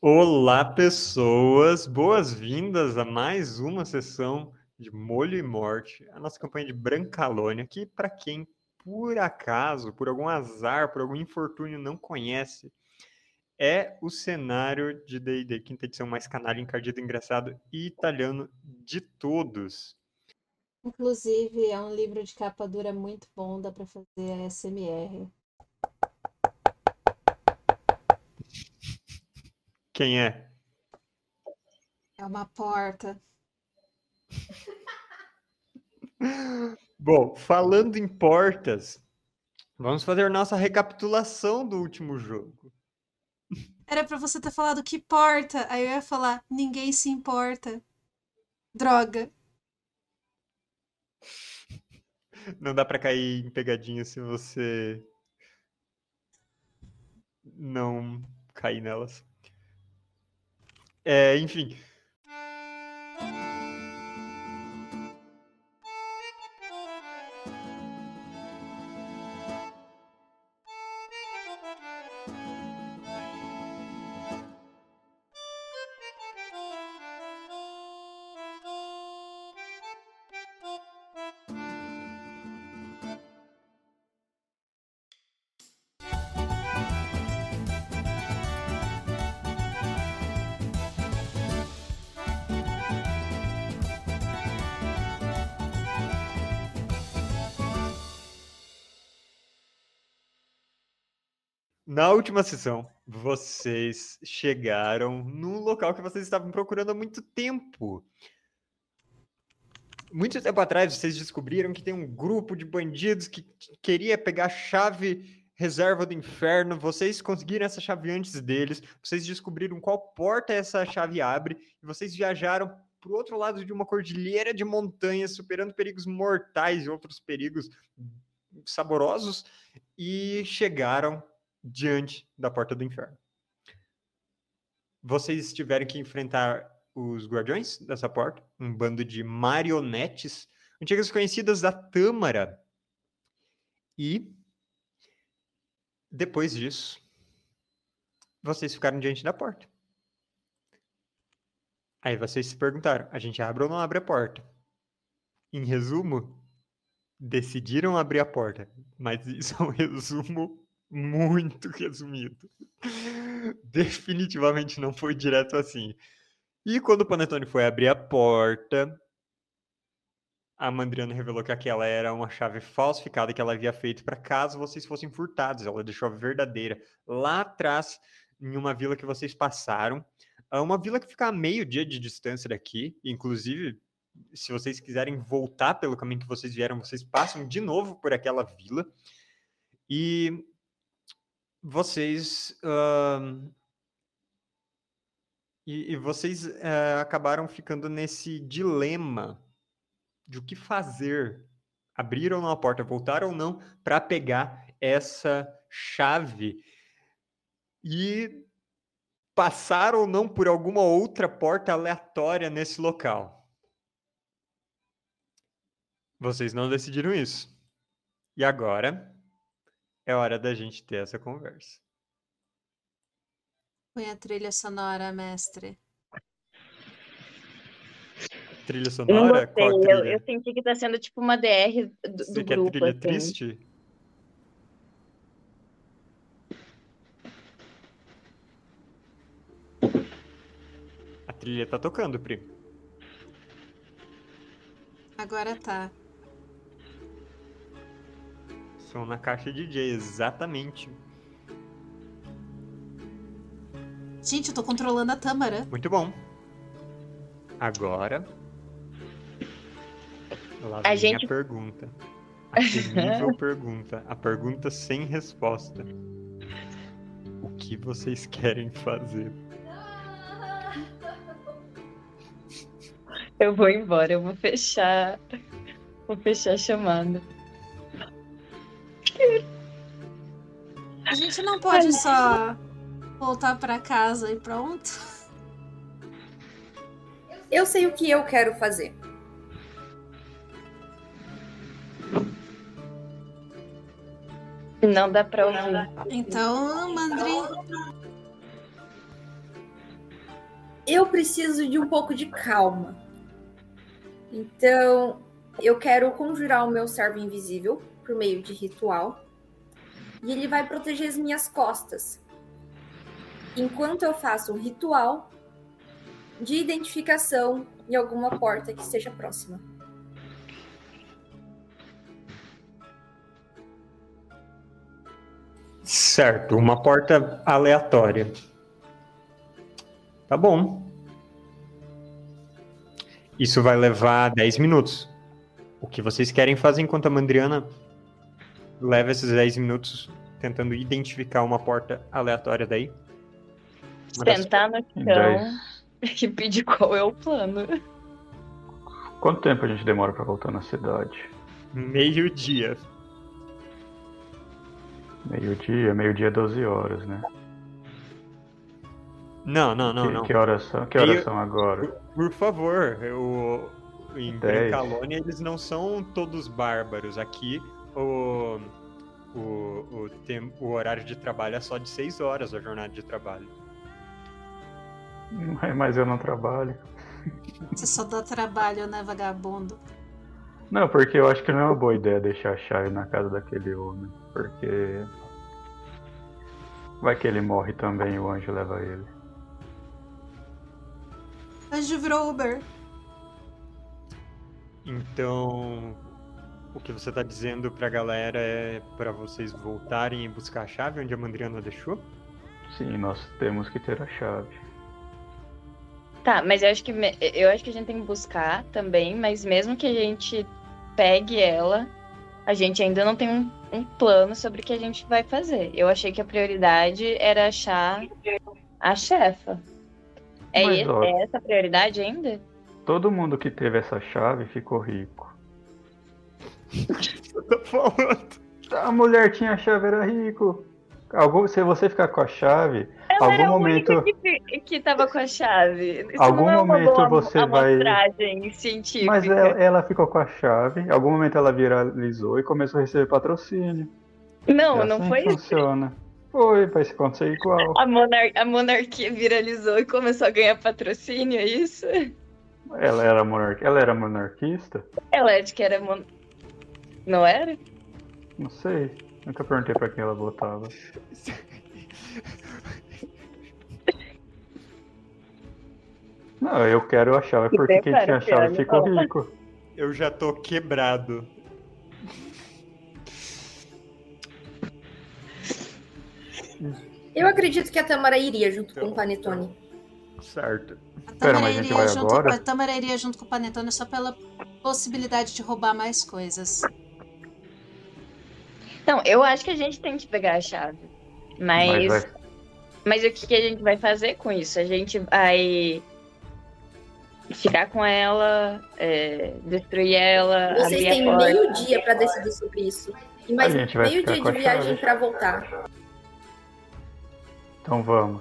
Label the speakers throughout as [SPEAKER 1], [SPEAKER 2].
[SPEAKER 1] Olá, pessoas! Boas-vindas a mais uma sessão de Molho e Morte, a nossa campanha de Brancalônia, que, para quem, por acaso, por algum azar, por algum infortúnio, não conhece, é o cenário de D&D, quinta edição mais canalha, encardido, engraçado e italiano de todos.
[SPEAKER 2] Inclusive, é um livro de capa dura muito bom, dá pra fazer ASMR.
[SPEAKER 1] Quem é?
[SPEAKER 2] É uma porta.
[SPEAKER 1] Bom, falando em portas, vamos fazer nossa recapitulação do último jogo.
[SPEAKER 2] Era pra você ter falado que porta. Aí eu ia falar, ninguém se importa. Droga.
[SPEAKER 1] Não dá pra cair em pegadinha se você não cair nelas. Enfim. Na última sessão, vocês chegaram num local que vocês estavam procurando há muito tempo. Muito tempo atrás, vocês descobriram que tem um grupo de bandidos que queria pegar a chave reserva do inferno. Vocês conseguiram essa chave antes deles. Vocês descobriram qual porta essa chave abre. E vocês viajaram para o outro lado de uma cordilheira de montanhas, superando perigos mortais e outros perigos saborosos. E chegaram diante da porta do inferno. Vocês tiveram que enfrentar os guardiões dessa porta, um bando de marionetes, antigas conhecidas da Tâmara. E, depois disso, vocês ficaram diante da porta. Aí vocês se perguntaram, a gente abre ou não abre a porta? Em resumo, decidiram abrir a porta, mas isso é um resumo muito resumido. Definitivamente não foi direto assim. E quando o Panetone foi abrir a porta, a Mandriana revelou que aquela era uma chave falsificada que ela havia feito para caso vocês fossem furtados. Ela deixou a verdadeira lá atrás, em uma vila que vocês passaram. Uma vila que fica a meio dia de distância daqui. Inclusive, se vocês quiserem voltar pelo caminho que vocês vieram, vocês passam de novo por aquela vila. E vocês... vocês acabaram ficando nesse dilema de o que fazer. Abrir ou não a porta, voltar ou não para pegar essa chave e passar ou não por alguma outra porta aleatória nesse local. Vocês não decidiram isso. E agora é hora da gente ter essa conversa.
[SPEAKER 2] Põe a trilha sonora, mestre.
[SPEAKER 1] Trilha
[SPEAKER 3] Eu não
[SPEAKER 1] sonora?
[SPEAKER 3] gostei,
[SPEAKER 1] Qual
[SPEAKER 3] eu
[SPEAKER 1] trilha?
[SPEAKER 3] senti que tá sendo tipo uma DR do
[SPEAKER 1] Você quer
[SPEAKER 3] grupo,
[SPEAKER 1] trilha
[SPEAKER 3] assim.
[SPEAKER 1] triste? A trilha tá tocando, Pri.
[SPEAKER 2] Agora tá.
[SPEAKER 1] Som na caixa DJ, exatamente.
[SPEAKER 2] Gente, eu tô controlando a Tâmara.
[SPEAKER 1] Muito bom. Agora, lá
[SPEAKER 3] A
[SPEAKER 1] vem
[SPEAKER 3] gente-
[SPEAKER 1] a pergunta. A temível pergunta. A pergunta sem resposta. O que vocês querem fazer?
[SPEAKER 3] Eu vou embora, eu vou fechar. Vou fechar a chamada.
[SPEAKER 2] A gente não pode só voltar pra casa e pronto?
[SPEAKER 4] Eu sei o que eu quero fazer.
[SPEAKER 3] Não dá pra ouvir.
[SPEAKER 2] Então, Mandri,
[SPEAKER 4] Eu preciso de um pouco de calma. Então, eu quero conjurar o meu servo invisível por meio de ritual. E ele vai proteger as minhas costas. Enquanto eu faço um ritual de identificação em alguma porta que esteja próxima.
[SPEAKER 1] Certo, uma porta aleatória. Tá bom. Isso vai levar 10 minutos. O que vocês querem fazer enquanto a Mandriana leva esses 10 minutos tentando identificar uma porta aleatória daí?
[SPEAKER 3] Sentar no chão e pedir qual é o plano.
[SPEAKER 5] Quanto tempo a gente demora pra voltar na cidade?
[SPEAKER 1] Meio-dia.
[SPEAKER 5] Meio-dia 12 horas, né?
[SPEAKER 1] Não.
[SPEAKER 5] Que horas são agora?
[SPEAKER 1] Por favor, em
[SPEAKER 5] 10.
[SPEAKER 1] Brancalônia eles não são todos bárbaros. Aqui o horário de trabalho é só de 6 horas, a jornada de trabalho.
[SPEAKER 5] Mas eu não trabalho.
[SPEAKER 2] Você só dá trabalho, né, vagabundo?
[SPEAKER 5] Não, porque eu acho que não é uma boa ideia deixar a chave na casa daquele homem. Porque vai que ele morre também e o anjo leva ele.
[SPEAKER 2] Anjo virou Uber.
[SPEAKER 1] Então, o que você tá dizendo pra galera é pra vocês voltarem e buscar a chave onde a Mandriana deixou?
[SPEAKER 5] Sim, nós temos que ter a chave.
[SPEAKER 3] Tá, mas eu acho que a gente tem que buscar também, mas mesmo que a gente pegue ela, a gente ainda não tem um plano sobre o que a gente vai fazer. Eu achei que a prioridade era achar a chefa.
[SPEAKER 5] Mas, ó,
[SPEAKER 3] É essa a prioridade ainda?
[SPEAKER 5] todo mundo que teve essa chave ficou rico.
[SPEAKER 1] Eu tô falando.
[SPEAKER 5] A mulher tinha a chave, era rico. Se você ficar com a chave,
[SPEAKER 3] Ela
[SPEAKER 5] algum
[SPEAKER 3] era
[SPEAKER 5] momento.
[SPEAKER 3] a única que tava com a chave. Isso
[SPEAKER 5] Algum
[SPEAKER 3] não é uma
[SPEAKER 5] momento
[SPEAKER 3] boa
[SPEAKER 5] você vai-
[SPEAKER 3] amostragem científica.
[SPEAKER 5] Mas ela ficou com a chave, em algum momento ela viralizou e começou a receber patrocínio.
[SPEAKER 3] Não,
[SPEAKER 5] É
[SPEAKER 3] não
[SPEAKER 5] assim
[SPEAKER 3] foi
[SPEAKER 5] que
[SPEAKER 3] isso.
[SPEAKER 5] funciona. Foi, vai acontecer igual.
[SPEAKER 3] A monarquia viralizou e começou a ganhar patrocínio, é isso?
[SPEAKER 5] Ela era monarquista?
[SPEAKER 3] Ela acho que era Não era?
[SPEAKER 5] Não sei. Nunca perguntei pra quem ela votava. Não, eu quero a chave porque quem tinha a chave ficou rico.
[SPEAKER 1] Eu já tô quebrado.
[SPEAKER 4] Eu acredito que a Tamara iria junto com o Panetone.
[SPEAKER 1] Certo.
[SPEAKER 5] Pera, mas a gente vai agora?
[SPEAKER 2] A Tamara iria junto com o Panetone só pela possibilidade de roubar mais coisas.
[SPEAKER 3] Não, eu acho que a gente tem que pegar a chave. Mas o que a gente vai fazer com isso? A gente vai ficar com ela, destruir ela,
[SPEAKER 4] Vocês
[SPEAKER 3] abrir
[SPEAKER 4] têm
[SPEAKER 3] a porta.
[SPEAKER 4] meio-dia pra decidir sobre isso. E mais
[SPEAKER 5] A gente vai
[SPEAKER 4] meio-dia
[SPEAKER 5] ficar com
[SPEAKER 4] de
[SPEAKER 5] a
[SPEAKER 4] viagem
[SPEAKER 5] chave.
[SPEAKER 4] pra voltar.
[SPEAKER 5] Então vamos.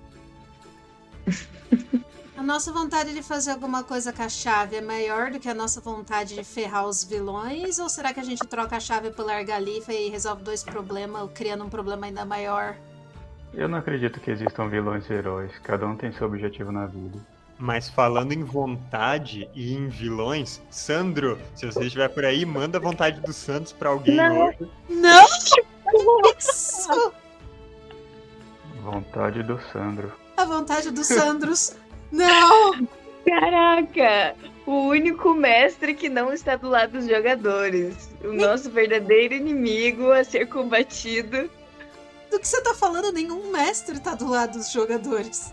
[SPEAKER 2] A nossa vontade de fazer alguma coisa com a chave é maior do que a nossa vontade de ferrar os vilões? Ou será que a gente troca a chave pela argalifa e resolve 2 problemas, criando um problema ainda maior?
[SPEAKER 5] Eu não acredito que existam vilões e heróis. Cada um tem seu objetivo na vida.
[SPEAKER 1] Mas falando em vontade e em vilões, Sandro, se você estiver por aí, manda a vontade do Santos pra alguém
[SPEAKER 3] Não.
[SPEAKER 1] hoje.
[SPEAKER 2] Não! Isso!
[SPEAKER 5] Vontade do Sandro.
[SPEAKER 2] A vontade dos Sandros. Não!
[SPEAKER 3] Caraca! O único mestre que não está do lado dos jogadores. O nosso verdadeiro inimigo a ser combatido.
[SPEAKER 2] Do que você tá falando? Nenhum mestre tá do lado dos jogadores.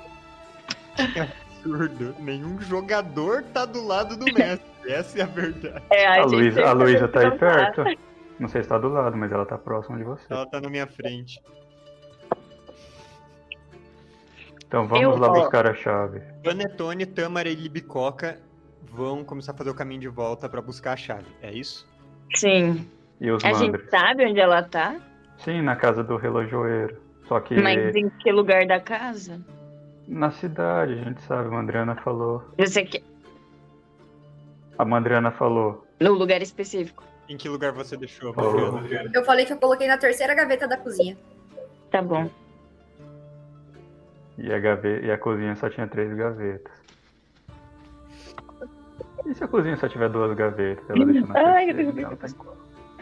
[SPEAKER 1] Absurdo. Nenhum jogador tá do lado do mestre. Essa é a verdade.
[SPEAKER 5] A
[SPEAKER 3] gente
[SPEAKER 5] Luísa tá aí
[SPEAKER 3] não tá.
[SPEAKER 5] perto. Não sei se tá do lado, mas ela tá próxima de você.
[SPEAKER 1] Ela tá na minha frente.
[SPEAKER 5] Então vamos lá
[SPEAKER 3] ó.
[SPEAKER 5] buscar a chave.
[SPEAKER 1] Panetone, Tamara e Libicoca vão começar a fazer o caminho de volta pra buscar a chave. É isso?
[SPEAKER 3] Sim.
[SPEAKER 5] E os
[SPEAKER 3] A gente
[SPEAKER 5] Mandres?
[SPEAKER 3] sabe onde ela tá,
[SPEAKER 5] Sim, na casa do relojoeiro. Só que
[SPEAKER 3] mas em que lugar da casa?
[SPEAKER 5] na cidade, a gente sabe, a Mandriana falou.
[SPEAKER 3] Você quer.
[SPEAKER 5] A Mandriana falou.
[SPEAKER 3] No lugar específico.
[SPEAKER 1] Em que lugar você deixou,
[SPEAKER 5] Falou.
[SPEAKER 1] Mariana?
[SPEAKER 4] Eu falei que eu coloquei na terceira gaveta da cozinha.
[SPEAKER 3] Tá bom.
[SPEAKER 5] E a cozinha só tinha 3 gavetas. E se a cozinha só tiver 2 gavetas? Ela deixou na
[SPEAKER 3] Ai,
[SPEAKER 5] terceira,
[SPEAKER 3] meu Deus.
[SPEAKER 5] então tá em qual?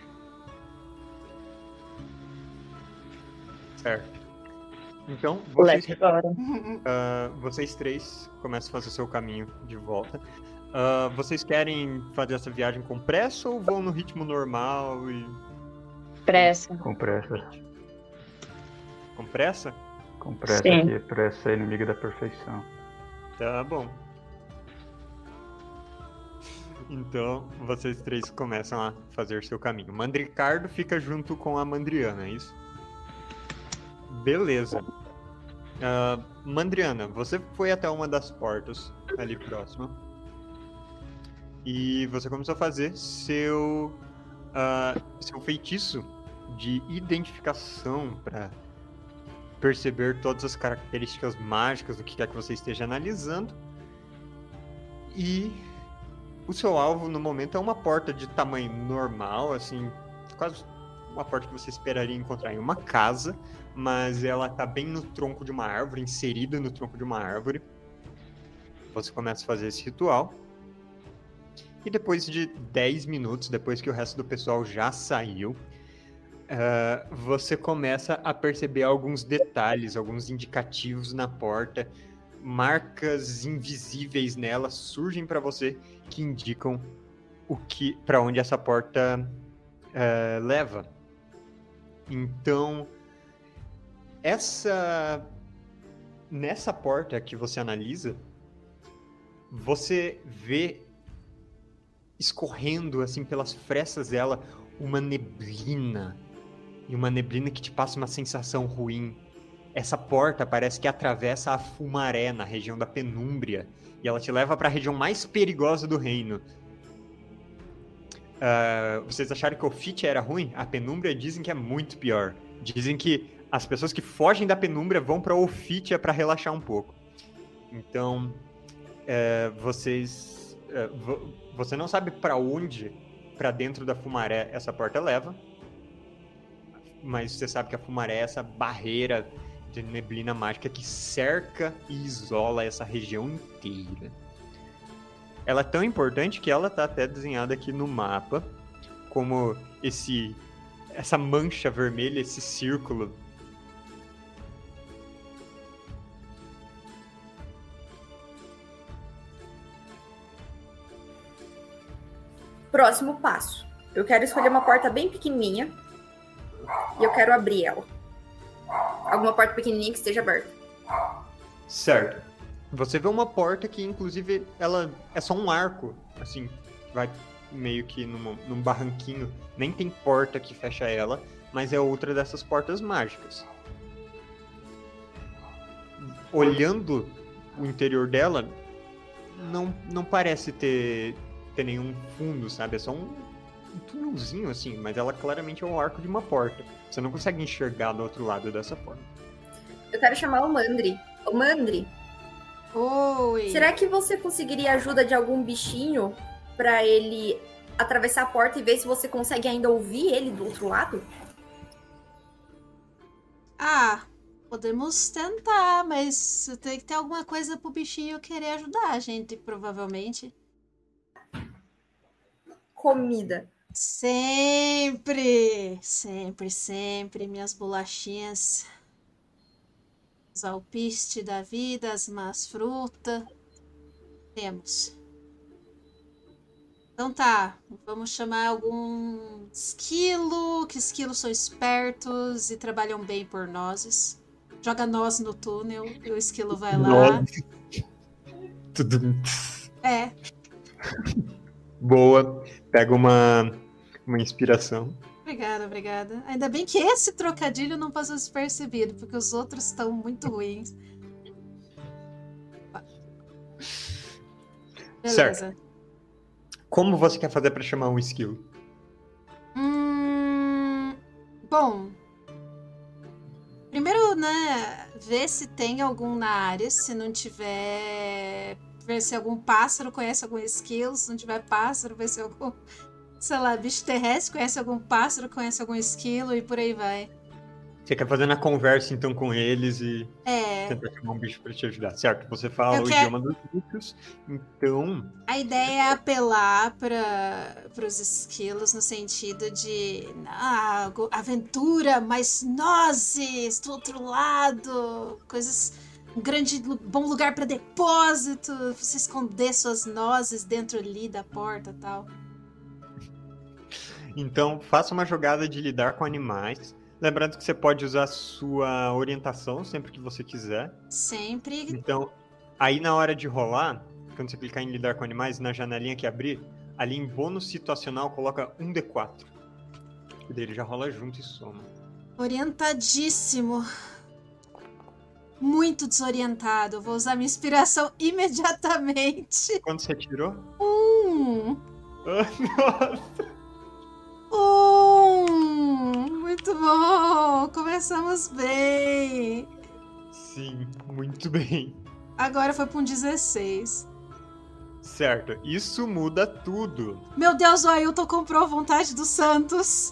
[SPEAKER 1] Certo. Então,
[SPEAKER 3] Leve agora.
[SPEAKER 1] vocês 3 começam a fazer seu caminho de volta. Vocês querem fazer essa viagem com pressa ou vão no ritmo normal e...
[SPEAKER 3] Pressa.
[SPEAKER 5] Com pressa.
[SPEAKER 1] Com pressa?
[SPEAKER 5] Com pressa,
[SPEAKER 3] Sim.
[SPEAKER 5] que pressa é inimiga da perfeição.
[SPEAKER 1] Tá bom. Então, vocês 3 começam a fazer seu caminho. Mandricardo fica junto com a Mandriana, é isso? Beleza. Mandriana, você foi até uma das portas ali próxima. E você começou a fazer seu feitiço de identificação para perceber todas as características mágicas do que quer que você esteja analisando. E o seu alvo no momento é uma porta de tamanho normal, assim, quase uma porta que você esperaria encontrar em uma casa, mas ela tá bem no tronco de uma árvore, inserida no tronco de uma árvore. Você começa a fazer esse ritual. E depois de 10 minutos, depois que o resto do pessoal já saiu, você começa a perceber alguns detalhes, alguns indicativos na porta, marcas invisíveis nela surgem para você que indicam para onde essa porta leva. Então, nessa porta que você analisa, você vê escorrendo assim pelas frestas dela uma neblina, e uma neblina que te passa uma sensação ruim. Essa porta parece que atravessa a Fumaré na região da Penúmbria, e ela te leva para a região mais perigosa do reino. Vocês acharam que o Fit era ruim? A Penúmbria dizem que é muito pior. Dizem que as pessoas que fogem da Penúmbria vão para Ofitia para relaxar um pouco. Então, você não sabe para onde, para dentro da Fumaré, essa porta leva, mas você sabe que a Fumaré é essa barreira de neblina mágica que cerca e isola essa região inteira. Ela é tão importante que ela está até desenhada aqui no mapa como essa mancha vermelha, esse círculo.
[SPEAKER 4] Próximo passo. Eu quero escolher uma porta bem pequenininha e eu quero abrir ela. Alguma porta pequenininha que esteja aberta.
[SPEAKER 1] Certo. Você vê uma porta que, inclusive, ela é só um arco, assim, vai meio que num barranquinho. Nem tem porta que fecha ela, mas é outra dessas portas mágicas. Olhando o interior dela, não parece ter nenhum fundo, sabe? É só um túnelzinho, assim, mas ela claramente é o arco de uma porta. Você não consegue enxergar do outro lado dessa porta.
[SPEAKER 4] Eu quero chamar o Mandri. Ô, Mandri,
[SPEAKER 2] Oi.
[SPEAKER 4] será que você conseguiria ajuda de algum bichinho pra ele atravessar a porta e ver se você consegue ainda ouvir ele do outro lado?
[SPEAKER 2] Podemos tentar, mas tem que ter alguma coisa pro bichinho querer ajudar a gente, provavelmente.
[SPEAKER 4] Comida.
[SPEAKER 2] Sempre, sempre, sempre, minhas bolachinhas. Os alpiste da vida, as más frutas. Temos. Então tá, vamos chamar algum esquilo, que esquilos são espertos e trabalham bem por nozes. Joga noz no túnel e o esquilo vai lá.
[SPEAKER 1] Tudo
[SPEAKER 2] É,
[SPEAKER 1] boa. Pega uma inspiração.
[SPEAKER 2] obrigada. Ainda bem que esse trocadilho não passou despercebido, porque os outros estão muito ruins. Beleza.
[SPEAKER 1] Certo. Como você quer fazer para chamar um esquilo?
[SPEAKER 2] Bom, primeiro, né, ver se tem algum na área, se não tiver, ver se algum pássaro conhece algum esquilo, se não tiver pássaro, ver se algum, sei lá, bicho terrestre conhece algum pássaro, conhece algum esquilo e por aí vai.
[SPEAKER 1] Você quer fazer na conversa, então, com eles e
[SPEAKER 2] É.
[SPEAKER 1] tentar chamar um bicho pra te ajudar, certo? Você fala
[SPEAKER 2] Eu
[SPEAKER 1] o
[SPEAKER 2] quero-
[SPEAKER 1] idioma dos bichos, então...
[SPEAKER 2] A ideia é apelar para os esquilos no sentido de aventura, mas nozes do outro lado, coisas, um grande, bom lugar para depósito, você esconder suas nozes dentro ali da porta e tal.
[SPEAKER 1] Então, faça uma jogada de lidar com animais. Lembrando que você pode usar a sua orientação sempre que você quiser.
[SPEAKER 2] Sempre.
[SPEAKER 1] Então, aí na hora de rolar, quando você clicar em lidar com animais, na janelinha que abrir, ali em bônus situacional, coloca 1d4. E daí ele já rola junto e soma.
[SPEAKER 2] Orientadíssimo. Muito desorientado. Vou usar minha inspiração imediatamente.
[SPEAKER 1] Quanto você tirou? Nossa!
[SPEAKER 2] Muito bom! Começamos bem.
[SPEAKER 1] Sim, muito bem.
[SPEAKER 2] Agora foi para um 16.
[SPEAKER 1] Certo, isso muda tudo.
[SPEAKER 2] Meu Deus, o Ailton comprou a vontade dos Santos.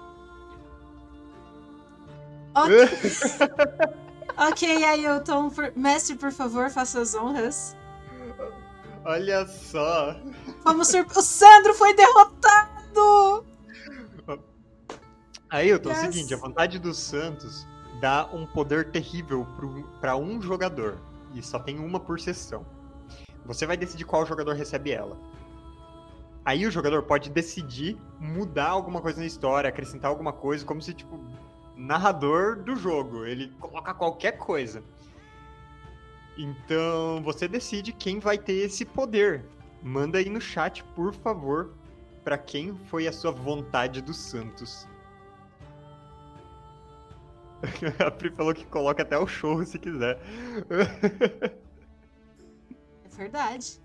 [SPEAKER 2] Ok, Ailton. Mestre, por favor, faça as honras.
[SPEAKER 1] Olha só.
[SPEAKER 2] O Sandro foi derrotado!
[SPEAKER 1] Ailton, é
[SPEAKER 2] Yes.
[SPEAKER 1] o seguinte, a vontade dos Santos dá um poder terrível para um jogador. E só tem uma por sessão. Você vai decidir qual jogador recebe ela. Aí o jogador pode decidir mudar alguma coisa na história, acrescentar alguma coisa, como se, tipo, narrador do jogo. Ele coloca qualquer coisa. Então, você decide quem vai ter esse poder. Manda aí no chat, por favor, para quem foi a sua vontade dos Santos. A Pri falou que coloca até o show se quiser.
[SPEAKER 2] É verdade.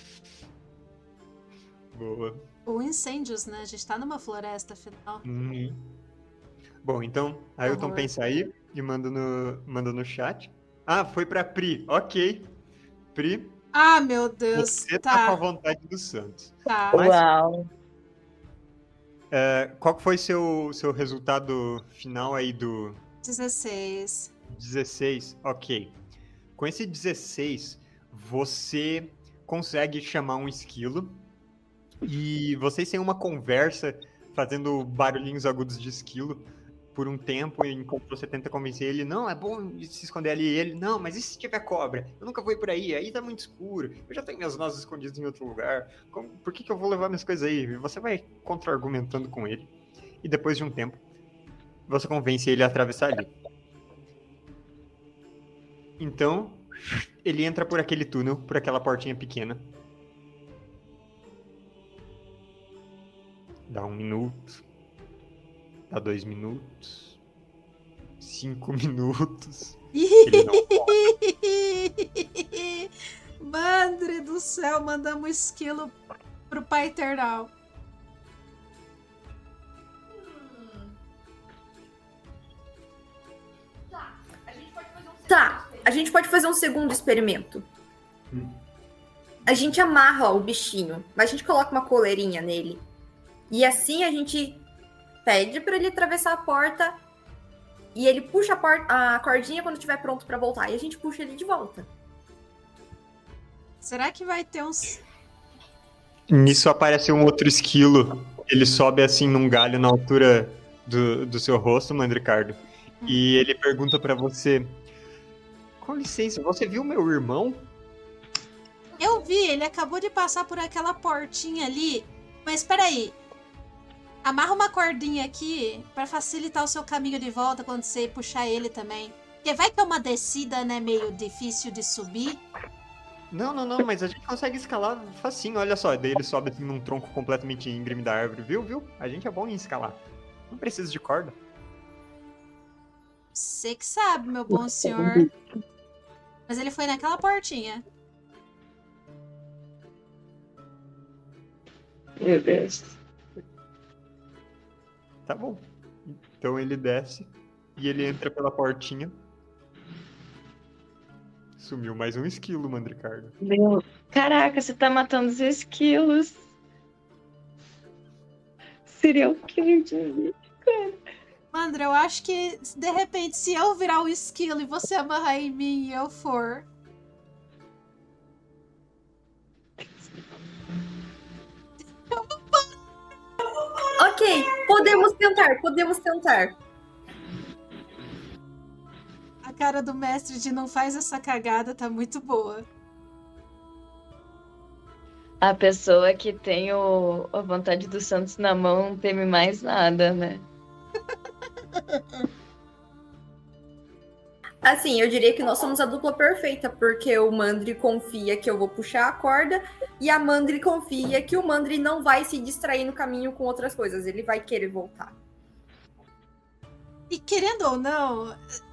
[SPEAKER 1] Boa.
[SPEAKER 2] Ou incêndios, né? A gente tá numa floresta, afinal.
[SPEAKER 1] Uhum. Bom, então, Ailton
[SPEAKER 2] Horror.
[SPEAKER 1] pensa aí e manda no chat. Ah, foi pra Pri. Ok. Pri,
[SPEAKER 2] Ah, meu Deus.
[SPEAKER 1] você tá com a
[SPEAKER 2] Tá,
[SPEAKER 1] vontade do Santos.
[SPEAKER 2] tá.
[SPEAKER 1] Mas-
[SPEAKER 3] Uau.
[SPEAKER 1] Qual que foi seu resultado final aí do
[SPEAKER 2] 16.
[SPEAKER 1] 16? Ok. Com esse 16, você consegue chamar um esquilo e vocês têm uma conversa fazendo barulhinhos agudos de esquilo por um tempo, enquanto você tenta convencer ele, não, é bom se esconder ali, e ele, não, mas e se tiver cobra? Eu nunca vou por aí tá muito escuro, eu já tenho minhas nozes escondidas em outro lugar, por que eu vou levar minhas coisas aí? E você vai contra-argumentando com ele, e depois de um tempo, você convence ele a atravessar ali. Então, ele entra por aquele túnel, por aquela portinha pequena. Dá 1 minuto. Dá 2 minutos. 5 minutos. Ele não
[SPEAKER 2] Madre do céu, mandamos esquilo pro Pai Eternal.
[SPEAKER 4] Tá, a gente pode fazer um segundo experimento. A gente amarra o bichinho, mas a gente coloca uma coleirinha nele. E assim a gente pede pra ele atravessar a porta e ele puxa a cordinha quando estiver pronto pra voltar. E a gente puxa ele de volta.
[SPEAKER 2] Será que vai ter uns...
[SPEAKER 1] Nisso aparece um outro esquilo. Ele sobe assim num galho na altura do seu rosto, Mandricardo. E ele pergunta pra você: com licença, você viu meu irmão?
[SPEAKER 2] Eu vi, ele acabou de passar por aquela portinha ali. Mas peraí. Amarra uma cordinha aqui pra facilitar o seu caminho de volta quando você puxar ele também. Porque vai que é uma descida, né, meio difícil de subir.
[SPEAKER 1] Não, mas a gente consegue escalar facinho, olha só. Daí ele sobe assim num tronco completamente íngreme da árvore, viu? A gente é bom em escalar. Não precisa de corda.
[SPEAKER 2] Você que sabe, meu bom senhor. Mas ele foi naquela portinha.
[SPEAKER 3] Meu Deus.
[SPEAKER 1] Tá bom. Então ele desce e ele entra pela portinha. Sumiu mais um esquilo, Mandricardo.
[SPEAKER 3] Meu... Caraca, você tá matando os esquilos. Serial killer de vida, cara.
[SPEAKER 2] Mandra, eu acho que, de repente, se eu virar um esquilo e você amarrar em mim e eu for...
[SPEAKER 4] Ok, podemos tentar.
[SPEAKER 2] A cara do mestre de não faz essa cagada tá muito boa.
[SPEAKER 3] A pessoa que tem a vontade do Santos na mão não teme mais nada, né?
[SPEAKER 4] Assim, eu diria que nós somos a dupla perfeita, porque o Mandri confia que eu vou puxar a corda e a Mandri confia que o Mandri não vai se distrair no caminho com outras coisas, ele vai querer voltar.
[SPEAKER 2] E querendo ou não,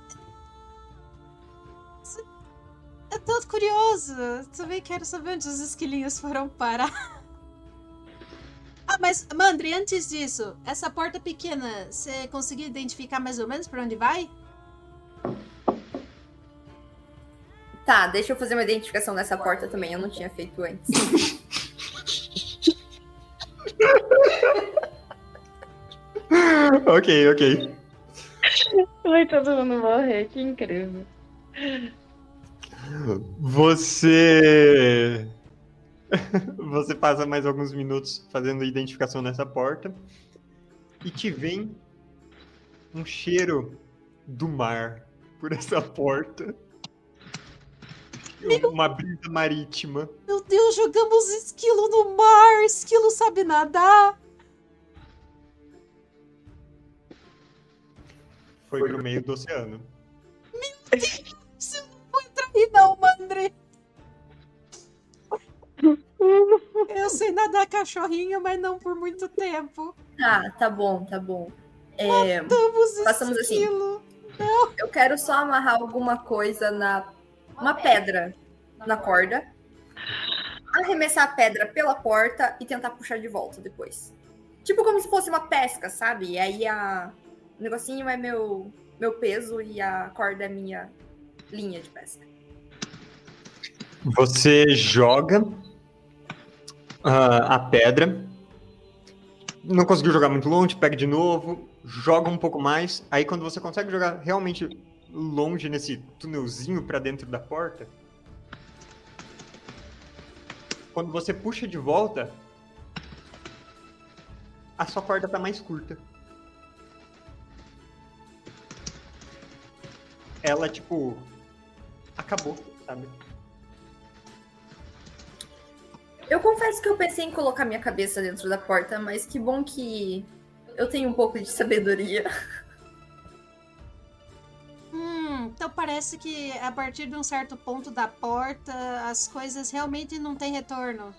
[SPEAKER 2] eu tô curiosa. Também quero saber onde os esquilinhos foram parar. Ah, mas, Mandri, antes disso, essa porta pequena, você conseguiu identificar mais ou menos pra onde vai?
[SPEAKER 4] Tá, deixa eu fazer uma identificação nessa porta também, eu não tinha feito antes.
[SPEAKER 1] Ok.
[SPEAKER 3] Vai todo mundo morrer, que incrível.
[SPEAKER 1] Você passa mais alguns minutos fazendo identificação nessa porta e te vem um cheiro do mar por essa porta. Uma brisa marítima.
[SPEAKER 2] Meu Deus, jogamos esquilo no mar. Esquilo sabe nadar.
[SPEAKER 1] Foi pro meio do oceano.
[SPEAKER 2] Meu Deus, você não vou entrar aí não, Mandri. Eu sei nadar cachorrinho, mas não por muito tempo.
[SPEAKER 4] Tá bom.
[SPEAKER 2] Matamos
[SPEAKER 4] Façamos
[SPEAKER 2] esquilo.
[SPEAKER 4] Assim. Eu quero só amarrar alguma coisa uma pedra na corda, arremessar a pedra pela porta e tentar puxar de volta depois. Tipo como se fosse uma pesca, sabe? E aí o negocinho é meu peso e a corda é minha linha de pesca.
[SPEAKER 1] Você joga a pedra. Não conseguiu jogar muito longe, pega de novo, joga um pouco mais. Aí quando você consegue jogar realmente longe nesse túnelzinho pra dentro da porta, quando você puxa de volta, a sua corda tá mais curta. Ela, tipo, acabou, sabe?
[SPEAKER 4] Eu confesso que eu pensei em colocar minha cabeça dentro da porta, mas que bom que eu tenho um pouco de sabedoria.
[SPEAKER 2] Então parece que a partir de um certo ponto da porta, as coisas realmente não têm retorno.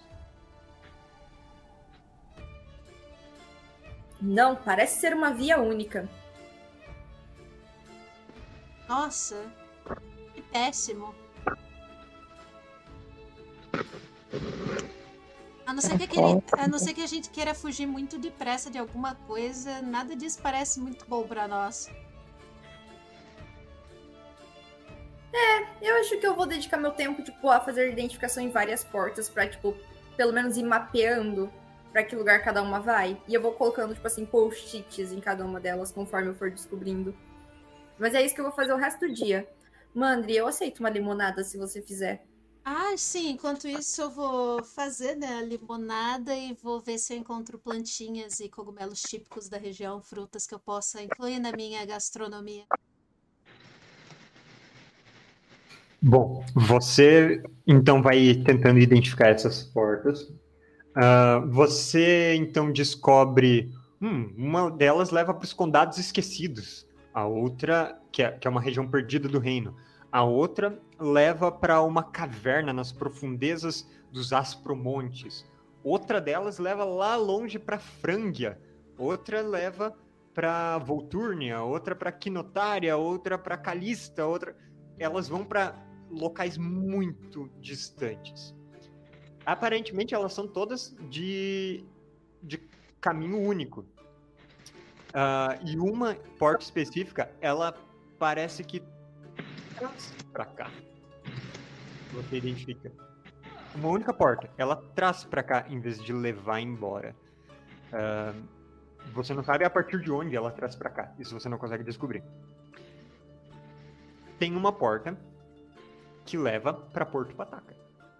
[SPEAKER 4] Não, parece ser uma via única.
[SPEAKER 2] Nossa, que péssimo. A não ser que a gente queira fugir muito depressa de alguma coisa, nada disso parece muito bom pra nós.
[SPEAKER 4] Eu acho que eu vou dedicar meu tempo, tipo, a fazer identificação em várias portas pra, tipo, pelo menos ir mapeando pra que lugar cada uma vai. E eu vou colocando, tipo assim, post-its em cada uma delas conforme eu for descobrindo. Mas é isso que eu vou fazer o resto do dia. Mandri, eu aceito uma limonada se você fizer.
[SPEAKER 2] Ah, sim. Enquanto isso, eu vou fazer, né, a limonada e vou ver se eu encontro plantinhas e cogumelos típicos da região, frutas que eu possa incluir na minha gastronomia.
[SPEAKER 1] Bom, você então vai tentando identificar essas portas. Você então descobre uma delas leva para os Condados Esquecidos, a outra, que é uma região perdida do reino, a outra leva para uma caverna nas profundezas dos Aspromontes, outra delas leva lá longe para Frângia, outra leva para Voltúrnia, outra para Quinotária, outra para Calista, elas vão para locais muito distantes. Aparentemente elas são todas de caminho único. E uma porta específica, ela parece que traz pra cá. Você identifica. Uma única porta, ela traz pra cá em vez de levar embora. Você não sabe a partir de onde ela traz pra cá. Isso você não consegue descobrir. Tem uma porta que leva pra Porto Pataca.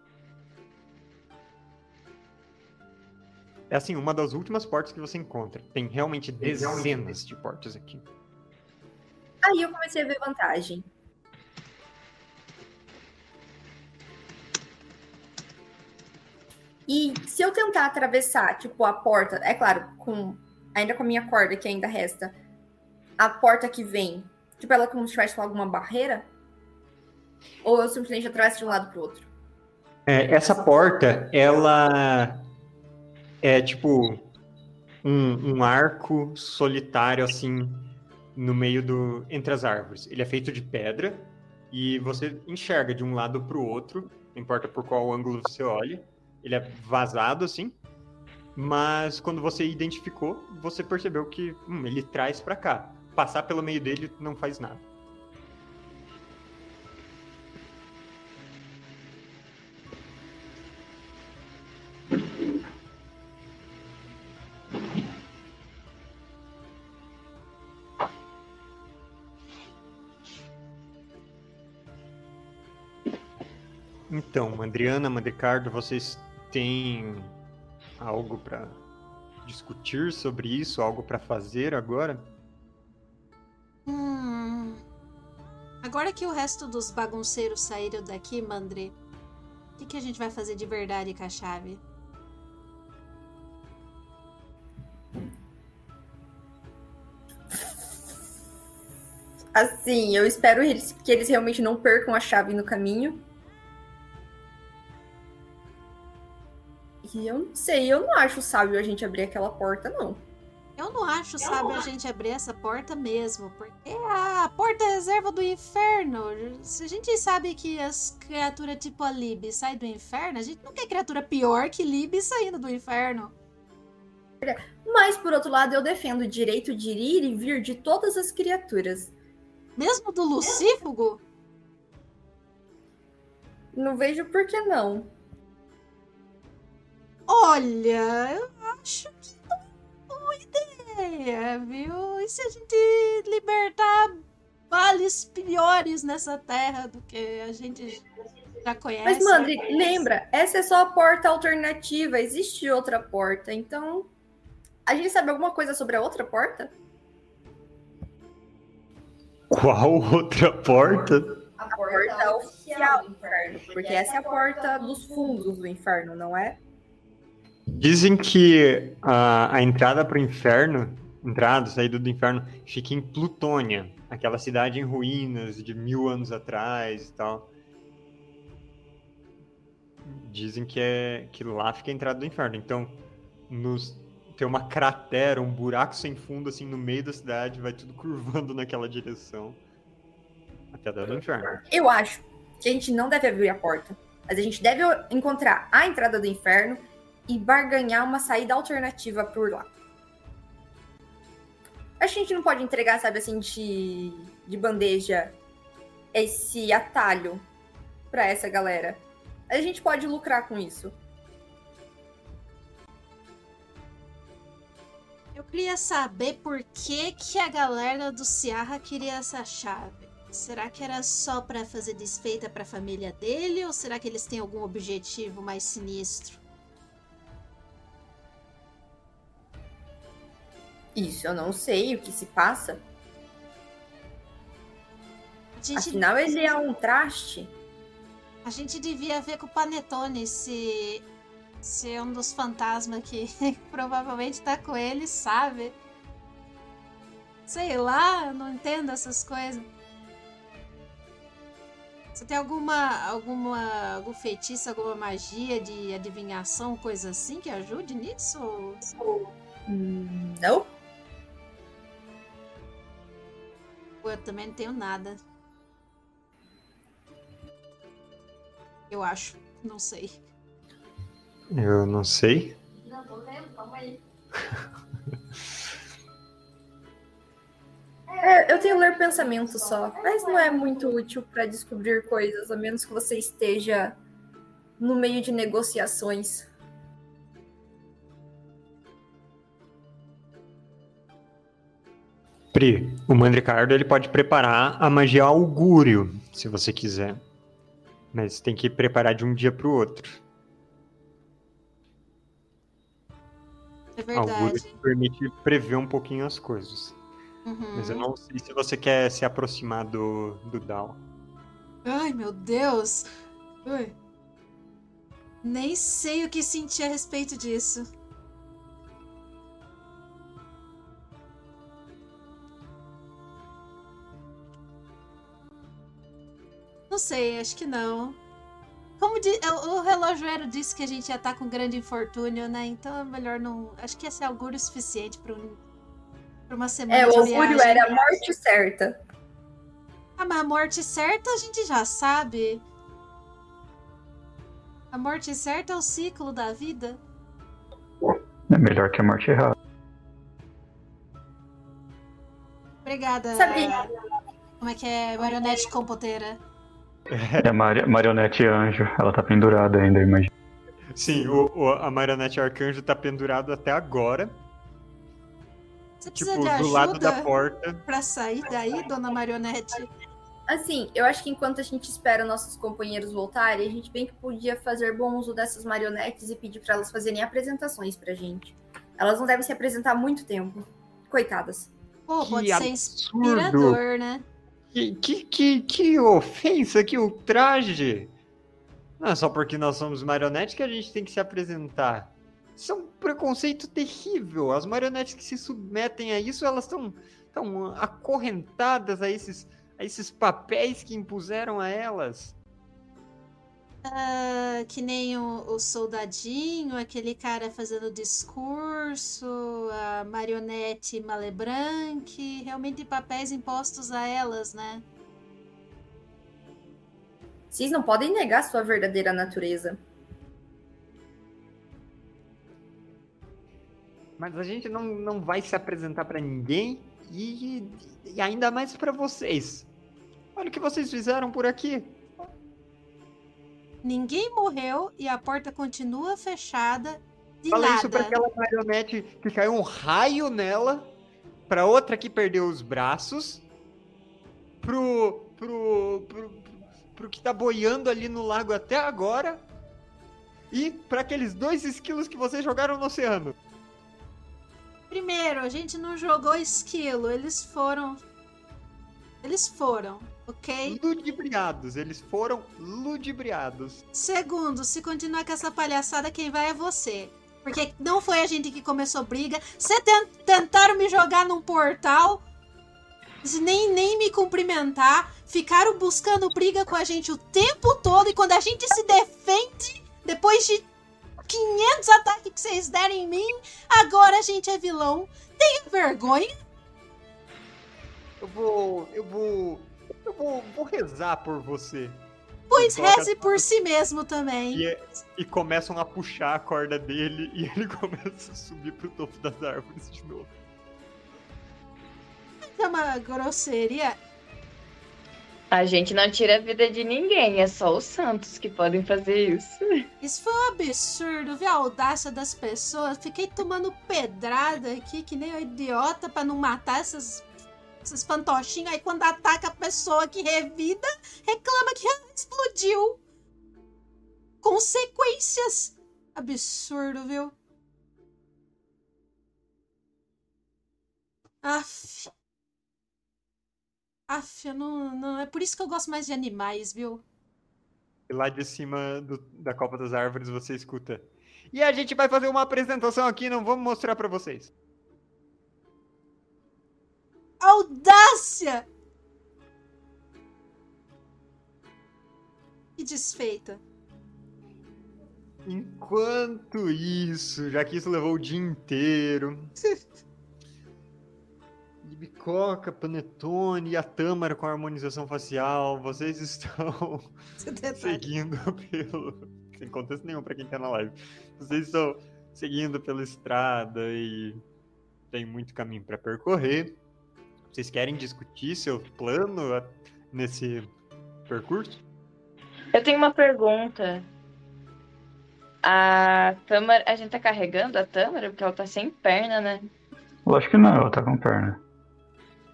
[SPEAKER 1] É assim, uma das últimas portas que você encontra. Tem realmente dezenas de portas aqui.
[SPEAKER 4] Aí eu comecei a ver vantagem. E se eu tentar atravessar, tipo, a porta, é claro, ainda com a minha corda que ainda resta, a porta que vem, tipo, ela como se tivesse com alguma barreira? Ou eu simplesmente atravesso de um lado pro outro?
[SPEAKER 1] Essa porta, ela é tipo um arco solitário, assim, no meio entre as árvores. Ele é feito de pedra e você enxerga de um lado para o outro, não importa por qual ângulo você olhe. Ele é vazado, assim, mas quando você identificou, você percebeu que ele traz para cá. Passar pelo meio dele não faz nada. Então, Mandriana, Mandricardo, vocês têm algo para discutir sobre isso? Algo para fazer agora?
[SPEAKER 2] Agora que o resto dos bagunceiros saíram daqui, Mandri, o que a gente vai fazer de verdade com a chave?
[SPEAKER 4] Assim, eu espero que eles realmente não percam a chave no caminho. E eu não sei, eu não acho sábio a gente abrir aquela porta, não.
[SPEAKER 2] Eu não acho sábio a gente abrir essa porta mesmo, porque a porta é reserva do inferno. Se a gente sabe que as criaturas tipo a Libby saem do inferno, a gente não quer criatura pior que Libby saindo do inferno.
[SPEAKER 4] Mas, por outro lado, eu defendo o direito de ir e vir de todas as criaturas.
[SPEAKER 2] Mesmo do Lucífugo?
[SPEAKER 4] Não vejo por que não.
[SPEAKER 2] Olha, eu acho que não é uma boa ideia, viu? E se a gente libertar males piores nessa terra do que a gente já conhece?
[SPEAKER 4] Mas, Mandri, lembra, essa é só a porta alternativa, existe outra porta, então... A gente sabe alguma coisa sobre a outra porta?
[SPEAKER 1] Qual outra porta?
[SPEAKER 4] A porta oficial do inferno, porque essa é a porta dos fundos do inferno, não é?
[SPEAKER 1] Dizem que a entrada para o inferno, saída do inferno, fica em Plutônia, aquela cidade em ruínas de 1000 anos atrás e tal. Dizem que lá fica a entrada do inferno. Então, tem uma cratera, um buraco sem fundo assim no meio da cidade, vai tudo curvando naquela direção até a entrada do inferno.
[SPEAKER 4] Eu acho que a gente não deve abrir a porta, mas a gente deve encontrar a entrada do inferno e barganhar uma saída alternativa por lá. A gente não pode entregar, sabe, assim, de bandeja esse atalho pra essa galera. A gente pode lucrar com isso.
[SPEAKER 2] Eu queria saber por que a galera do Ciarra queria essa chave. Será que era só pra fazer desfeita pra família dele? Ou será que eles têm algum objetivo mais sinistro?
[SPEAKER 4] Isso, eu não sei o que se passa. Afinal, ele é um traste.
[SPEAKER 2] A gente devia ver com o Panetone se um dos fantasmas que provavelmente tá com ele, sabe? Sei lá, eu não entendo essas coisas. Você tem algum feitiço, alguma magia de adivinhação, coisa assim que ajude nisso?
[SPEAKER 4] Não?
[SPEAKER 2] Eu também não tenho nada. Eu acho, não sei.
[SPEAKER 1] Eu não sei.
[SPEAKER 4] Não, tô vendo, calma aí. Eu tenho ler pensamento só, mas não é muito útil para descobrir coisas, a menos que você esteja no meio de negociações.
[SPEAKER 1] Pri, o Mandricardo ele pode preparar a magia augúrio, se você quiser. Mas tem que preparar de um dia pro outro.
[SPEAKER 2] É
[SPEAKER 1] Augúrio
[SPEAKER 2] verdade.
[SPEAKER 1] te permite prever um pouquinho as coisas. Mas eu
[SPEAKER 2] Uhum.
[SPEAKER 1] não sei se você quer se aproximar do Dal.
[SPEAKER 2] Ai, meu Deus. Ui. Nem sei o que sentir a respeito disso. Não sei, acho que não. O relojoeiro disse que a gente ia estar com grande infortúnio, né? Então é melhor não. Acho que esse é augúrio suficiente para uma semana
[SPEAKER 4] O
[SPEAKER 2] de
[SPEAKER 4] augúrio
[SPEAKER 2] viagem.
[SPEAKER 4] era a morte certa.
[SPEAKER 2] Ah, mas a morte certa a gente já sabe. A morte certa é o ciclo da vida.
[SPEAKER 5] É melhor que a morte errada.
[SPEAKER 2] Obrigada.
[SPEAKER 4] Sabe-
[SPEAKER 2] Como é que é? Marionete compoteira.
[SPEAKER 5] É a marionete anjo, ela tá pendurada ainda, imagina.
[SPEAKER 1] Sim, a marionete arcanjo tá pendurado até agora.
[SPEAKER 2] Você precisa
[SPEAKER 1] Tipo,
[SPEAKER 2] de
[SPEAKER 1] do lado da
[SPEAKER 2] ajuda
[SPEAKER 1] porta.
[SPEAKER 2] pra sair daí, dona Marionete?
[SPEAKER 4] Assim, eu acho que enquanto a gente espera nossos companheiros voltarem, a gente bem que podia fazer bom uso dessas marionetes e pedir pra elas fazerem apresentações pra gente. Elas não devem se apresentar há muito tempo. Coitadas.
[SPEAKER 2] Pô,
[SPEAKER 1] Que
[SPEAKER 2] pode ser
[SPEAKER 1] absurdo.
[SPEAKER 2] inspirador, né?
[SPEAKER 1] Que ofensa, que ultraje! Não é só porque nós somos marionetes que a gente tem que se apresentar. Isso é um preconceito terrível. As marionetes que se submetem a isso, elas estão tão acorrentadas a esses papéis que impuseram a elas.
[SPEAKER 2] Que nem o soldadinho, aquele cara fazendo discurso, a marionete Malebranche, realmente papéis impostos a elas, né?
[SPEAKER 4] Vocês não podem negar sua verdadeira natureza.
[SPEAKER 1] Mas a gente não vai se apresentar pra ninguém e ainda mais pra vocês. Olha o que vocês fizeram por aqui.
[SPEAKER 2] Ninguém morreu e a porta continua fechada de
[SPEAKER 1] Fala
[SPEAKER 2] nada.
[SPEAKER 1] isso pra aquela marionete que caiu um raio nela, pra outra que perdeu os braços, pro que tá boiando ali no lago até agora e pra aqueles 2 esquilos que vocês jogaram no oceano.
[SPEAKER 2] Primeiro, a gente não jogou esquilo, eles foram, ok?
[SPEAKER 1] Ludibriados, eles foram ludibriados.
[SPEAKER 2] Segundo, se continuar com essa palhaçada, quem vai é você. Porque não foi a gente que começou briga. Você tentaram me jogar num portal, nem me cumprimentar. Ficaram buscando briga com a gente o tempo todo. E quando a gente se defende, depois de 500 ataques que vocês deram em mim, agora a gente é vilão. Tenha vergonha.
[SPEAKER 1] Eu vou rezar por você.
[SPEAKER 2] Pois
[SPEAKER 1] Coloca
[SPEAKER 2] reze por si mesmo também.
[SPEAKER 1] E começam a puxar a corda dele e ele começa a subir pro topo das árvores de novo.
[SPEAKER 2] É uma grosseria.
[SPEAKER 3] A gente não tira a vida de ninguém, é só os santos que podem fazer isso.
[SPEAKER 2] Isso foi um absurdo, ver a audácia das pessoas. Fiquei tomando pedrada aqui, que nem um idiota, pra não matar esses fantochinhos. Aí quando ataca a pessoa que revida, reclama que explodiu. Consequências. Absurdo, viu? Aff, eu não. É por isso que eu gosto mais de animais, viu?
[SPEAKER 1] E lá de cima da copa das árvores você escuta. E a gente vai fazer uma apresentação aqui, não vamos mostrar pra vocês.
[SPEAKER 2] Audácia! E desfeita.
[SPEAKER 1] Enquanto isso, já que isso levou o dia inteiro, Bicoca, Panetone e a Tâmara com a harmonização facial, vocês estão seguindo pelo... Sem contexto nenhum pra quem tá na live. Vocês estão seguindo pela estrada e tem muito caminho pra percorrer. Vocês querem discutir seu plano nesse percurso?
[SPEAKER 3] Eu tenho uma pergunta. A Tâmara, a gente tá carregando a Tâmara porque ela tá sem perna, né?
[SPEAKER 5] Lógico que não, ela tá com perna.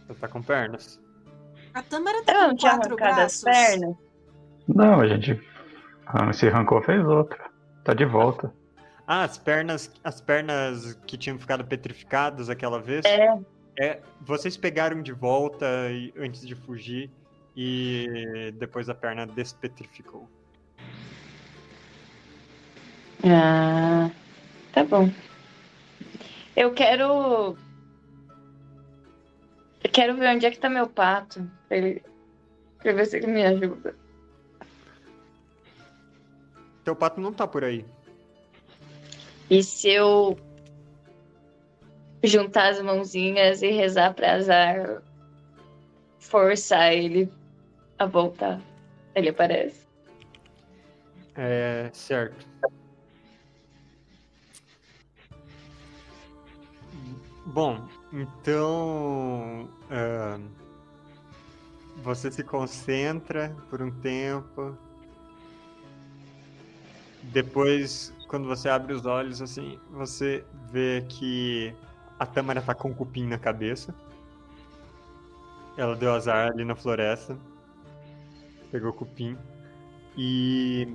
[SPEAKER 1] Você tá com pernas?
[SPEAKER 2] A Tâmara tá
[SPEAKER 3] Eu não
[SPEAKER 2] com
[SPEAKER 3] tinha
[SPEAKER 2] 4
[SPEAKER 3] arrancado as
[SPEAKER 2] braços.
[SPEAKER 3] pernas.
[SPEAKER 5] Não, a gente se arrancou, fez outra. Tá de volta.
[SPEAKER 1] Ah, as pernas que tinham ficado petrificadas aquela vez? Vocês pegaram de volta antes de fugir e depois a perna despetrificou.
[SPEAKER 3] Ah, tá bom. Eu quero ver onde é que tá meu pato. Pra ver se ele me ajuda.
[SPEAKER 1] Teu pato não tá por aí.
[SPEAKER 3] E se eu juntar as mãozinhas e rezar pra Azar forçar ele a voltar? Ele aparece.
[SPEAKER 1] Certo. Bom, então você se concentra por um tempo. Depois, quando você abre os olhos, assim, você vê que a Tâmara tá com um cupim na cabeça. Ela deu azar ali na floresta. Pegou o cupim. E...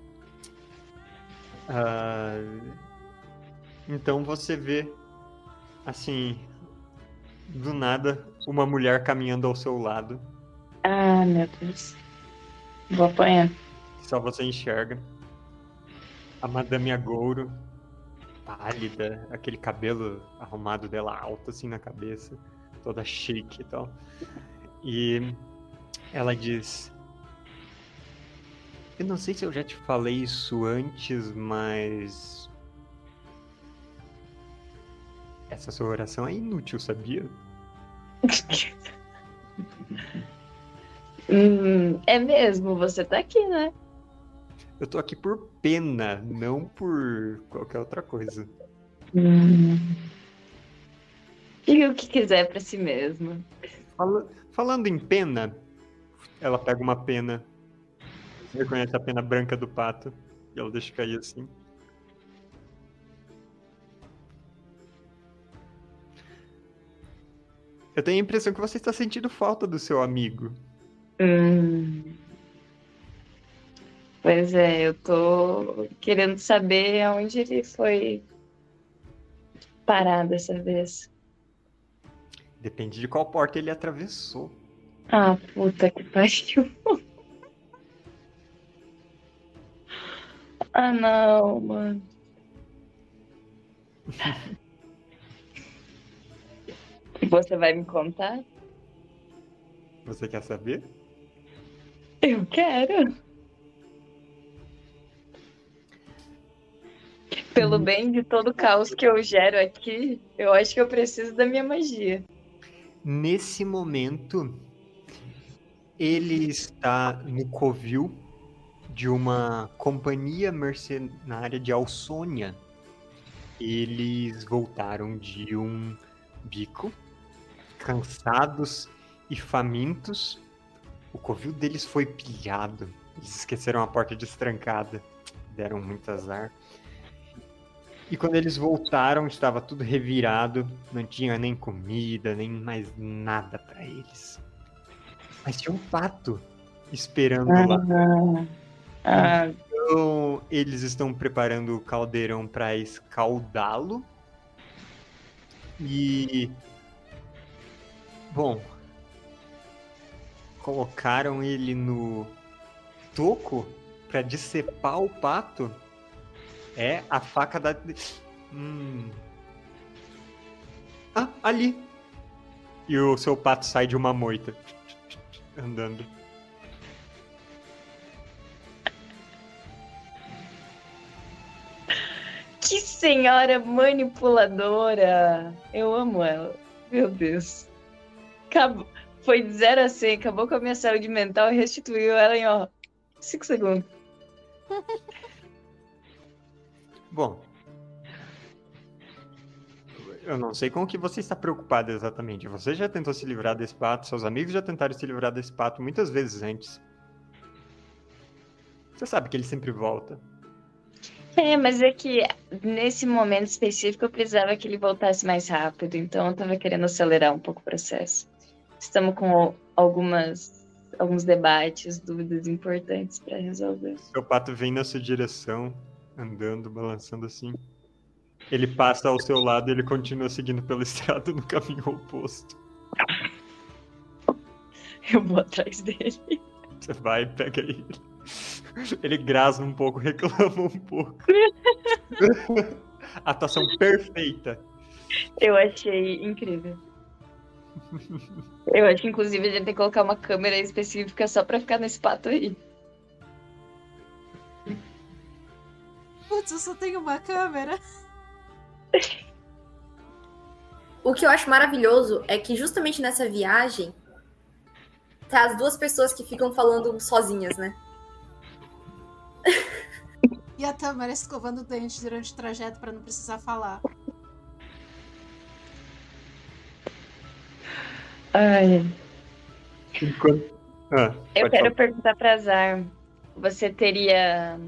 [SPEAKER 1] então você vê, assim, do nada, uma mulher caminhando ao seu lado.
[SPEAKER 3] Ah, meu Deus. Vou apanhar.
[SPEAKER 1] Só você enxerga. A Madame Agouro, pálida, aquele cabelo arrumado dela alto assim na cabeça, toda chique e tal. E ela diz: eu não sei se eu já te falei isso antes, mas essa sua oração é inútil, sabia?
[SPEAKER 3] É mesmo, você tá aqui, né?
[SPEAKER 1] Eu tô aqui por pena, não por qualquer outra coisa.
[SPEAKER 3] Diga o que quiser pra si mesmo.
[SPEAKER 1] Falando em pena, ela pega uma pena. Você reconhece a pena branca do pato. E ela deixa cair assim. Eu tenho a impressão que você está sentindo falta do seu amigo.
[SPEAKER 3] Pois é, eu tô querendo saber aonde ele foi parar dessa vez.
[SPEAKER 1] Depende de qual porta ele atravessou.
[SPEAKER 3] Ah, puta que pariu. Ah, não, mano. Você vai me contar?
[SPEAKER 1] Você quer saber?
[SPEAKER 3] Eu quero. Pelo bem de todo o caos que eu gero aqui, eu acho que eu preciso da minha magia.
[SPEAKER 1] Nesse momento, ele está no covil de uma companhia mercenária de Alsônia. Eles voltaram de um bico, cansados e famintos. O covil deles foi pilhado. Eles esqueceram a porta destrancada. Deram muito azar. E quando eles voltaram, estava tudo revirado. Não tinha nem comida, nem mais nada para eles. Mas tinha um pato esperando lá. Então, eles estão preparando o caldeirão para escaldá-lo. E... bom... colocaram ele no toco para decepar o pato. É a faca da... Ah, ali! E o seu pato sai de uma moita. Andando.
[SPEAKER 3] Que senhora manipuladora! Eu amo ela. Meu Deus. Acabou. Foi de 0 a 100, acabou com a minha saúde mental e restituiu ela em, 5 segundos.
[SPEAKER 1] Bom, eu não sei com o que você está preocupado exatamente. Você já tentou se livrar desse pato, seus amigos já tentaram se livrar desse pato muitas vezes antes. Você sabe que ele sempre volta.
[SPEAKER 3] Mas é que nesse momento específico eu precisava que ele voltasse mais rápido, então eu tava querendo acelerar um pouco o processo. Estamos com alguns debates, dúvidas importantes para resolver.
[SPEAKER 1] Seu pato vem na sua direção, andando, balançando assim. Ele passa ao seu lado e ele continua seguindo pela estrada no caminho oposto.
[SPEAKER 3] Eu vou atrás dele.
[SPEAKER 1] Você vai, pega ele. Ele grasna um pouco, reclama um pouco. Atuação perfeita.
[SPEAKER 3] Eu achei incrível. Eu acho que, inclusive, a gente tem que colocar uma câmera específica só pra ficar nesse pato aí.
[SPEAKER 2] Putz, eu só tenho uma câmera.
[SPEAKER 4] O que eu acho maravilhoso é que justamente nessa viagem tá as duas pessoas que ficam falando sozinhas, né?
[SPEAKER 2] E a Tamara escovando o dente durante o trajeto pra não precisar falar.
[SPEAKER 3] Ai.
[SPEAKER 1] Enquanto...
[SPEAKER 3] Eu
[SPEAKER 1] pode
[SPEAKER 3] quero
[SPEAKER 1] falar.
[SPEAKER 3] perguntar pra Zar. Você teria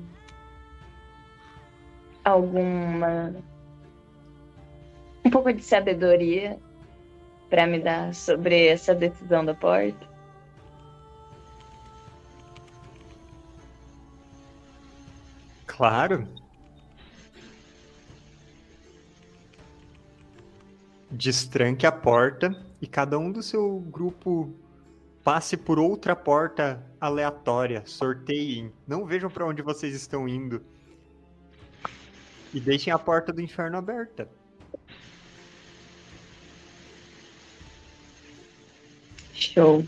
[SPEAKER 3] alguma... um pouco de sabedoria pra me dar sobre essa decisão da porta?
[SPEAKER 1] Claro. Destranque a porta e cada um do seu grupo passe por outra porta aleatória. Sorteiem. Não vejam para onde vocês estão indo. E deixem a porta do inferno aberta.
[SPEAKER 3] Show.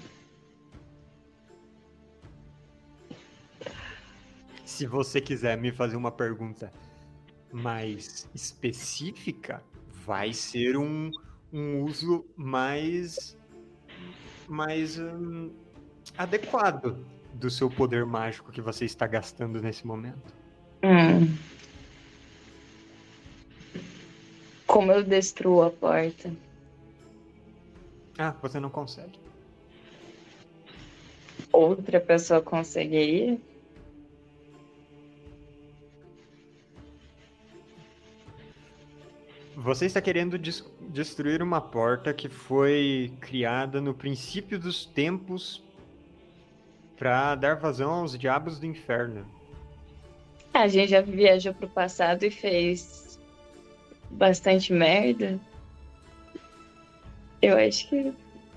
[SPEAKER 1] Se você quiser me fazer uma pergunta mais específica, vai ser um uso mais adequado do seu poder mágico que você está gastando nesse momento.
[SPEAKER 3] Como eu destruo a porta?
[SPEAKER 1] Ah, você não consegue.
[SPEAKER 3] Outra pessoa conseguiria?
[SPEAKER 1] Você está querendo destruir uma porta que foi criada no princípio dos tempos para dar vazão aos diabos do inferno.
[SPEAKER 3] A gente já viajou pro passado e fez bastante merda. Eu acho que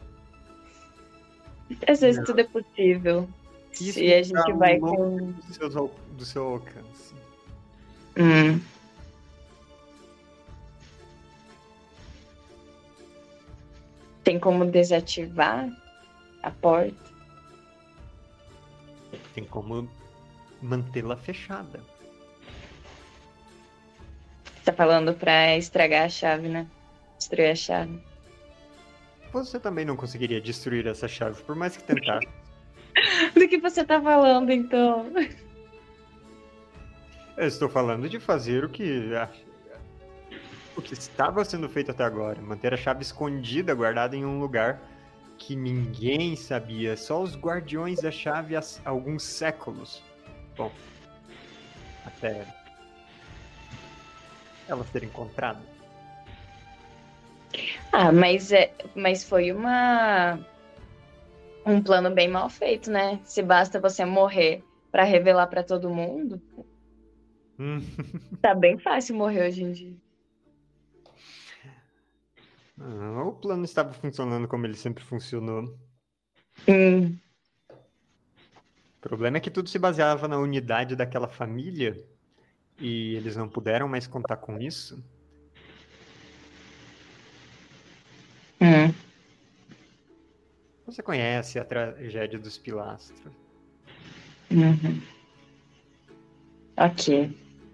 [SPEAKER 3] às vezes tudo é possível.
[SPEAKER 1] Isso
[SPEAKER 3] Se a gente
[SPEAKER 1] está
[SPEAKER 3] vai
[SPEAKER 1] longe
[SPEAKER 3] com...
[SPEAKER 1] do seu alcance.
[SPEAKER 3] Tem como desativar a porta?
[SPEAKER 1] Tem como mantê-la fechada.
[SPEAKER 3] Tá falando pra estragar a chave, né? Destruir a chave.
[SPEAKER 1] Você também não conseguiria destruir essa chave, por mais que tentasse.
[SPEAKER 3] Do que você tá falando, então?
[SPEAKER 1] Eu estou falando de fazer o que estava sendo feito até agora. Manter a chave escondida, guardada em um lugar que ninguém sabia. Só os guardiões da chave há alguns séculos. Bom, até ela ser encontrada.
[SPEAKER 3] Ah, mas foi um plano bem mal feito, né? Se basta você morrer pra revelar pra todo mundo, tá bem fácil morrer hoje em dia.
[SPEAKER 1] O plano estava funcionando como ele sempre funcionou. O problema é que tudo se baseava na unidade daquela família e eles não puderam mais contar com isso. Você conhece a tragédia dos pilastros.
[SPEAKER 3] Ok.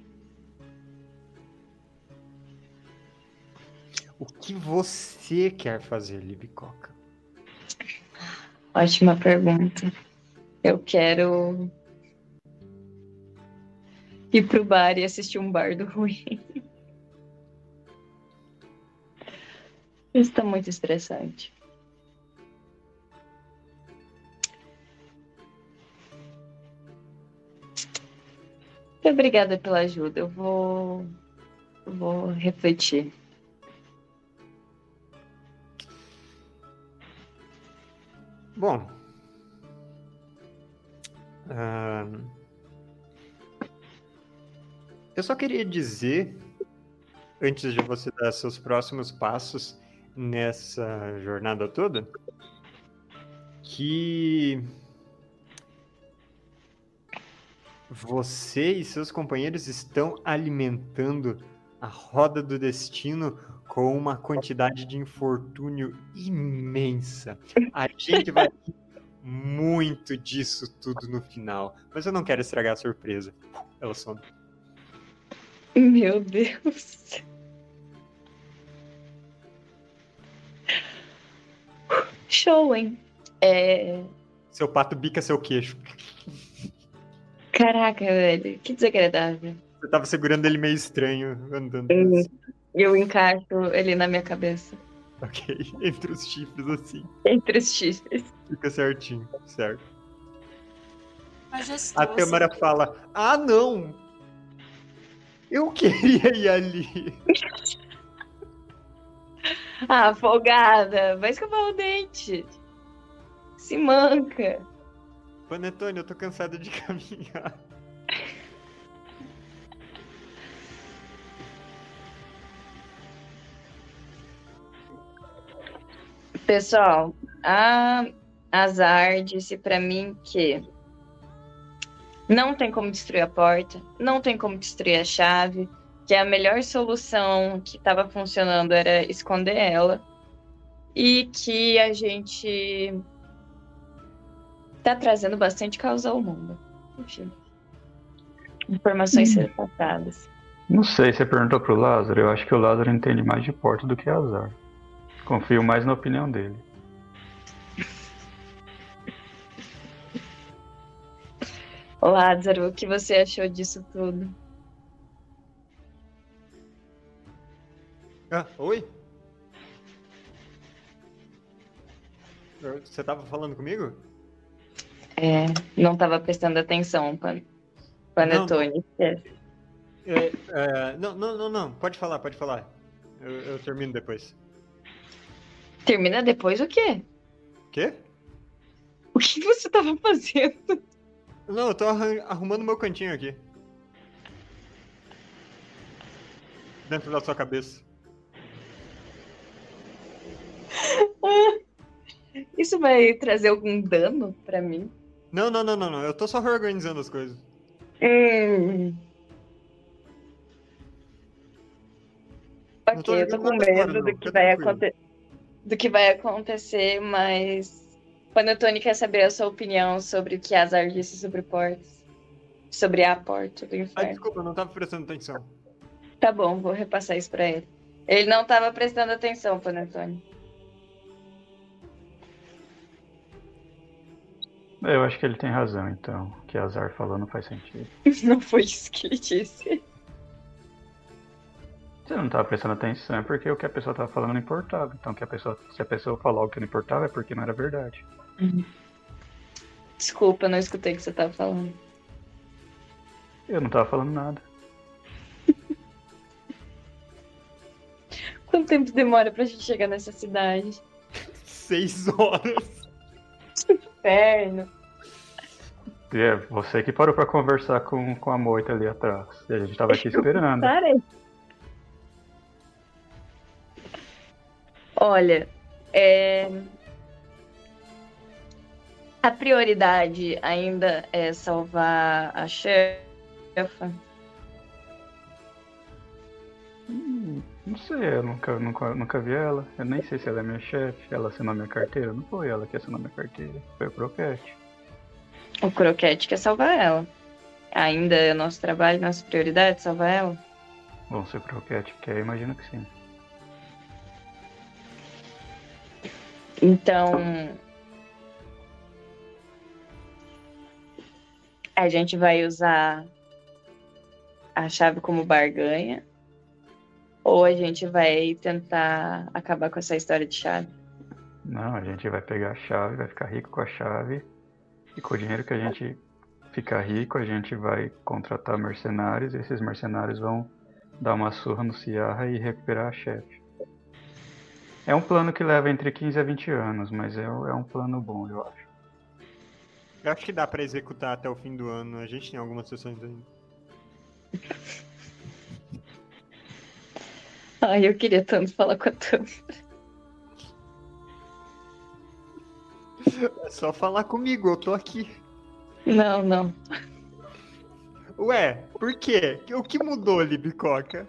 [SPEAKER 1] O que você quer fazer, Libicoca?
[SPEAKER 3] Ótima pergunta. Eu quero ir pro bar e assistir um bardo ruim. Isso tá muito estressante. Muito obrigada pela ajuda. Eu vou refletir.
[SPEAKER 1] Bom. ahn, eu só queria dizer, antes de você dar seus próximos passos nessa jornada toda, que você e seus companheiros estão alimentando a roda do destino com uma quantidade de infortúnio imensa. A gente vai rir muito disso tudo no final, mas eu não quero estragar a surpresa. Ela some.
[SPEAKER 3] Meu Deus. Show, hein?
[SPEAKER 1] Seu pato bica seu queixo.
[SPEAKER 3] Caraca, velho. Que desagradável.
[SPEAKER 1] Você tava segurando ele meio estranho, andando assim.
[SPEAKER 3] Eu encaixo ele na minha cabeça.
[SPEAKER 1] Ok, entre os chifres assim.
[SPEAKER 3] Entre os chifres.
[SPEAKER 1] Fica certinho, certo.
[SPEAKER 2] Majestoso.
[SPEAKER 1] A Tâmara fala, ah não! Eu queria ir ali.
[SPEAKER 3] Ah, folgada. Vai escovar o dente. Se manca.
[SPEAKER 1] Panetone, eu tô cansado de caminhar.
[SPEAKER 3] Pessoal, a Azar disse pra mim que não tem como destruir a porta, não tem como destruir a chave, que a melhor solução que estava funcionando era esconder ela e que a gente tá trazendo bastante caos ao mundo. Enfim, informações serem passadas.
[SPEAKER 5] Não sei, você perguntou pro Lázaro. Eu acho que o Lázaro entende mais de porta do que Azar. Confio mais na opinião dele.
[SPEAKER 3] Lázaro, o que você achou disso tudo?
[SPEAKER 1] Ah, oi? Você tava falando comigo?
[SPEAKER 3] Não estava prestando atenção, Panetone.
[SPEAKER 1] Não. Pode falar. Eu termino depois.
[SPEAKER 3] Termina depois o quê?
[SPEAKER 1] Quê?
[SPEAKER 3] O que você estava fazendo?
[SPEAKER 1] Não, eu tô arrumando meu cantinho aqui. Dentro da sua cabeça.
[SPEAKER 3] Isso vai trazer algum dano pra mim?
[SPEAKER 1] Não. Eu tô só reorganizando as coisas.
[SPEAKER 3] Ok, eu tô com medo do que vai acontecer, mas Panetone quer saber a sua opinião sobre o que Azar disse sobre portas. Sobre a porta do
[SPEAKER 1] Ah,
[SPEAKER 3] inferno.
[SPEAKER 1] desculpa, eu não tava prestando atenção.
[SPEAKER 3] Tá bom, vou repassar isso pra ele. Ele não tava prestando atenção, Panetone.
[SPEAKER 5] Eu acho que ele tem razão, então. O que Azar falou não faz sentido.
[SPEAKER 3] Não foi isso que ele disse.
[SPEAKER 5] Você não tava prestando atenção, é porque o que a pessoa tava falando não importava. Então, se a pessoa falar o que não importava, é porque não era verdade.
[SPEAKER 3] Desculpa, não escutei o que você tava falando.
[SPEAKER 5] Eu não tava falando nada.
[SPEAKER 3] Quanto tempo demora pra gente chegar nessa cidade?
[SPEAKER 1] 6 horas.
[SPEAKER 3] Inferno.
[SPEAKER 5] E é você que parou pra conversar com a moita ali atrás. E a gente tava aqui esperando.
[SPEAKER 3] Parei. Olha, a prioridade ainda é salvar a chefa.
[SPEAKER 5] Não sei, eu nunca vi ela. Eu nem sei se ela é minha chefe. Ela assinou minha carteira. Não foi ela que assinou minha carteira. Foi o Croquete.
[SPEAKER 3] O Croquete quer salvar ela. Ainda é nosso trabalho, nossa prioridade, salvar ela.
[SPEAKER 5] Bom, se o Croquete quer, imagino que sim.
[SPEAKER 3] Então, a gente vai usar a chave como barganha ou a gente vai tentar acabar com essa história de chave?
[SPEAKER 5] Não, a gente vai pegar a chave, vai ficar rico com a chave. E com o dinheiro que a gente ficar rico, a gente vai contratar mercenários. E esses mercenários vão dar uma surra no Ciarra e recuperar a chefe. É um plano que leva entre 15 a 20 anos, mas é um plano bom, eu acho.
[SPEAKER 1] Eu acho que dá pra executar até o fim do ano. A gente tem algumas sessões ainda.
[SPEAKER 3] Ai, eu queria tanto falar com a Tam.
[SPEAKER 1] É só falar comigo, eu tô aqui.
[SPEAKER 3] Não.
[SPEAKER 1] Ué, por quê? O que mudou, Libicoca?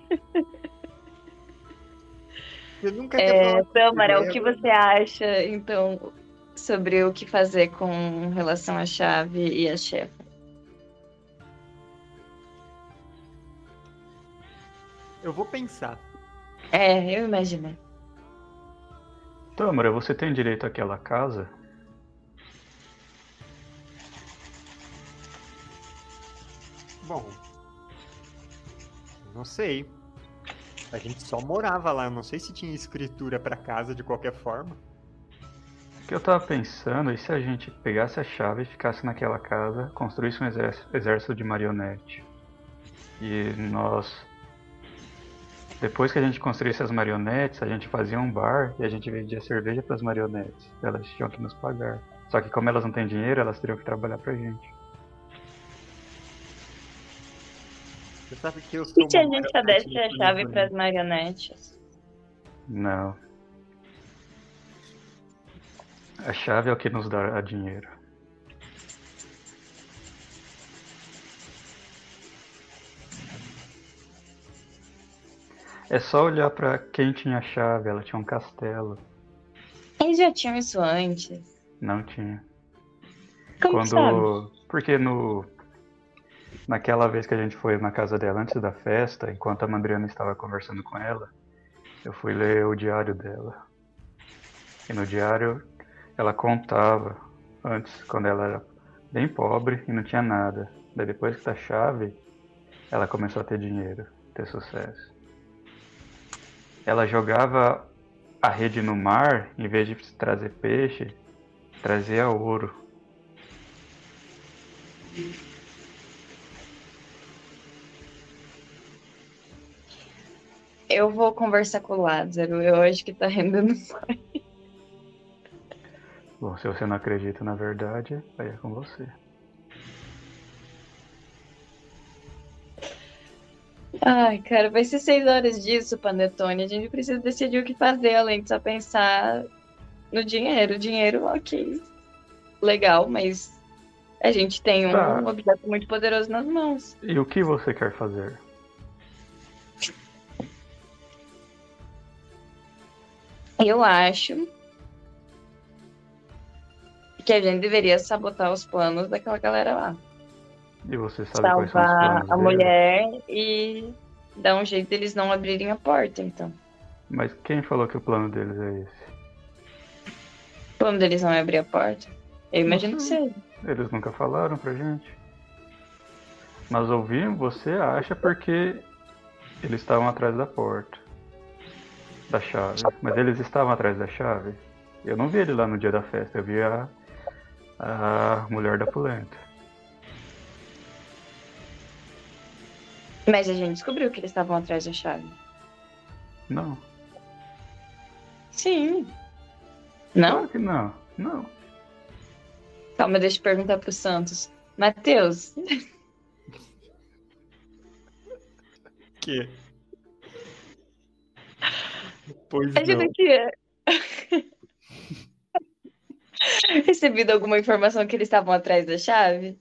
[SPEAKER 1] Você nunca quer falar comigo,
[SPEAKER 3] Tâmara, o
[SPEAKER 1] aí
[SPEAKER 3] que
[SPEAKER 1] agora-
[SPEAKER 3] você acha, então, sobre o que fazer com relação à chave e à chefa?
[SPEAKER 1] Eu vou pensar.
[SPEAKER 3] Eu imaginei.
[SPEAKER 5] Tâmara, você tem direito àquela casa?
[SPEAKER 1] Bom, não sei. A gente só morava lá, eu não sei se tinha escritura pra casa de qualquer forma.
[SPEAKER 5] O que eu tava pensando, e se a gente pegasse a chave e ficasse naquela casa, construísse um exército de marionete? E depois que a gente construísse as marionetes, a gente fazia um bar e a gente vendia cerveja pras marionetes. Elas tinham que nos pagar. Só que como elas não têm dinheiro, elas teriam que trabalhar pra gente.
[SPEAKER 1] Você sabe que eu sou
[SPEAKER 3] E se a
[SPEAKER 1] uma
[SPEAKER 3] gente só
[SPEAKER 1] marionete
[SPEAKER 3] desse a
[SPEAKER 1] de
[SPEAKER 3] chave para as
[SPEAKER 1] planejamento.
[SPEAKER 3] marionetes?
[SPEAKER 5] Não. A chave é o que nos dá dinheiro. É só olhar pra quem tinha a chave, ela tinha um castelo.
[SPEAKER 3] Eles já tinham isso antes.
[SPEAKER 5] Não tinha.
[SPEAKER 3] Como que sabe?
[SPEAKER 5] Porque naquela vez que a gente foi na casa dela antes da festa, enquanto a Mandriana estava conversando com ela, eu fui ler o diário dela. E no diário ela contava antes, quando ela era bem pobre e não tinha nada. Daí depois da chave, ela começou a ter dinheiro, ter sucesso. Ela jogava a rede no mar, em vez de trazer peixe, trazia ouro.
[SPEAKER 3] Eu vou conversar com o Lázaro. Eu acho que tá rendendo.
[SPEAKER 5] Bom, se você não acredita na verdade, aí é com você.
[SPEAKER 3] Ai, cara, vai ser 6 horas disso, Panetone. A gente precisa decidir o que fazer, além de só pensar no dinheiro. O dinheiro, ok, legal, mas a gente tem um
[SPEAKER 5] Tá,
[SPEAKER 3] objeto muito poderoso nas mãos.
[SPEAKER 5] e o que você quer fazer?
[SPEAKER 3] Eu acho que a gente deveria sabotar os planos daquela galera lá.
[SPEAKER 5] E você sabe quais são os
[SPEAKER 3] Salvar
[SPEAKER 5] planos
[SPEAKER 3] a
[SPEAKER 5] deles?
[SPEAKER 3] mulher e dar um jeito deles não abrirem a porta, então.
[SPEAKER 5] Mas quem falou que o plano deles é esse?
[SPEAKER 3] O plano deles não é abrir a porta? Eu imagino que
[SPEAKER 5] sei.
[SPEAKER 3] seja.
[SPEAKER 5] Eles nunca falaram pra gente. Nós ouvimos, você acha, porque eles estavam atrás da porta. Da chave. Mas eles estavam atrás da chave? Eu não vi ele lá no dia da festa, eu vi a mulher da polenta.
[SPEAKER 3] Mas a gente descobriu que eles estavam atrás da chave.
[SPEAKER 5] Não.
[SPEAKER 3] Sim. Não?
[SPEAKER 5] Claro que não. Não.
[SPEAKER 3] Calma, deixa eu perguntar pro Santos. Matheus,
[SPEAKER 1] Que? Pois
[SPEAKER 3] a gente
[SPEAKER 1] não.
[SPEAKER 3] não tinha recebido alguma informação que eles estavam atrás da chave?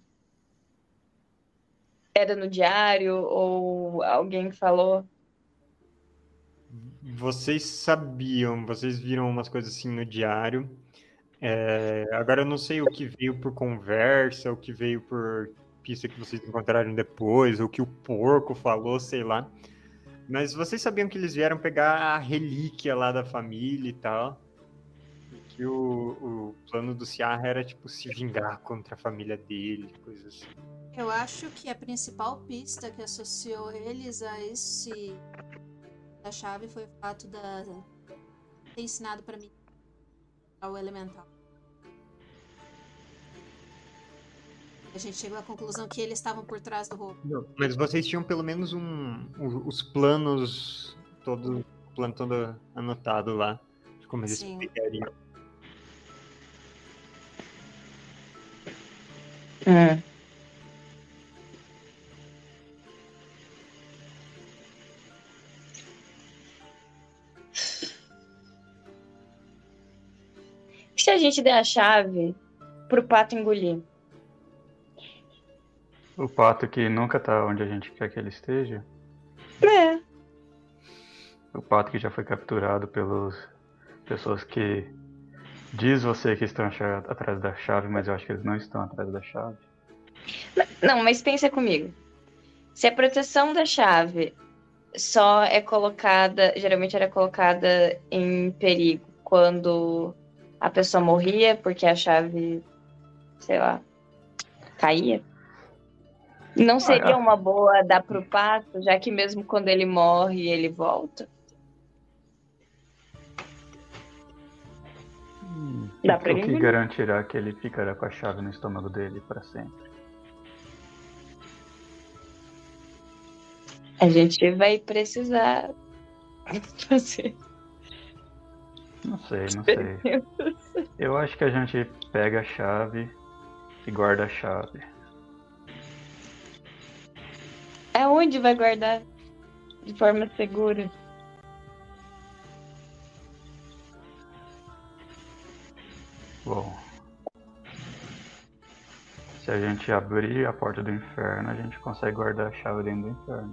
[SPEAKER 3] Era no diário ou alguém falou?
[SPEAKER 1] Vocês sabiam, vocês viram umas coisas assim no diário. Agora eu não sei o que veio por conversa, o que veio por pista que vocês encontraram depois, ou que o porco falou, sei lá. Mas vocês sabiam que eles vieram pegar a relíquia lá da família e tal. E que o plano do Ciarra era, tipo, se vingar contra a família dele, coisas assim.
[SPEAKER 2] Eu acho que a principal pista que associou eles a a chave foi o fato da ter ensinado para mim o elemental. A gente chegou à conclusão que eles estavam por trás do roubo.
[SPEAKER 1] Mas vocês tinham pelo menos os planos todos plano todo anotado lá. De como eles
[SPEAKER 2] Sim.
[SPEAKER 1] pegariam.
[SPEAKER 3] E se a gente der a chave pro pato engolir?
[SPEAKER 5] O pato que nunca tá onde a gente quer que ele esteja.
[SPEAKER 3] É.
[SPEAKER 5] O pato que já foi capturado pelas pessoas que diz você que estão atrás da chave, mas eu acho que eles não estão atrás da chave.
[SPEAKER 3] Não, mas pensa comigo. Se a proteção da chave só é colocada, geralmente era colocada em perigo quando a pessoa morria porque a chave, sei lá, caía. Não seria uma boa dar pro pato, já que mesmo quando ele morre, ele volta? Dá pra
[SPEAKER 5] O que
[SPEAKER 3] engolir.
[SPEAKER 5] garantirá que ele ficará com a chave no estômago dele para sempre?
[SPEAKER 3] A gente vai precisar fazer.
[SPEAKER 5] Não sei. Eu acho que a gente pega a chave e guarda a chave.
[SPEAKER 3] Aonde vai guardar de forma segura?
[SPEAKER 5] Bom, se a gente abrir a porta do inferno, a gente consegue guardar a chave dentro do inferno.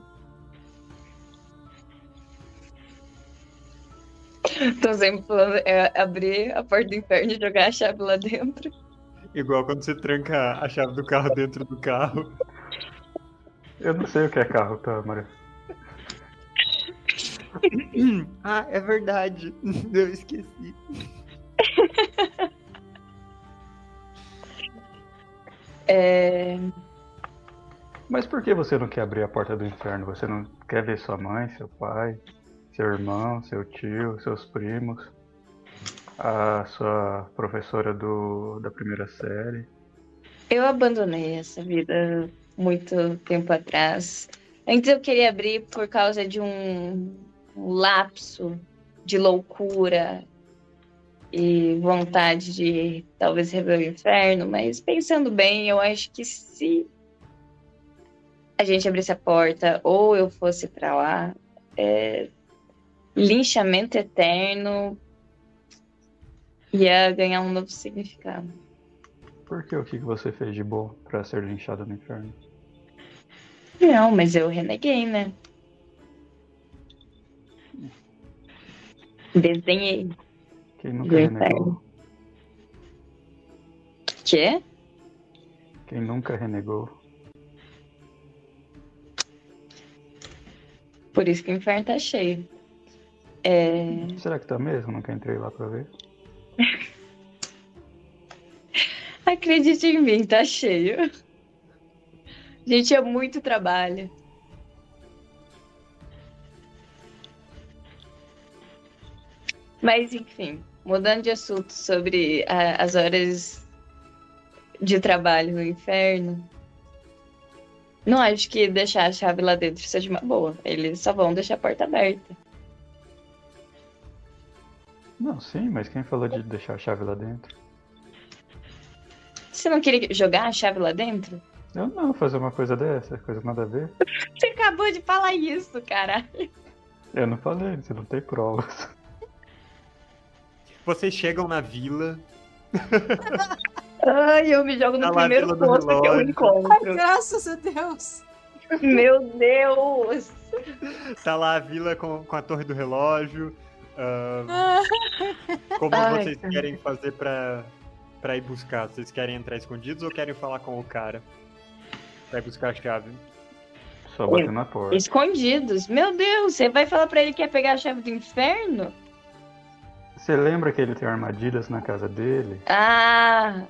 [SPEAKER 3] Então sempre falando é abrir a porta do inferno e jogar a chave lá dentro.
[SPEAKER 1] Igual quando você tranca a chave do carro dentro do carro.
[SPEAKER 5] Eu não sei o que é carro, Tâmara.
[SPEAKER 1] Ah, é verdade. Eu esqueci.
[SPEAKER 5] Mas por que você não quer abrir a porta do inferno? Você não quer ver sua mãe, seu pai, seu irmão, seu tio, seus primos, a sua professora da primeira série?
[SPEAKER 3] Eu abandonei essa vida muito tempo atrás. Antes eu queria abrir por causa de um lapso de loucura e vontade de talvez rever o inferno, mas pensando bem, eu acho que se a gente abrisse a porta ou eu fosse pra lá, linchamento eterno ia ganhar um novo significado.
[SPEAKER 5] Por que? O que você fez de bom pra ser linchado no inferno?
[SPEAKER 3] Não, mas eu reneguei, né? Desenhei.
[SPEAKER 5] Quem nunca
[SPEAKER 3] Do
[SPEAKER 5] renegou?
[SPEAKER 3] inferno. Quê?
[SPEAKER 5] Quem nunca renegou?
[SPEAKER 3] Por isso que o inferno tá cheio.
[SPEAKER 5] Será que tá mesmo? Nunca entrei lá pra ver.
[SPEAKER 3] Acredite em mim, tá cheio. Gente, é muito trabalho. Mas, enfim, mudando de assunto sobre as horas de trabalho no inferno, não acho que deixar a chave lá dentro seja uma boa. Eles só vão deixar a porta aberta.
[SPEAKER 5] Não, sim, mas quem falou de deixar a chave lá dentro?
[SPEAKER 3] Você não queria jogar a chave lá dentro?
[SPEAKER 5] Eu não, fazer uma coisa dessa, coisa nada a ver.
[SPEAKER 3] Você acabou de falar isso, cara.
[SPEAKER 5] Eu não falei, você não tem provas.
[SPEAKER 1] Vocês chegam na vila.
[SPEAKER 3] Ai, eu me jogo no
[SPEAKER 1] Tá lá a
[SPEAKER 3] primeiro
[SPEAKER 1] Vila do
[SPEAKER 3] posto que eu
[SPEAKER 1] Relógio.
[SPEAKER 3] encontro.
[SPEAKER 2] Graças a Deus.
[SPEAKER 3] Meu Deus!
[SPEAKER 1] Tá lá a vila com a torre do relógio. Como
[SPEAKER 3] Ai,
[SPEAKER 1] vocês
[SPEAKER 3] cara.
[SPEAKER 1] querem fazer pra ir buscar? Vocês querem entrar escondidos ou querem falar com o cara? Pra ir buscar a chave.
[SPEAKER 5] Só bater na porta.
[SPEAKER 3] Escondidos. Meu Deus, você vai falar pra ele que quer pegar a chave do inferno?
[SPEAKER 5] Você lembra que ele tem armadilhas na casa dele?
[SPEAKER 3] Ah,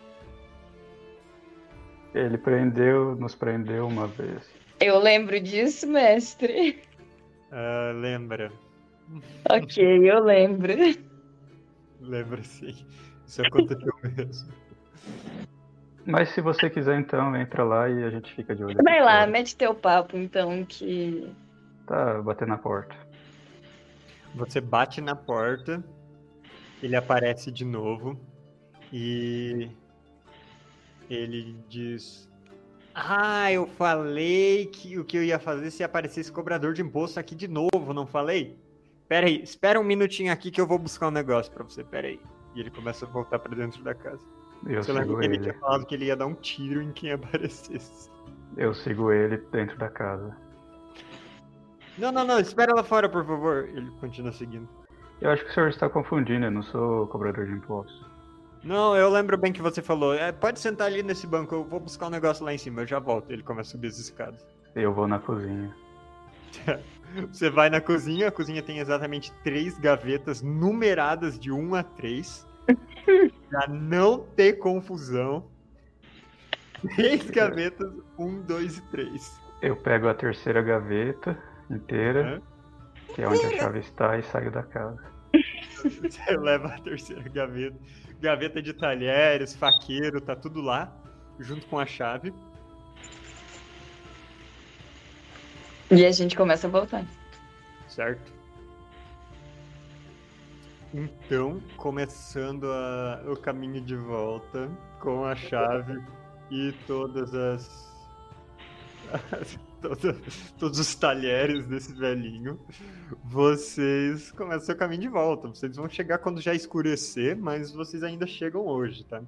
[SPEAKER 5] Ele nos prendeu uma vez.
[SPEAKER 3] eu lembro disso, mestre.
[SPEAKER 1] Lembra.
[SPEAKER 3] Ok, eu lembro.
[SPEAKER 1] Lembra sim. Isso aconteceu mesmo.
[SPEAKER 5] Mas se você quiser, então, entra lá e a gente fica de olho.
[SPEAKER 3] Vai
[SPEAKER 5] aqui
[SPEAKER 3] lá,
[SPEAKER 5] fora.
[SPEAKER 3] mete teu papo, então, que...
[SPEAKER 5] Tá, bater na porta.
[SPEAKER 1] Você bate na porta, ele aparece de novo e ele diz: Ah, eu falei que o que eu ia fazer se aparecesse cobrador de imposto aqui de novo, não falei? Pera aí, espera um minutinho aqui que eu vou buscar um negócio pra você, pera aí. E ele começa a voltar pra dentro da casa.
[SPEAKER 5] Eu
[SPEAKER 1] Você lembra
[SPEAKER 5] sigo
[SPEAKER 1] que ele
[SPEAKER 5] ele.
[SPEAKER 1] tinha falado que ele ia dar um tiro em quem aparecesse.
[SPEAKER 5] Eu sigo ele dentro da casa.
[SPEAKER 1] Não, espera lá fora, por favor. Ele continua seguindo.
[SPEAKER 5] Eu acho que o senhor está confundindo, eu não sou cobrador de impostos.
[SPEAKER 1] Não, eu lembro bem que você falou. Pode sentar ali nesse banco, eu vou buscar um negócio lá em cima, eu já volto. Ele começa a subir as escadas.
[SPEAKER 5] Eu vou na cozinha.
[SPEAKER 1] Você vai na cozinha, a cozinha tem exatamente 3 gavetas numeradas de 1 a 3. Pra não ter confusão. 3 gavetas, 1, 2 e 3.
[SPEAKER 5] Eu pego a terceira gaveta inteira, que é onde a chave está, e saio da casa.
[SPEAKER 1] Você leva a terceira gaveta. Gaveta de talheres, faqueiro, tá tudo lá, junto com a chave.
[SPEAKER 3] E a gente começa a voltar.
[SPEAKER 1] Certo? Então, começando o caminho de volta com a chave e todas todos os talheres desse velhinho, vocês começam seu caminho de volta. Vocês vão chegar quando já escurecer, mas vocês ainda chegam hoje, tá?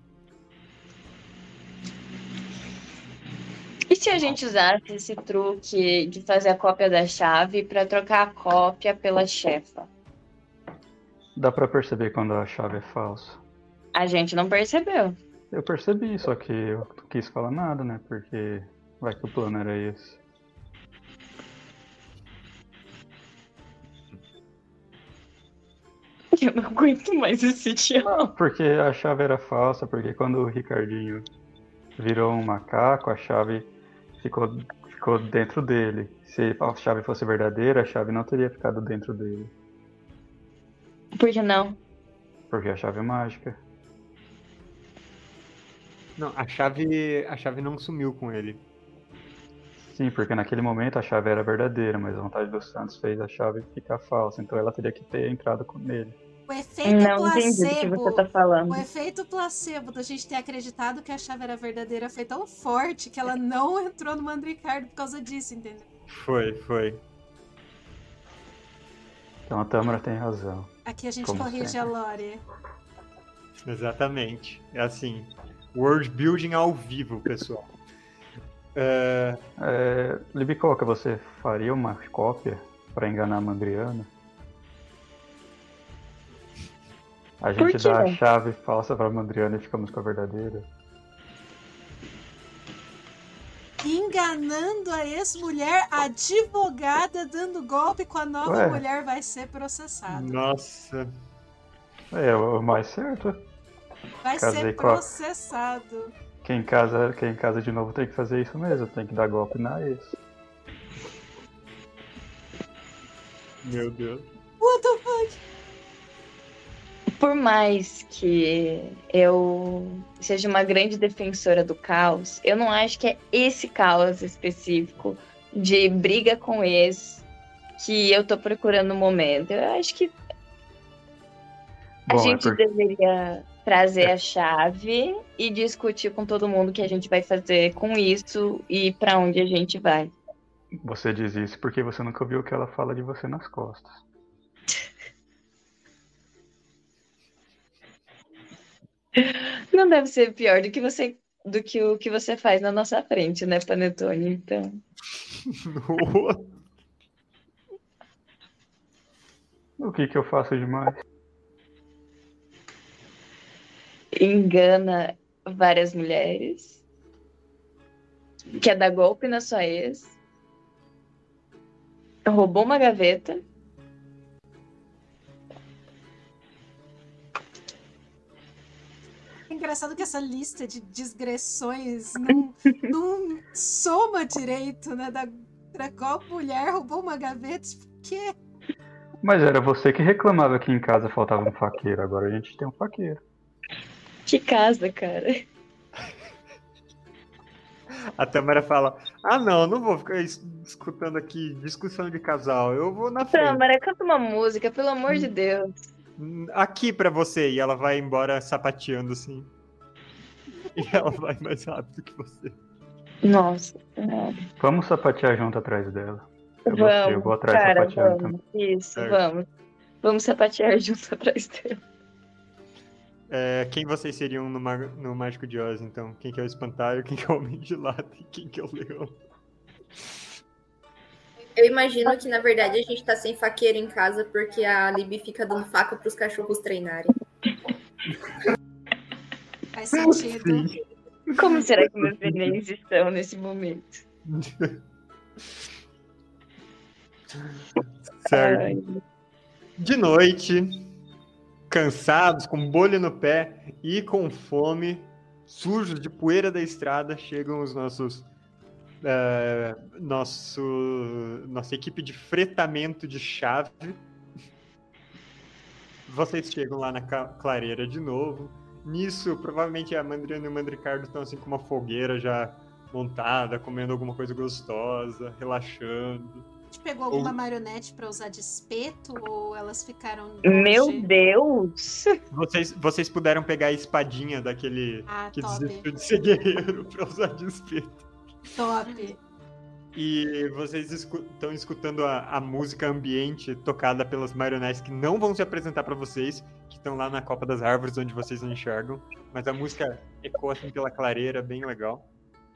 [SPEAKER 3] E se a gente usasse esse truque de fazer a cópia da chave pra trocar a cópia pela chefa?
[SPEAKER 5] Dá pra perceber quando a chave é falsa.
[SPEAKER 3] A gente não percebeu.
[SPEAKER 5] Eu percebi, só que eu não quis falar nada, né? Porque vai que o plano era esse.
[SPEAKER 3] Eu não aguento mais esse diálogo.
[SPEAKER 5] Não, porque a chave era falsa, porque quando o Ricardinho virou um macaco, a chave ficou dentro dele. Se a chave fosse verdadeira, a chave não teria ficado dentro dele.
[SPEAKER 3] Por que não?
[SPEAKER 5] Porque a chave é mágica.
[SPEAKER 1] Não, a chave não sumiu com ele.
[SPEAKER 5] Sim, porque naquele momento a chave era verdadeira, mas a vontade do Santos fez a chave ficar falsa, então ela teria que ter entrado nele.
[SPEAKER 2] O efeito
[SPEAKER 3] Não entendi do que
[SPEAKER 2] placebo.
[SPEAKER 3] você tá falando.
[SPEAKER 2] O efeito placebo da gente ter acreditado que a chave era verdadeira foi tão forte que ela não entrou no Mandricardo por causa disso, entendeu?
[SPEAKER 1] Foi.
[SPEAKER 5] Então a Tâmara tem razão.
[SPEAKER 2] Aqui a gente
[SPEAKER 5] Como
[SPEAKER 2] corrige
[SPEAKER 5] sempre.
[SPEAKER 2] a Lore.
[SPEAKER 1] Exatamente. É assim, world building ao vivo, pessoal.
[SPEAKER 5] Libicoca, você faria uma cópia pra enganar a Mandriana? A
[SPEAKER 3] Por
[SPEAKER 5] gente
[SPEAKER 3] quê?
[SPEAKER 5] dá a chave falsa pra Mandriana e ficamos com a verdadeira.
[SPEAKER 2] Enganando a ex-mulher, advogada dando golpe com a nova
[SPEAKER 5] Ué.
[SPEAKER 2] mulher vai ser processada.
[SPEAKER 1] Nossa.
[SPEAKER 5] É o mais certo.
[SPEAKER 2] Vai
[SPEAKER 5] Casei
[SPEAKER 2] ser
[SPEAKER 5] com a-
[SPEAKER 2] processado.
[SPEAKER 5] Quem casa de novo tem que fazer isso mesmo, tem que dar golpe na ex.
[SPEAKER 1] Meu Deus.
[SPEAKER 2] What the fuck?
[SPEAKER 3] Por mais que eu seja uma grande defensora do caos, eu não acho que é esse caos específico de briga com ex que eu tô procurando no momento. Eu acho que a
[SPEAKER 5] Bom,
[SPEAKER 3] gente deveria trazer a chave e discutir com todo mundo o que a gente vai fazer com isso e pra onde a gente vai.
[SPEAKER 5] Você diz isso porque você nunca ouviu o que ela fala de você nas costas.
[SPEAKER 3] Não deve ser pior do que o que você faz na nossa frente, né, Panetone? Então,
[SPEAKER 5] O que eu faço demais?
[SPEAKER 3] engana várias mulheres, quer dar golpe na sua ex, roubou uma gaveta.
[SPEAKER 2] É engraçado que essa lista de digressões não soma direito, né? Da qual mulher roubou uma gaveta? Tipo, o quê?
[SPEAKER 5] Mas era você que reclamava que em casa faltava um faqueiro, agora a gente tem um faqueiro.
[SPEAKER 3] Que casa, cara.
[SPEAKER 1] A Tamara fala, não vou ficar escutando aqui discussão de casal, eu vou na frente.
[SPEAKER 3] Tamara, canta uma música, pelo amor de Deus.
[SPEAKER 1] Aqui pra você, e ela vai embora sapateando assim. E ela vai mais rápido que você.
[SPEAKER 3] Nossa.
[SPEAKER 5] Vamos sapatear junto atrás dela. Eu vou atrás
[SPEAKER 3] cara,
[SPEAKER 5] sapateando
[SPEAKER 3] vamos.
[SPEAKER 5] também.
[SPEAKER 3] Isso,
[SPEAKER 1] Certo.
[SPEAKER 3] vamos. Vamos sapatear junto atrás dela.
[SPEAKER 1] Quem vocês seriam no Mágico de Oz, então? Quem que é o espantalho, quem que é o homem de lata e quem que é o leão?
[SPEAKER 4] Eu imagino que, na verdade, a gente tá sem faqueiro em casa porque a Libby fica dando faca pros cachorros treinarem.
[SPEAKER 2] Faz sentido.
[SPEAKER 3] Como será que meus nenéns estão nesse momento?
[SPEAKER 1] Certo.
[SPEAKER 3] Ai,
[SPEAKER 1] De noite, cansados, com bolha no pé e com fome, sujos de poeira da estrada, chegam os nossa equipe de fretamento de chave. Vocês chegam lá na clareira de novo. Nisso, provavelmente a Mandriana e o Mandricardo estão assim com uma fogueira já montada, comendo alguma coisa gostosa, relaxando.
[SPEAKER 2] A gente pegou alguma marionete pra usar de espeto ou elas ficaram
[SPEAKER 3] meu
[SPEAKER 2] longe?
[SPEAKER 3] Deus!
[SPEAKER 1] Vocês puderam pegar a espadinha daquele que
[SPEAKER 2] top.
[SPEAKER 1] desistiu de ser guerreiro pra usar de espeto.
[SPEAKER 2] Top.
[SPEAKER 1] E vocês estão escutando a música ambiente tocada pelas marionetes que não vão se apresentar pra vocês, que estão lá na copa das árvores onde vocês não enxergam. Mas a música ecoa assim pela clareira, bem legal.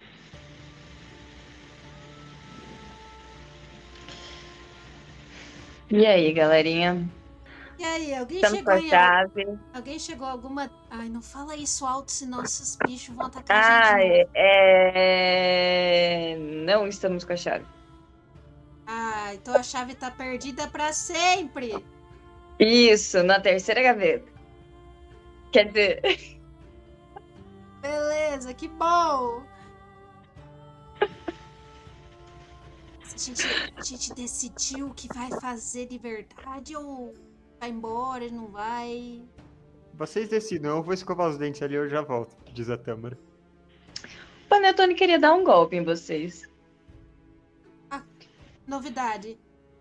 [SPEAKER 3] E aí, galerinha?
[SPEAKER 2] E aí,
[SPEAKER 3] Estamos com a chave.
[SPEAKER 2] Alguém chegou a alguma... Ai, não fala isso alto, senão esses bichos vão atacar a gente.
[SPEAKER 3] Não estamos com a chave.
[SPEAKER 2] Então a chave tá perdida pra sempre.
[SPEAKER 3] Isso, na terceira gaveta. Quer dizer...
[SPEAKER 2] Beleza, que bom. A gente decidiu o que vai fazer de verdade ou vai embora, não vai?
[SPEAKER 1] Vocês decidem, eu vou escovar os dentes ali e eu já volto, diz a Tâmara.
[SPEAKER 3] O Panetone queria dar um golpe em vocês.
[SPEAKER 2] Novidade.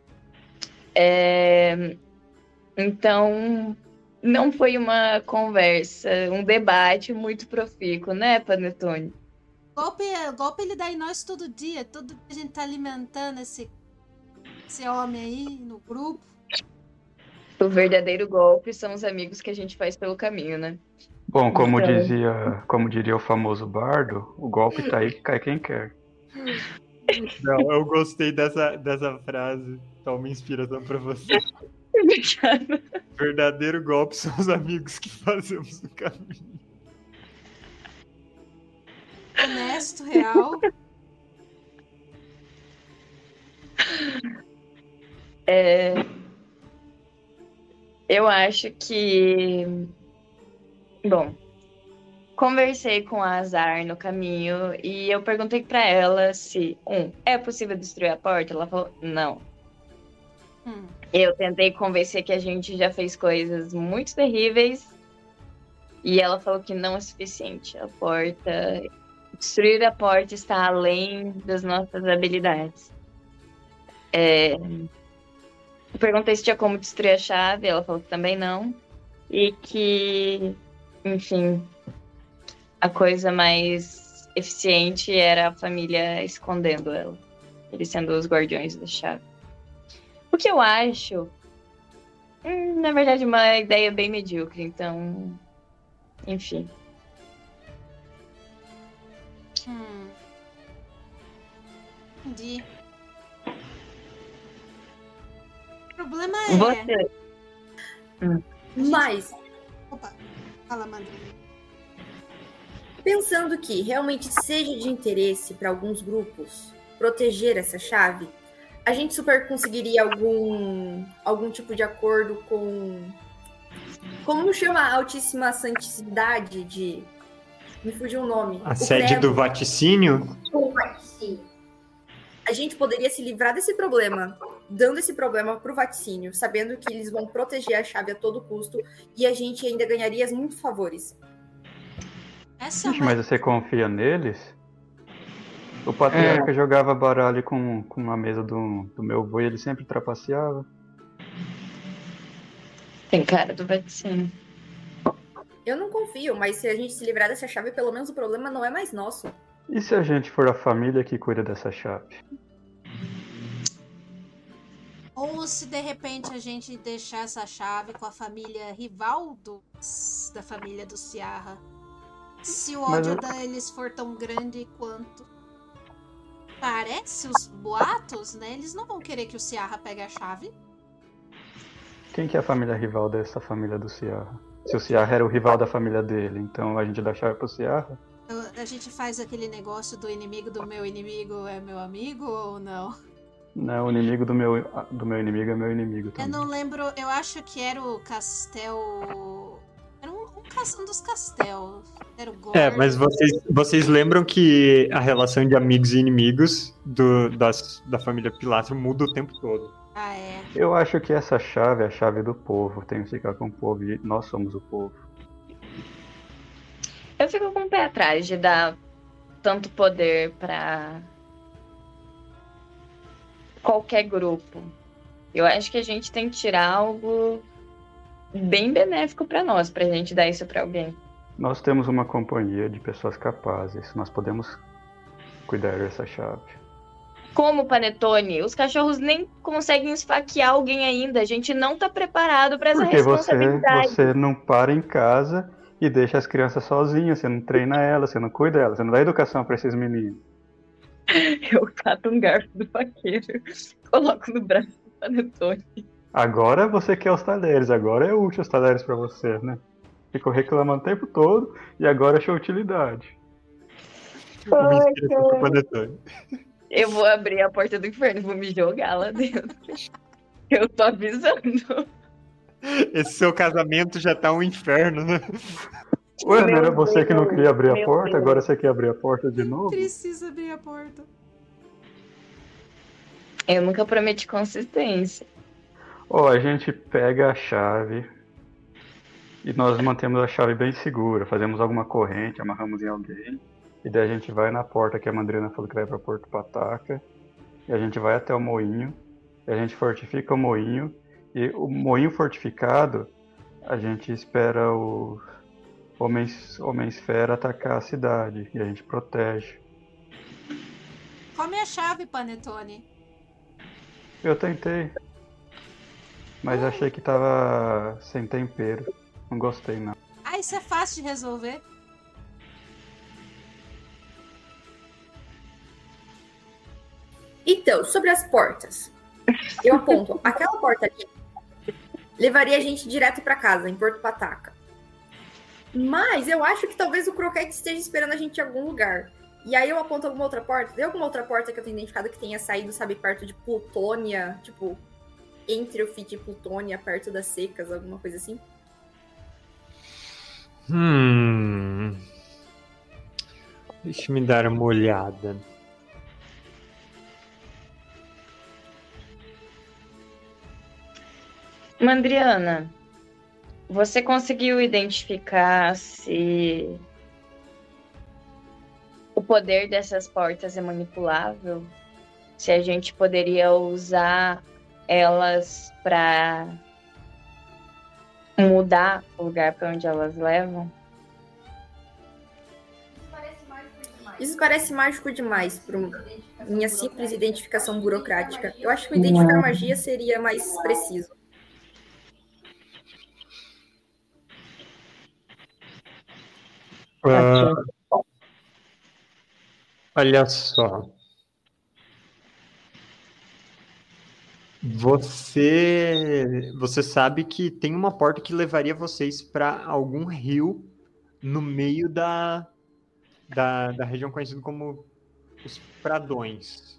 [SPEAKER 3] Então, não foi uma conversa, um debate muito profícuo, né, Panetone?
[SPEAKER 2] Golpe ele dá em nós todo dia. Todo dia a gente tá alimentando esse homem aí no grupo.
[SPEAKER 3] O verdadeiro golpe são os amigos que a gente faz pelo caminho, né?
[SPEAKER 5] Bom, como
[SPEAKER 3] Então-
[SPEAKER 5] diria o famoso bardo, o golpe tá aí que cai quem quer.
[SPEAKER 1] Não, eu gostei dessa frase. Toma inspiração pra você.
[SPEAKER 3] Obrigada.
[SPEAKER 1] Verdadeiro golpe são os amigos que fazemos no caminho.
[SPEAKER 2] Honesto, real.
[SPEAKER 3] Eu acho que... Bom, conversei com a Azar no caminho e eu perguntei pra ela se, é possível destruir a porta? Ela falou, não. Eu tentei convencer que a gente já fez coisas muito terríveis e ela falou que não é suficiente. Destruir a porta está além das nossas habilidades. Eu perguntei se tinha como destruir a chave, ela falou que também não. E que, enfim, a coisa mais eficiente era a família escondendo ela. Eles sendo os guardiões da chave. O que eu acho, na verdade, uma ideia bem medíocre, então, enfim.
[SPEAKER 2] Entendi. O problema é...
[SPEAKER 3] Você...
[SPEAKER 4] Mas,
[SPEAKER 2] Opa, fala, Mandrina.
[SPEAKER 4] pensando que realmente seja de interesse para alguns grupos proteger essa chave, a gente super conseguiria algum tipo de acordo com... Como chama a Altíssima Santidade de... Me fugiu o nome.
[SPEAKER 1] A sede do vaticínio?
[SPEAKER 4] A gente poderia se livrar desse problema, dando esse problema pro vaticínio, sabendo que eles vão proteger a chave a todo custo e a gente ainda ganharia muitos favores.
[SPEAKER 2] Essa é
[SPEAKER 5] Gente,
[SPEAKER 2] uma...
[SPEAKER 5] mas você confia neles? O patriarca jogava baralho com a mesa do meu avô e ele sempre trapaceava.
[SPEAKER 3] Tem cara do vaticínio.
[SPEAKER 4] Eu não confio, mas se a gente se livrar dessa chave, pelo menos o problema não é mais nosso.
[SPEAKER 5] E se a gente for a família que cuida dessa chave?
[SPEAKER 2] Ou se de repente a gente deixar essa chave com a família rival da família do Ciarra. Se o ódio deles for tão grande quanto parece os boatos, né? Eles não vão querer que o Ciarra pegue a chave.
[SPEAKER 5] Quem que é a família rival dessa família do Ciarra? Se o Ciarra era o rival da família dele, então a gente dá a chave pro Ciarra?
[SPEAKER 2] A gente faz aquele negócio do inimigo do meu inimigo é meu amigo ou não?
[SPEAKER 5] Não, o inimigo do meu inimigo é meu inimigo também.
[SPEAKER 2] Eu não lembro, eu acho que era o Castel... Era um dos Castel. Era o Gordo.
[SPEAKER 1] Mas vocês lembram que a relação de amigos e inimigos da família Pilastro muda o tempo todo.
[SPEAKER 2] Ah, é.
[SPEAKER 5] Eu acho que essa chave é a chave do povo. Tem que ficar com o povo e nós somos o povo.
[SPEAKER 3] Eu fico com o pé atrás de dar tanto poder pra qualquer grupo. Eu acho que a gente tem que tirar algo bem benéfico pra nós, pra gente dar isso pra alguém.
[SPEAKER 5] Nós temos uma companhia de pessoas capazes. Nós podemos cuidar dessa chave.
[SPEAKER 3] Como, Panetone? Os cachorros nem conseguem esfaquear alguém ainda. A gente não tá preparado pra essa
[SPEAKER 5] Porque
[SPEAKER 3] responsabilidade.
[SPEAKER 5] você não para em casa e deixa as crianças sozinhas. Você não treina elas, você não cuida delas. Você não dá educação pra esses meninos.
[SPEAKER 3] Eu cato um garfo do vaqueiro, coloco no braço do Panetone.
[SPEAKER 5] Agora você quer os talheres. Agora é útil os talheres pra você, né? Ficou reclamando o tempo todo e agora achou utilidade.
[SPEAKER 1] Uma inspiração pro Panetone.
[SPEAKER 3] Eu vou abrir a porta do inferno e vou me jogar lá dentro. Eu tô avisando.
[SPEAKER 1] Esse seu casamento já tá um inferno, né?
[SPEAKER 5] Ué, não era você
[SPEAKER 3] Deus,
[SPEAKER 5] que não queria abrir a
[SPEAKER 3] meu
[SPEAKER 5] porta?
[SPEAKER 3] Deus.
[SPEAKER 5] Agora você quer abrir a porta de novo?
[SPEAKER 2] Precisa abrir a porta.
[SPEAKER 3] Eu nunca prometi consistência.
[SPEAKER 5] Ó, a gente pega a chave e nós mantemos a chave bem segura. Fazemos alguma corrente, amarramos em alguém. E daí a gente vai na porta que a Mandriana falou que vai pra Porto Pataca. E a gente vai até o moinho. E a gente fortifica o moinho. E o moinho fortificado, a gente espera os Homens-Fera atacar a cidade. E a gente protege.
[SPEAKER 2] Come a chave, Panetone.
[SPEAKER 5] Eu tentei. Mas achei que tava sem tempero. Não gostei, não.
[SPEAKER 2] Ah, isso é fácil de resolver.
[SPEAKER 4] Então, sobre as portas. Eu aponto, aquela porta ali levaria a gente direto pra casa, em Porto Pataca. Mas eu acho que talvez o Croquete esteja esperando a gente em algum lugar. E aí eu aponto alguma outra porta. Tem alguma outra porta que eu tenho identificado que tenha saído, sabe, perto de Plutônia? Tipo, entre o Fit e Plutônia, perto das secas, alguma coisa assim?
[SPEAKER 1] Deixa me dar uma olhada.
[SPEAKER 3] Mandriana, você conseguiu identificar se o poder dessas portas é manipulável? Se a gente poderia usar elas para mudar o lugar para onde elas levam?
[SPEAKER 4] Isso parece mágico demais para minha simples identificação burocrática. Eu acho que identificar magia seria mais preciso.
[SPEAKER 1] Olha só. Você sabe que tem uma porta que levaria vocês para algum rio no meio da região conhecida como os Pradões.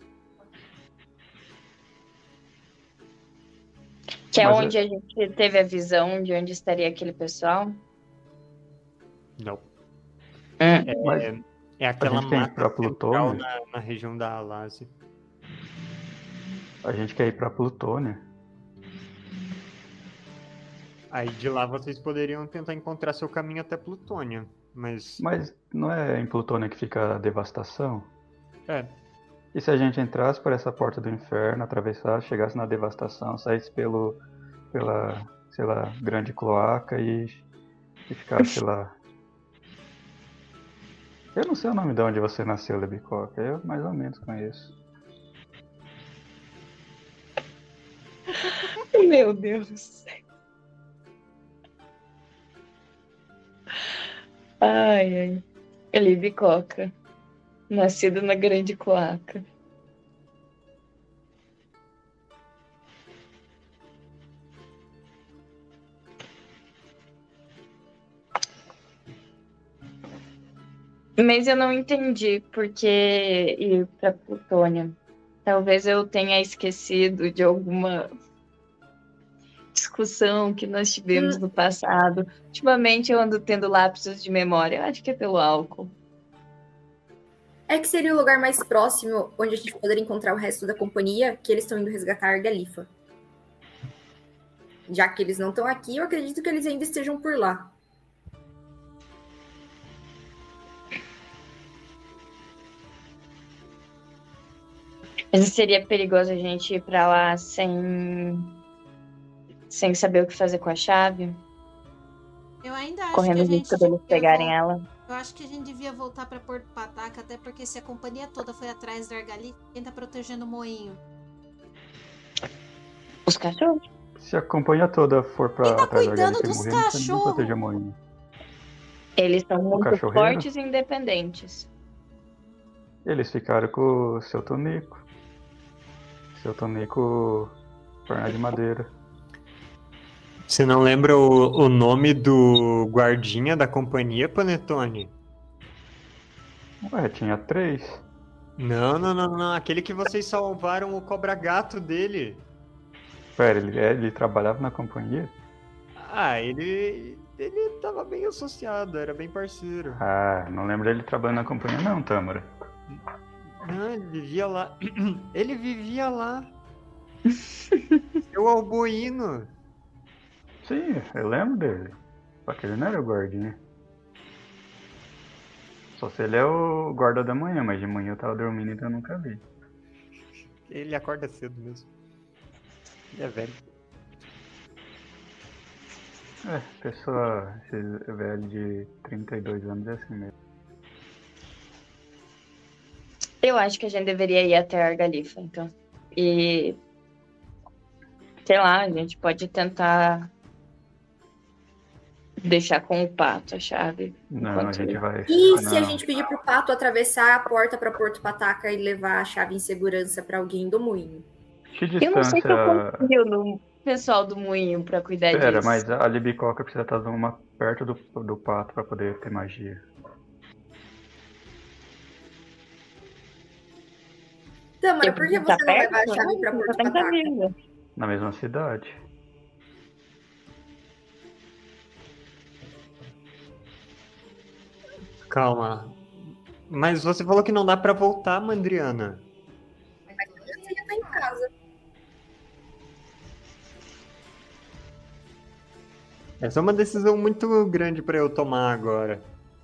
[SPEAKER 3] Que é
[SPEAKER 5] Mas
[SPEAKER 3] onde a gente teve a visão de onde estaria aquele pessoal?
[SPEAKER 1] Não.
[SPEAKER 5] Mas
[SPEAKER 1] É aquela
[SPEAKER 5] a gente quer ir
[SPEAKER 1] mata
[SPEAKER 5] pra
[SPEAKER 1] central
[SPEAKER 5] Plutônia?
[SPEAKER 1] na região da Alásia.
[SPEAKER 5] A gente quer ir pra Plutônia.
[SPEAKER 1] Aí de lá vocês poderiam tentar encontrar seu caminho até Plutônia. Mas
[SPEAKER 5] Mas não é em Plutônia que fica a devastação?
[SPEAKER 1] É.
[SPEAKER 5] E se a gente entrasse por essa porta do inferno, atravessasse, chegasse na devastação, saísse pela, sei lá, grande cloaca e ficasse lá. Eu não sei o nome de onde você nasceu, Lebicoca. Eu mais ou menos conheço.
[SPEAKER 3] Meu Deus. Ai. Libicoca. Nascido na grande cloaca. Mas eu não entendi porque ir pra Plutônia. Talvez eu tenha esquecido de alguma discussão que nós tivemos no passado. Ultimamente eu ando tendo lapsos de memória. Eu acho que é pelo álcool.
[SPEAKER 4] É que seria o lugar mais próximo onde a gente poderia encontrar o resto da companhia, que eles estão indo resgatar a Galifa. Já que eles não estão aqui, eu acredito que eles ainda estejam por lá.
[SPEAKER 3] Mas seria perigoso a gente ir pra lá sem saber o que fazer com a chave?
[SPEAKER 2] Eu ainda acho
[SPEAKER 3] Correndo
[SPEAKER 2] que a
[SPEAKER 3] o
[SPEAKER 2] gente
[SPEAKER 3] risco deles
[SPEAKER 2] devia
[SPEAKER 3] pegarem ela?
[SPEAKER 2] Eu acho que a gente devia voltar pra Porto Pataca, até porque se a companhia toda foi atrás da Argali, quem tá protegendo o moinho?
[SPEAKER 3] Os cachorros?
[SPEAKER 5] Se a companhia toda for pra
[SPEAKER 2] Quem tá
[SPEAKER 5] atrás da
[SPEAKER 2] cuidando
[SPEAKER 5] Galifa e
[SPEAKER 2] dos
[SPEAKER 5] morrer, não precisa
[SPEAKER 2] cachorros?
[SPEAKER 5] proteger a moinha.
[SPEAKER 3] Eles são muito
[SPEAKER 5] cachorreiro?
[SPEAKER 3] fortes e independentes.
[SPEAKER 5] Eles ficaram com o seu Tonico. Seu Tonico, perna de madeira.
[SPEAKER 1] Você não lembra o nome do guardinha da companhia, Panetone?
[SPEAKER 5] Ué, tinha 3.
[SPEAKER 1] Não. Aquele que vocês salvaram o cobra-gato dele.
[SPEAKER 5] Pera, ele trabalhava na companhia?
[SPEAKER 1] Ah, ele tava bem associado, era bem parceiro.
[SPEAKER 5] Ah, não lembro dele trabalhando na companhia não, Tâmara.
[SPEAKER 1] Não, ele vivia lá. Ele vivia lá. Seu Alboino.
[SPEAKER 5] Sim, eu lembro dele. Só que ele não era o guardinha. Só se ele é o guarda da manhã, mas de manhã eu tava dormindo então eu nunca vi.
[SPEAKER 1] Ele acorda cedo mesmo. Ele é velho.
[SPEAKER 5] Esse velho de 32 anos é assim mesmo.
[SPEAKER 3] Eu acho que a gente deveria ir até a Argalifa, então. E... sei lá, a gente pode tentar deixar com o Pato a chave.
[SPEAKER 5] Não, a gente vai...
[SPEAKER 4] E se a
[SPEAKER 5] não.
[SPEAKER 4] gente pedir pro Pato atravessar a porta pra Porto Pataca e levar a chave em segurança pra alguém do moinho?
[SPEAKER 5] Que
[SPEAKER 3] Eu não sei se eu
[SPEAKER 5] distância...
[SPEAKER 3] confio no pessoal do moinho pra cuidar
[SPEAKER 5] Pera,
[SPEAKER 3] disso.
[SPEAKER 5] mas a Libicoca precisa estar uma perto do pato pra poder ter magia.
[SPEAKER 4] Tâmara, por que você não levar a chave pra Porto Pataca?
[SPEAKER 5] Na mesma cidade.
[SPEAKER 1] Calma. Mas você falou que não dá pra voltar, Mandriana.
[SPEAKER 4] Você já tá em casa.
[SPEAKER 1] Essa é uma decisão muito grande pra eu tomar agora.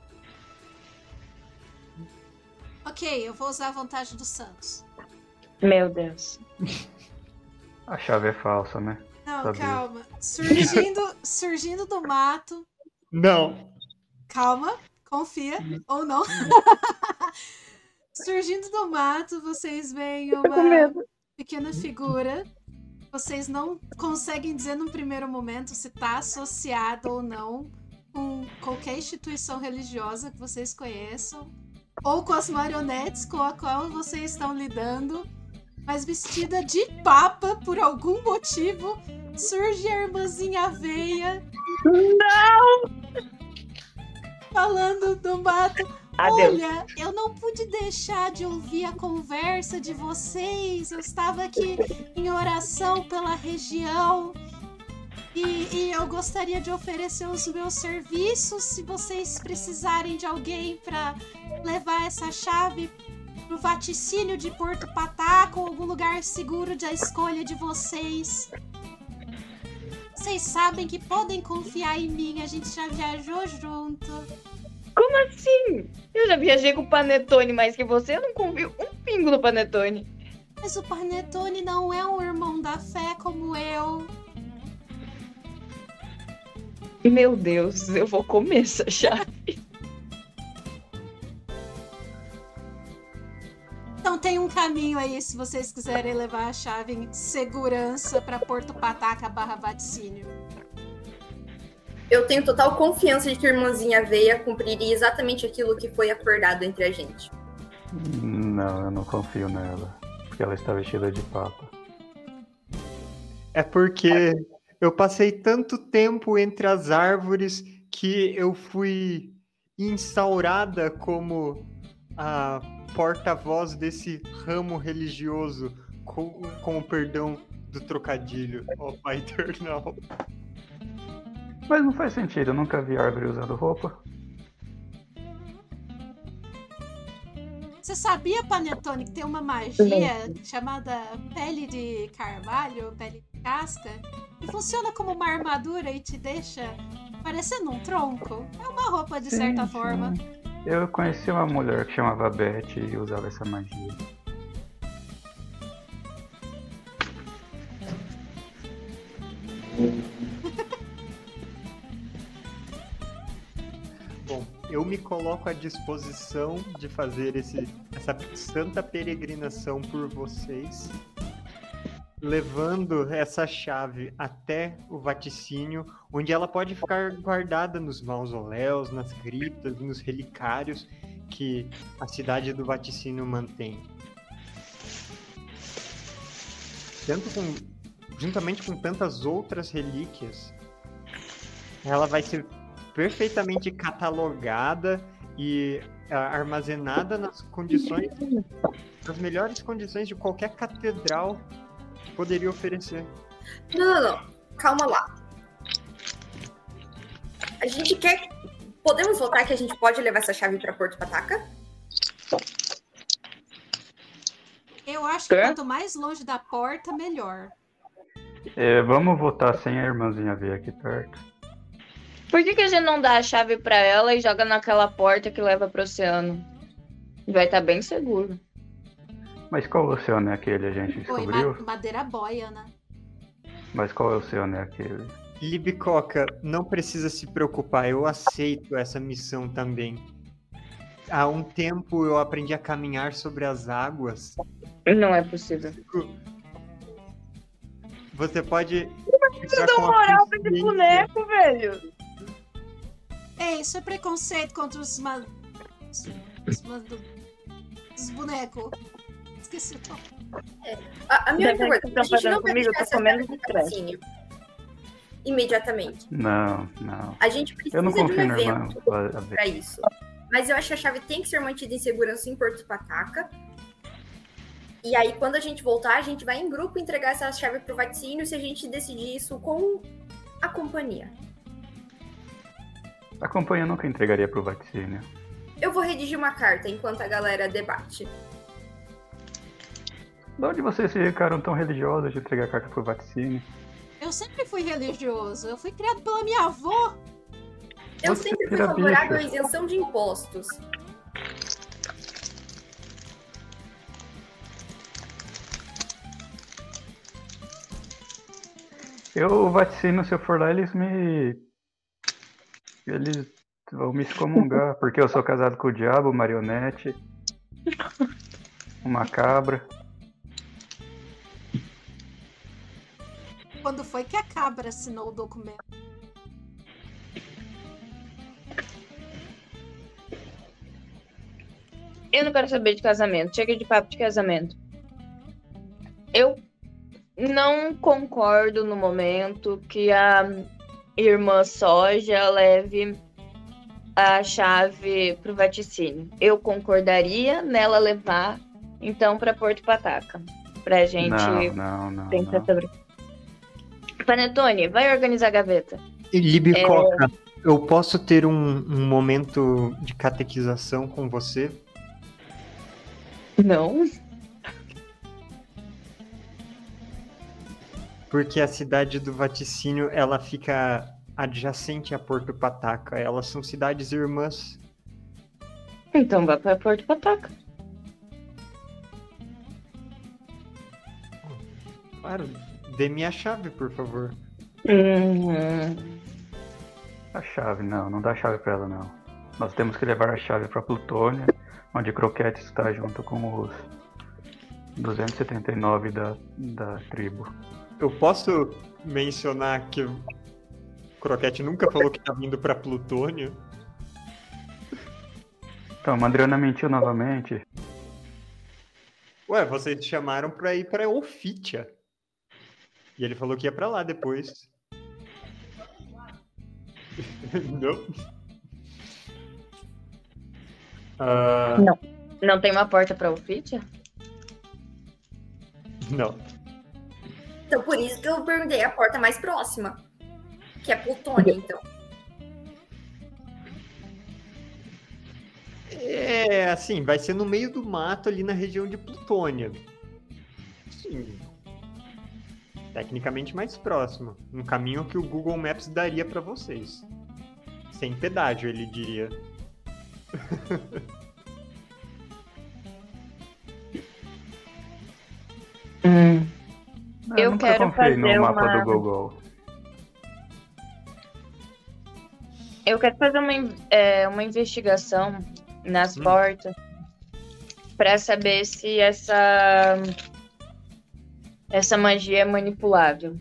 [SPEAKER 2] Ok, eu vou usar a vantagem do Santos.
[SPEAKER 3] Meu Deus.
[SPEAKER 5] A chave é falsa, né?
[SPEAKER 2] Não,
[SPEAKER 5] Sabia.
[SPEAKER 2] calma. Surgindo do mato.
[SPEAKER 1] Não.
[SPEAKER 2] Calma, confia. Ou não. Surgindo do mato, vocês veem
[SPEAKER 3] com
[SPEAKER 2] uma
[SPEAKER 3] medo.
[SPEAKER 2] pequena figura. Vocês não conseguem dizer no primeiro momento se está associado ou não com qualquer instituição religiosa que vocês conheçam, ou com as marionetes com a qual vocês estão lidando, mas vestida de papa, por algum motivo, surge a irmãzinha Aveia.
[SPEAKER 3] Não!
[SPEAKER 2] Falando do mato.
[SPEAKER 3] Adeus.
[SPEAKER 2] Olha, eu não pude deixar de ouvir a conversa de vocês. Eu estava aqui em oração pela região. E eu gostaria de oferecer os meus serviços se vocês precisarem de alguém para levar essa chave pro vaticínio de Porto Pataca ou algum lugar seguro da escolha de vocês. Vocês sabem que podem confiar em mim, a gente já viajou junto.
[SPEAKER 3] Como assim? Eu já viajei com o Panetone mais que você, eu não confio um pingo no Panetone.
[SPEAKER 2] Mas o Panetone não é um irmão da fé como eu.
[SPEAKER 3] Meu Deus, eu vou comer essa chave.
[SPEAKER 2] Então tem um caminho aí, se vocês quiserem levar a chave em segurança pra Porto Pataca /Vaticínio.
[SPEAKER 4] Eu tenho total confiança de que a irmãzinha Veia cumpriria exatamente aquilo que foi acordado entre a gente.
[SPEAKER 5] Não, eu não confio nela. Porque ela está vestida de papa.
[SPEAKER 1] É porque eu passei tanto tempo entre as árvores que eu fui instaurada como a porta-voz desse ramo religioso, com o perdão do trocadilho, ó Pai Eternal.
[SPEAKER 5] Mas não faz sentido, eu nunca vi árvore usando roupa.
[SPEAKER 2] Você sabia, Panetone, que tem uma magia chamada pele de carvalho, pele de casca, que funciona como uma armadura e te deixa parecendo um tronco? É uma roupa de certa forma.
[SPEAKER 5] Eu conheci uma mulher que chamava Beth e usava essa magia.
[SPEAKER 1] Bom, eu me coloco à disposição de fazer essa santa peregrinação por vocês, levando essa chave até o vaticínio, onde ela pode ficar guardada nos mausoléus, nas criptas, nos relicários que a cidade do vaticínio mantém. Juntamente com tantas outras relíquias, ela vai ser perfeitamente catalogada e armazenada nas melhores condições de qualquer catedral poderia oferecer.
[SPEAKER 4] Não. Calma lá. A gente quer... Podemos votar que a gente pode levar essa chave pra Porto Pataca?
[SPEAKER 2] Eu acho que quanto mais longe da porta, melhor.
[SPEAKER 5] Vamos votar sem a irmãzinha ver aqui perto.
[SPEAKER 3] Por que a gente não dá a chave pra ela e joga naquela porta que leva pro oceano? Vai estar bem seguro.
[SPEAKER 5] Mas qual oceano é aquele, a gente descobriu?
[SPEAKER 2] Madeira boia, né?
[SPEAKER 5] Mas qual oceano é aquele?
[SPEAKER 1] Libicoca, não precisa se preocupar, eu aceito essa missão também. Há um tempo eu aprendi a caminhar sobre as águas.
[SPEAKER 3] Não é possível.
[SPEAKER 1] Você pode...
[SPEAKER 3] Você dá moral pra esse boneco, velho.
[SPEAKER 2] Ei, isso é preconceito contra os bonecos. Esqueci o nome.
[SPEAKER 4] A minha pergunta é, a gente não vai
[SPEAKER 3] comigo,
[SPEAKER 4] deixar
[SPEAKER 3] eu tô comendo
[SPEAKER 4] essa
[SPEAKER 3] de stress.
[SPEAKER 4] patrocínio imediatamente.
[SPEAKER 5] Não.
[SPEAKER 4] A gente precisa
[SPEAKER 5] Eu não
[SPEAKER 4] de um
[SPEAKER 5] confio na irmã.
[SPEAKER 4] evento pra isso. Mas eu acho que a chave tem que ser mantida em segurança em Porto Pataca. E aí, quando a gente voltar, a gente vai em grupo entregar essa chave pro vaticínio se a gente decidir isso com a companhia.
[SPEAKER 5] A companhia nunca entregaria pro vaticínio.
[SPEAKER 4] Eu vou redigir uma carta enquanto a galera debate.
[SPEAKER 5] De onde vocês ficaram tão religiosos de entregar a carta pro vaticínio?
[SPEAKER 2] Eu sempre fui religioso. Eu fui criado pela minha avó.
[SPEAKER 4] Eu
[SPEAKER 5] Você
[SPEAKER 4] sempre fui
[SPEAKER 5] vira
[SPEAKER 4] favorável à
[SPEAKER 5] bicho.
[SPEAKER 4] isenção de impostos.
[SPEAKER 5] O vaticínio, se eu for lá, eles vão me excomungar, porque eu sou casado com o diabo, marionete, uma cabra.
[SPEAKER 2] Quando foi que a cabra assinou o documento?
[SPEAKER 3] Eu não quero saber de casamento. Chega de papo de casamento. Eu não concordo no momento que a irmã Soja leve a chave pro vaticínio. Eu concordaria nela levar, então, pra Porto Pataca. Pra gente
[SPEAKER 5] Não.
[SPEAKER 3] pensar sobre. Panetone, vai organizar a gaveta.
[SPEAKER 1] Libicoca, eu posso ter um momento de catequização com você?
[SPEAKER 3] Não.
[SPEAKER 1] Porque a cidade do vaticínio, ela fica adjacente a Porto Pataca. Elas são cidades irmãs.
[SPEAKER 3] Então vai pra Porto Pataca.
[SPEAKER 1] Claro, dê minha chave, por favor.
[SPEAKER 5] A chave, não dá a chave pra ela, não. Nós temos que levar a chave pra Plutônia, onde Croquete está junto com os 279 da tribo.
[SPEAKER 1] Eu posso mencionar que o Croquete nunca falou que tá vindo pra Plutônia?
[SPEAKER 5] Então, a Mandriana mentiu novamente.
[SPEAKER 1] Ué, vocês chamaram pra ir pra Ofitia. E ele falou que ia pra lá depois. Não?
[SPEAKER 3] Não tem uma porta pra Ofitia?
[SPEAKER 1] Não.
[SPEAKER 4] Então, por isso que eu perguntei a porta mais próxima. Que é Plutônia, então.
[SPEAKER 1] É, assim, vai ser no meio do mato ali na região de Plutônia. Sim. Tecnicamente mais próximo. Um caminho que o Google Maps daria pra vocês. Sem pedágio, ele diria.
[SPEAKER 3] Eu
[SPEAKER 5] nunca
[SPEAKER 3] quero
[SPEAKER 5] confiei
[SPEAKER 3] fazer
[SPEAKER 5] no mapa
[SPEAKER 3] uma-
[SPEAKER 5] do Google.
[SPEAKER 3] Eu quero fazer uma investigação nas portas pra saber se essa magia é manipulável.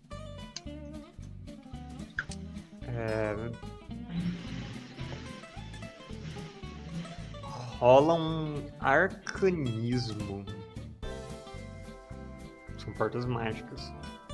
[SPEAKER 1] Rola um arcanismo. São portas mágicas.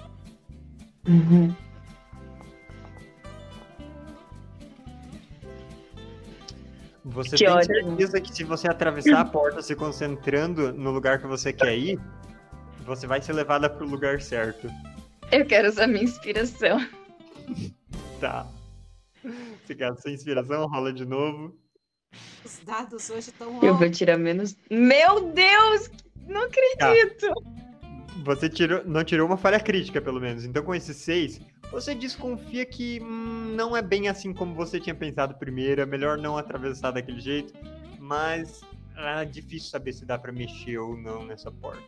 [SPEAKER 1] Você
[SPEAKER 3] Que
[SPEAKER 1] tem
[SPEAKER 3] ótimo.
[SPEAKER 1] certeza que se você atravessar a porta se concentrando no lugar que você quer ir, você vai ser levada pro lugar certo.
[SPEAKER 3] Eu quero usar minha inspiração.
[SPEAKER 1] Tá. Você quer essa inspiração? Rola de novo.
[SPEAKER 2] Os dados hoje estão
[SPEAKER 3] Eu
[SPEAKER 2] altos.
[SPEAKER 3] vou tirar menos. Meu Deus! Não acredito!
[SPEAKER 1] Você não tirou uma falha crítica, pelo menos. Então, com esses 6, você desconfia que não é bem assim como você tinha pensado primeiro. É melhor não atravessar daquele jeito. Mas é difícil saber se dá pra mexer ou não nessa porta.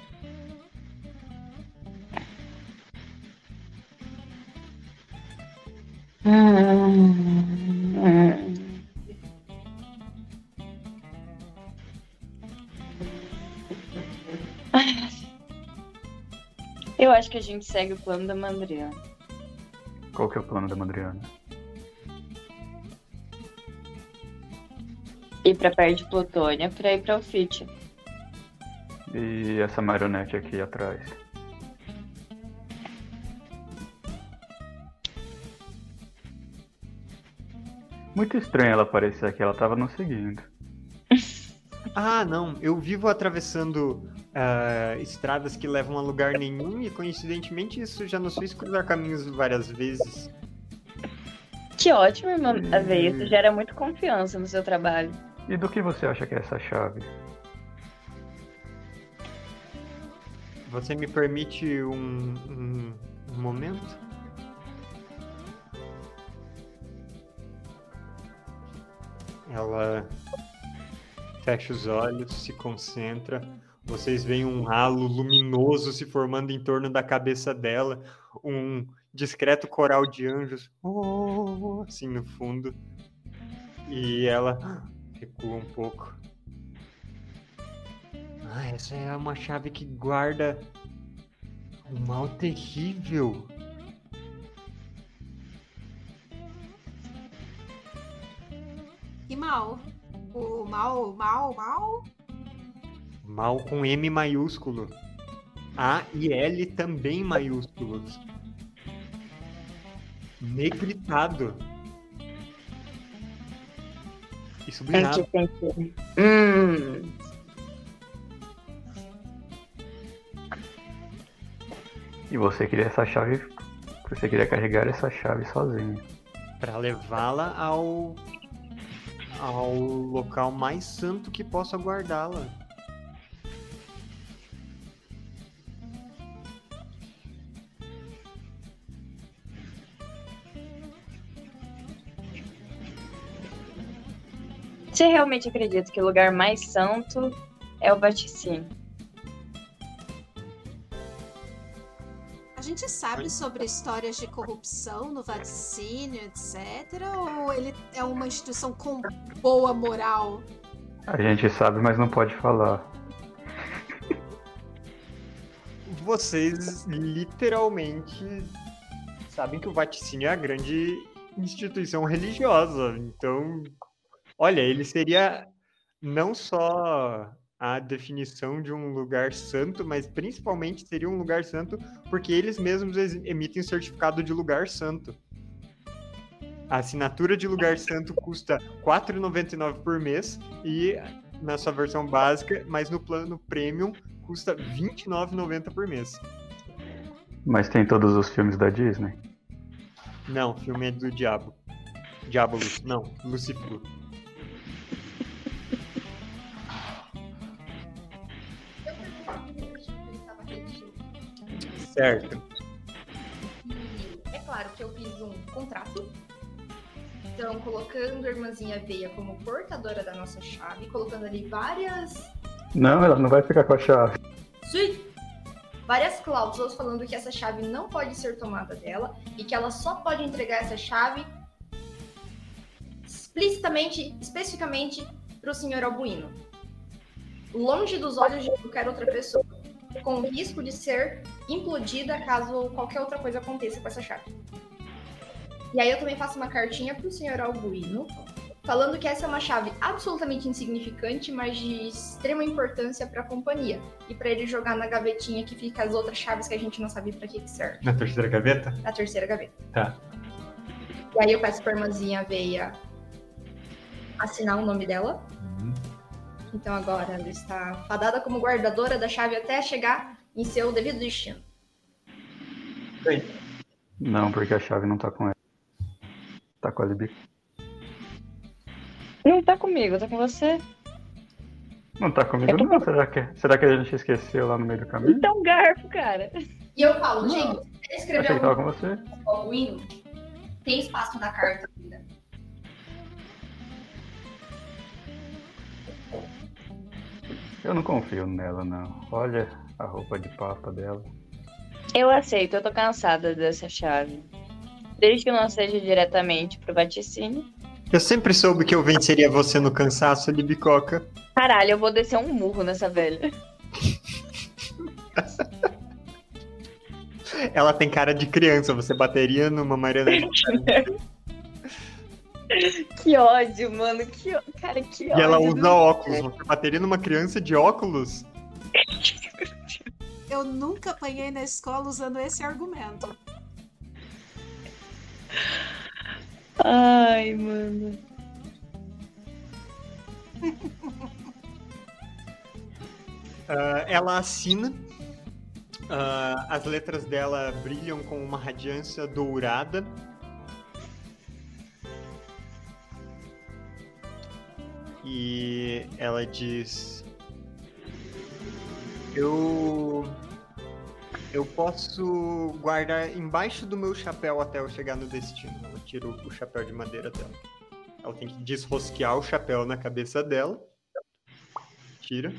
[SPEAKER 3] Eu acho que a gente segue o plano da Mandriana.
[SPEAKER 5] Qual que é o plano da Mandriana?
[SPEAKER 3] Ir pra perto de Plutônia pra ir pra Ofitia.
[SPEAKER 5] E essa marionete aqui atrás? Muito estranho ela aparecer aqui, ela tava nos seguindo.
[SPEAKER 1] Ah, não. Eu vivo atravessando estradas que levam a lugar nenhum e, coincidentemente, isso já nos fez cruzar caminhos várias vezes.
[SPEAKER 3] Que ótimo, irmã. A ver, isso gera muito confiança no seu trabalho.
[SPEAKER 5] E do que você acha que é essa chave?
[SPEAKER 1] Você me permite um momento? Ela fecha os olhos, se concentra. Vocês veem um halo luminoso se formando em torno da cabeça dela. Um discreto coral de anjos, assim no fundo. E ela recua um pouco. Essa é uma chave que guarda um mal terrível.
[SPEAKER 2] Que mal? O mal?
[SPEAKER 1] Mal com M maiúsculo. A e L também maiúsculos. Negritado. E sublinhado.
[SPEAKER 5] E você queria essa chave. Você queria carregar essa chave sozinho.
[SPEAKER 1] Pra levá-la ao local mais santo que possa guardá-la.
[SPEAKER 3] Você realmente acredita que o lugar mais santo é o Vaticínio?
[SPEAKER 2] gente sabe sobre histórias de corrupção no vaticínio, etc? Ou ele é uma instituição com boa moral?
[SPEAKER 5] A gente sabe, mas não pode falar.
[SPEAKER 1] Vocês literalmente sabem que o vaticínio é a grande instituição religiosa. Então, olha, ele seria não só a definição de um lugar santo, mas principalmente seria um lugar santo porque eles mesmos emitem o certificado de lugar santo. A assinatura de lugar santo custa R$ 4,99 por mês e na sua versão básica, mas no plano premium custa R$ 29,90 por mês.
[SPEAKER 5] Mas tem todos os filmes da Disney?
[SPEAKER 1] Não, filme é do diabo. Diabolus, não, Lucifer. Certo.
[SPEAKER 4] É claro que eu fiz um contrato. Então, colocando a irmãzinha Veia como portadora da nossa chave, colocando ali várias...
[SPEAKER 5] Não, ela não vai ficar com a chave.
[SPEAKER 4] Sim! Várias cláusulas falando que essa chave não pode ser tomada dela e que ela só pode entregar essa chave especificamente para o Sr. Albuino. Longe dos olhos de qualquer outra pessoa, com o risco de ser implodida caso qualquer outra coisa aconteça com essa chave. E aí eu também faço uma cartinha pro Sr. Albuino, falando que essa é uma chave absolutamente insignificante, mas de extrema importância para a companhia. E para ele jogar na gavetinha que fica as outras chaves que a gente não sabe para que serve.
[SPEAKER 1] Na terceira gaveta?
[SPEAKER 4] Na terceira gaveta.
[SPEAKER 1] Tá.
[SPEAKER 4] E aí eu peço pra irmãzinha Veia assinar o nome dela. Então agora ela está fadada como guardadora da chave até chegar em seu devido destino.
[SPEAKER 1] Bem.
[SPEAKER 5] Não, porque a chave não tá com ela. Tá com a Libico.
[SPEAKER 3] Não tá comigo, tá com você.
[SPEAKER 5] Não tá comigo não, será que a gente esqueceu lá no meio do caminho?
[SPEAKER 3] Então garfo, cara.
[SPEAKER 4] E eu falo, gente, se você escrever
[SPEAKER 5] Achei que tava com você.
[SPEAKER 4] o Albuino, tem espaço na carta ainda.
[SPEAKER 5] Eu não confio nela, não. Olha a roupa de papa dela.
[SPEAKER 3] Eu aceito, eu tô cansada dessa chave. Desde que não seja diretamente pro vaticínio.
[SPEAKER 1] Eu sempre soube que eu venceria você no cansaço, Libicoca.
[SPEAKER 3] Caralho, eu vou descer um murro nessa velha.
[SPEAKER 1] Ela tem cara de criança, você bateria numa marionete.
[SPEAKER 3] Que ódio, mano. Cara, que ódio.
[SPEAKER 1] E ela usa óculos, você bateria numa criança de óculos?
[SPEAKER 2] Eu nunca apanhei na escola usando esse argumento.
[SPEAKER 3] Ai, mano.
[SPEAKER 1] Ela assina. As letras dela brilham com uma radiância dourada. E ela diz: Eu posso guardar embaixo do meu chapéu até eu chegar no destino. Ela tira o chapéu de madeira dela. Ela tem que desrosquear o chapéu na cabeça dela. Tira.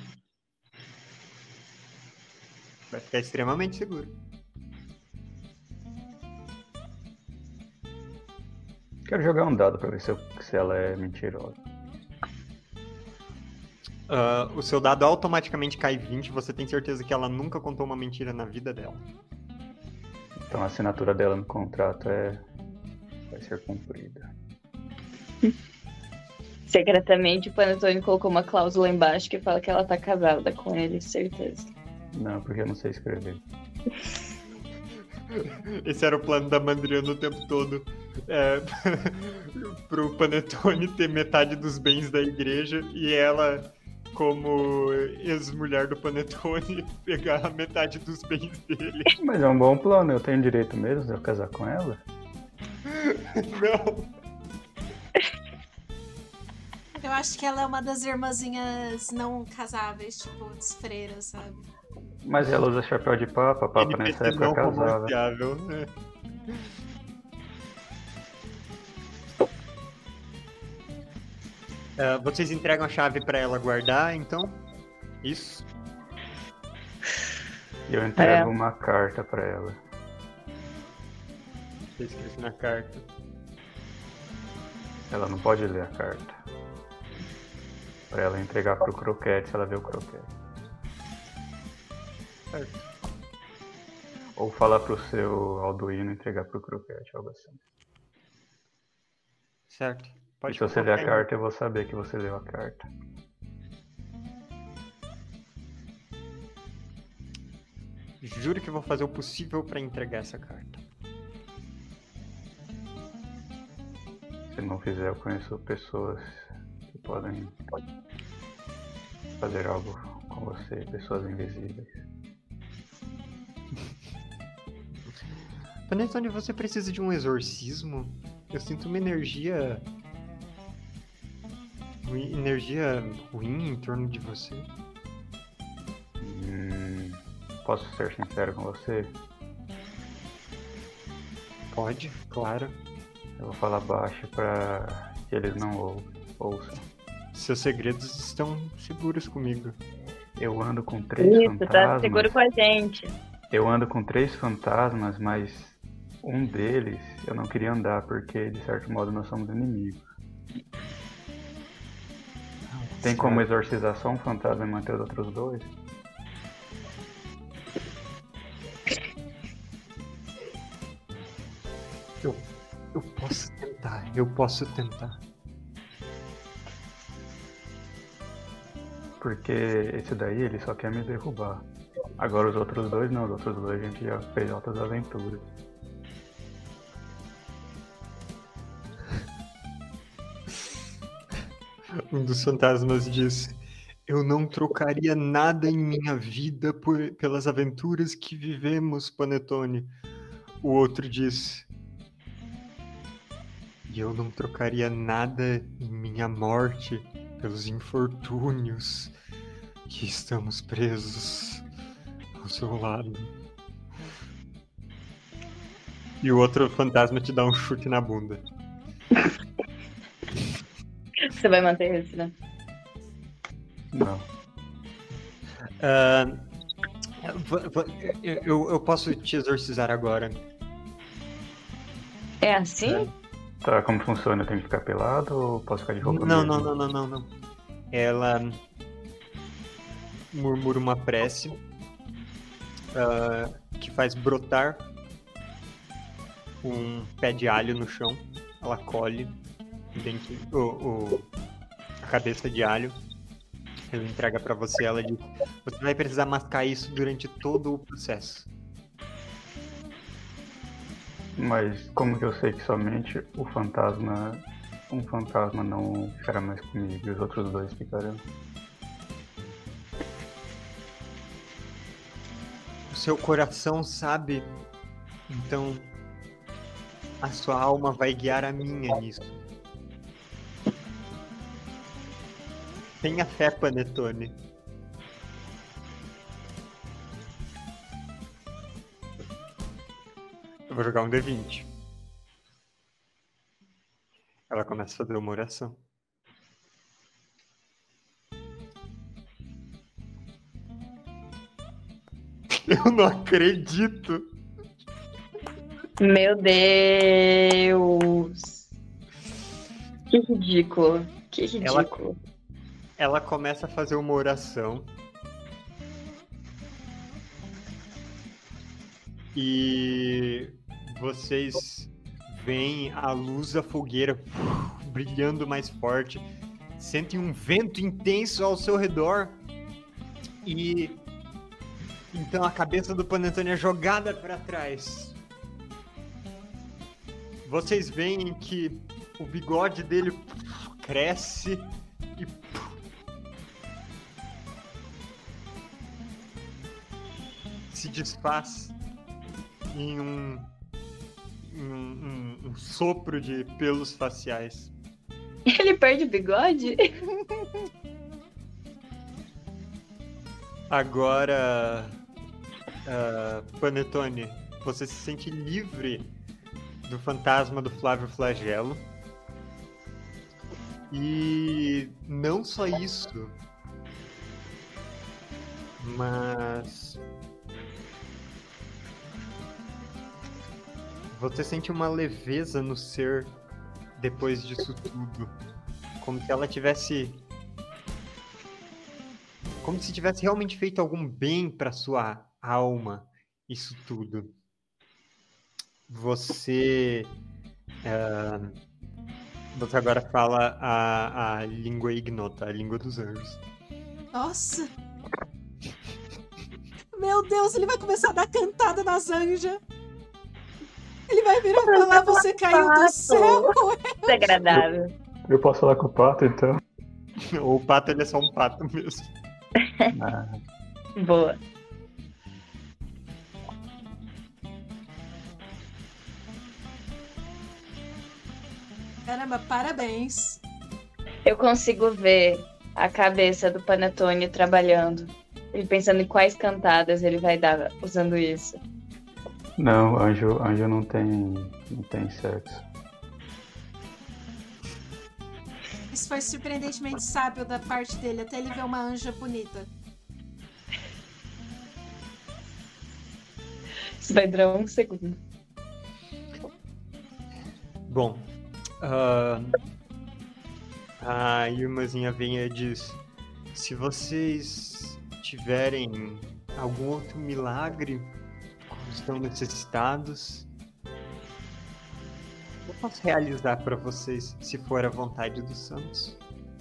[SPEAKER 1] Vai ficar extremamente seguro.
[SPEAKER 5] Quero jogar um dado pra ver se ela é mentirosa.
[SPEAKER 1] O seu dado automaticamente cai 20. Você tem certeza que ela nunca contou uma mentira na vida dela.
[SPEAKER 5] Então a assinatura dela no contrato vai ser cumprida.
[SPEAKER 3] Secretamente, o Panetone colocou uma cláusula embaixo que fala que ela tá casada com ele, certeza.
[SPEAKER 5] Não, porque eu não sei escrever.
[SPEAKER 1] Esse era o plano da Mandriana o tempo todo. Pro Panetone ter metade dos bens da igreja e ela, como ex-mulher do Panetone, pegar a metade dos bens dele.
[SPEAKER 5] Mas é um bom plano, eu tenho direito mesmo de eu casar com ela?
[SPEAKER 1] Não.
[SPEAKER 2] Eu acho que ela é uma das irmãzinhas não casáveis, tipo, as freiras, sabe?
[SPEAKER 5] Mas ela usa chapéu de papa, a papa nessa época
[SPEAKER 1] não
[SPEAKER 5] casava.
[SPEAKER 1] romanceável, vocês entregam a chave pra ela guardar, então? Isso.
[SPEAKER 5] E eu entrego uma carta pra ela.
[SPEAKER 1] Tá escrito na carta.
[SPEAKER 5] Ela não pode ler a carta. Pra ela entregar pro croquete se ela vê o croquete.
[SPEAKER 1] Certo.
[SPEAKER 5] Ou falar pro seu Alduino entregar pro croquete, algo assim.
[SPEAKER 1] Certo.
[SPEAKER 5] E
[SPEAKER 1] Pode
[SPEAKER 5] se você ler a
[SPEAKER 1] colocar
[SPEAKER 5] carta, eu vou saber que você leu a carta.
[SPEAKER 1] Juro que vou fazer o possível pra entregar essa carta.
[SPEAKER 5] Se não fizer, eu conheço pessoas que podem fazer algo com você, pessoas invisíveis.
[SPEAKER 1] Panetone, você precisa de um exorcismo? Eu sinto uma energia ruim em torno de você.
[SPEAKER 5] Posso ser sincero com você?
[SPEAKER 1] Pode, claro.
[SPEAKER 5] Eu vou falar baixo pra que eles não ouçam.
[SPEAKER 1] Seus segredos estão seguros comigo.
[SPEAKER 5] Eu ando com 3
[SPEAKER 3] Isso,
[SPEAKER 5] fantasmas.
[SPEAKER 3] tá seguro com a gente.
[SPEAKER 5] Eu ando com 3 fantasmas, mas um deles eu não queria andar porque, de certo modo, nós somos inimigos. Tem como exorcizar só um fantasma e manter os outros 2?
[SPEAKER 1] Eu posso tentar.
[SPEAKER 5] Porque esse daí, ele só quer me derrubar. Agora os outros 2 não, os outros 2 a gente já fez altas aventuras.
[SPEAKER 1] Um dos fantasmas diz: eu não trocaria nada em minha vida pelas aventuras que vivemos, Panetone. O outro diz: e eu não trocaria nada em minha morte pelos infortúnios que estamos presos ao seu lado. E o outro fantasma te dá um chute na bunda.
[SPEAKER 3] Você vai manter isso, né?
[SPEAKER 5] Não.
[SPEAKER 1] Eu posso te exorcizar agora.
[SPEAKER 3] É assim?
[SPEAKER 5] Tá, como funciona? Eu tenho que ficar pelado ou posso ficar de roupa
[SPEAKER 1] Não,
[SPEAKER 5] mesmo?
[SPEAKER 1] não. Ela murmura uma prece que faz brotar um pé de alho no chão. Ela colhe a cabeça de alho. Ela entrega pra você. Ela diz: você vai precisar mascar isso durante todo o processo.
[SPEAKER 5] Mas como que eu sei que somente um fantasma não ficará mais comigo e os outros 2 ficarão?
[SPEAKER 1] O seu coração sabe, então a sua alma vai guiar a minha nisso. Tenha fé, Panetone. Eu vou jogar um D20. Ela começa a fazer uma oração. Eu não acredito.
[SPEAKER 3] Meu Deus. Que ridículo. Que ridículo.
[SPEAKER 1] Ela começa a fazer uma oração. E vocês veem a luz da fogueira brilhando mais forte. Sentem um vento intenso ao seu redor. E então a cabeça do Panetone é jogada para trás. Vocês veem que o bigode dele cresce e se desfaz em um sopro de pelos faciais.
[SPEAKER 3] Ele perde o bigode?
[SPEAKER 1] Agora, Panetone, você se sente livre do fantasma do Flávio Flagelo. E não só isso, mas Você sente uma leveza no ser depois disso tudo. Como se ela tivesse... Como se tivesse realmente feito algum bem para sua alma, isso tudo. Você agora fala a língua ignota, a língua dos anjos.
[SPEAKER 2] Nossa! Meu Deus, ele vai começar a dar cantada nas anjas. Ele vai virar e falar, você caiu do céu.
[SPEAKER 3] Desagradável.
[SPEAKER 5] Eu posso falar com o pato, então?
[SPEAKER 1] O pato, ele é só um pato mesmo.
[SPEAKER 5] Ah,
[SPEAKER 3] Boa.
[SPEAKER 2] Caramba, parabéns.
[SPEAKER 3] Eu consigo ver a cabeça do Panetone trabalhando. Ele pensando em quais cantadas ele vai dar usando isso.
[SPEAKER 5] não, anjo não tem sexo.
[SPEAKER 2] Isso foi surpreendentemente sábio da parte dele, até ele ver uma anja bonita.
[SPEAKER 3] Isso vai durar um segundo.
[SPEAKER 1] Bom, a irmãzinha vem e diz: se vocês tiverem algum outro milagre, como estão necessitados, eu posso realizar para vocês, se for a vontade dos santos.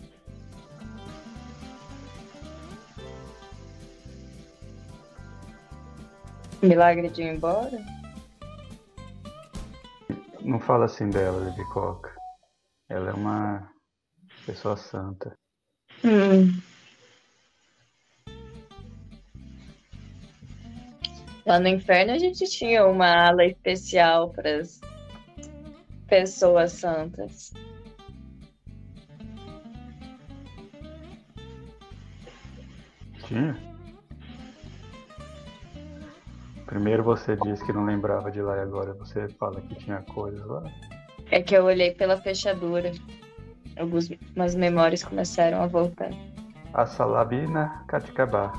[SPEAKER 3] Milagre de ir embora?
[SPEAKER 5] Não fala assim dela, Lady Coca. Ela é uma pessoa santa.
[SPEAKER 3] Lá no inferno a gente tinha uma ala especial para as pessoas santas.
[SPEAKER 5] Tinha? Primeiro você disse que não lembrava de lá e agora você fala que tinha coisas lá.
[SPEAKER 3] É que eu olhei pela fechadura. Algumas memórias começaram a voltar.
[SPEAKER 5] A Salabina Katikabá.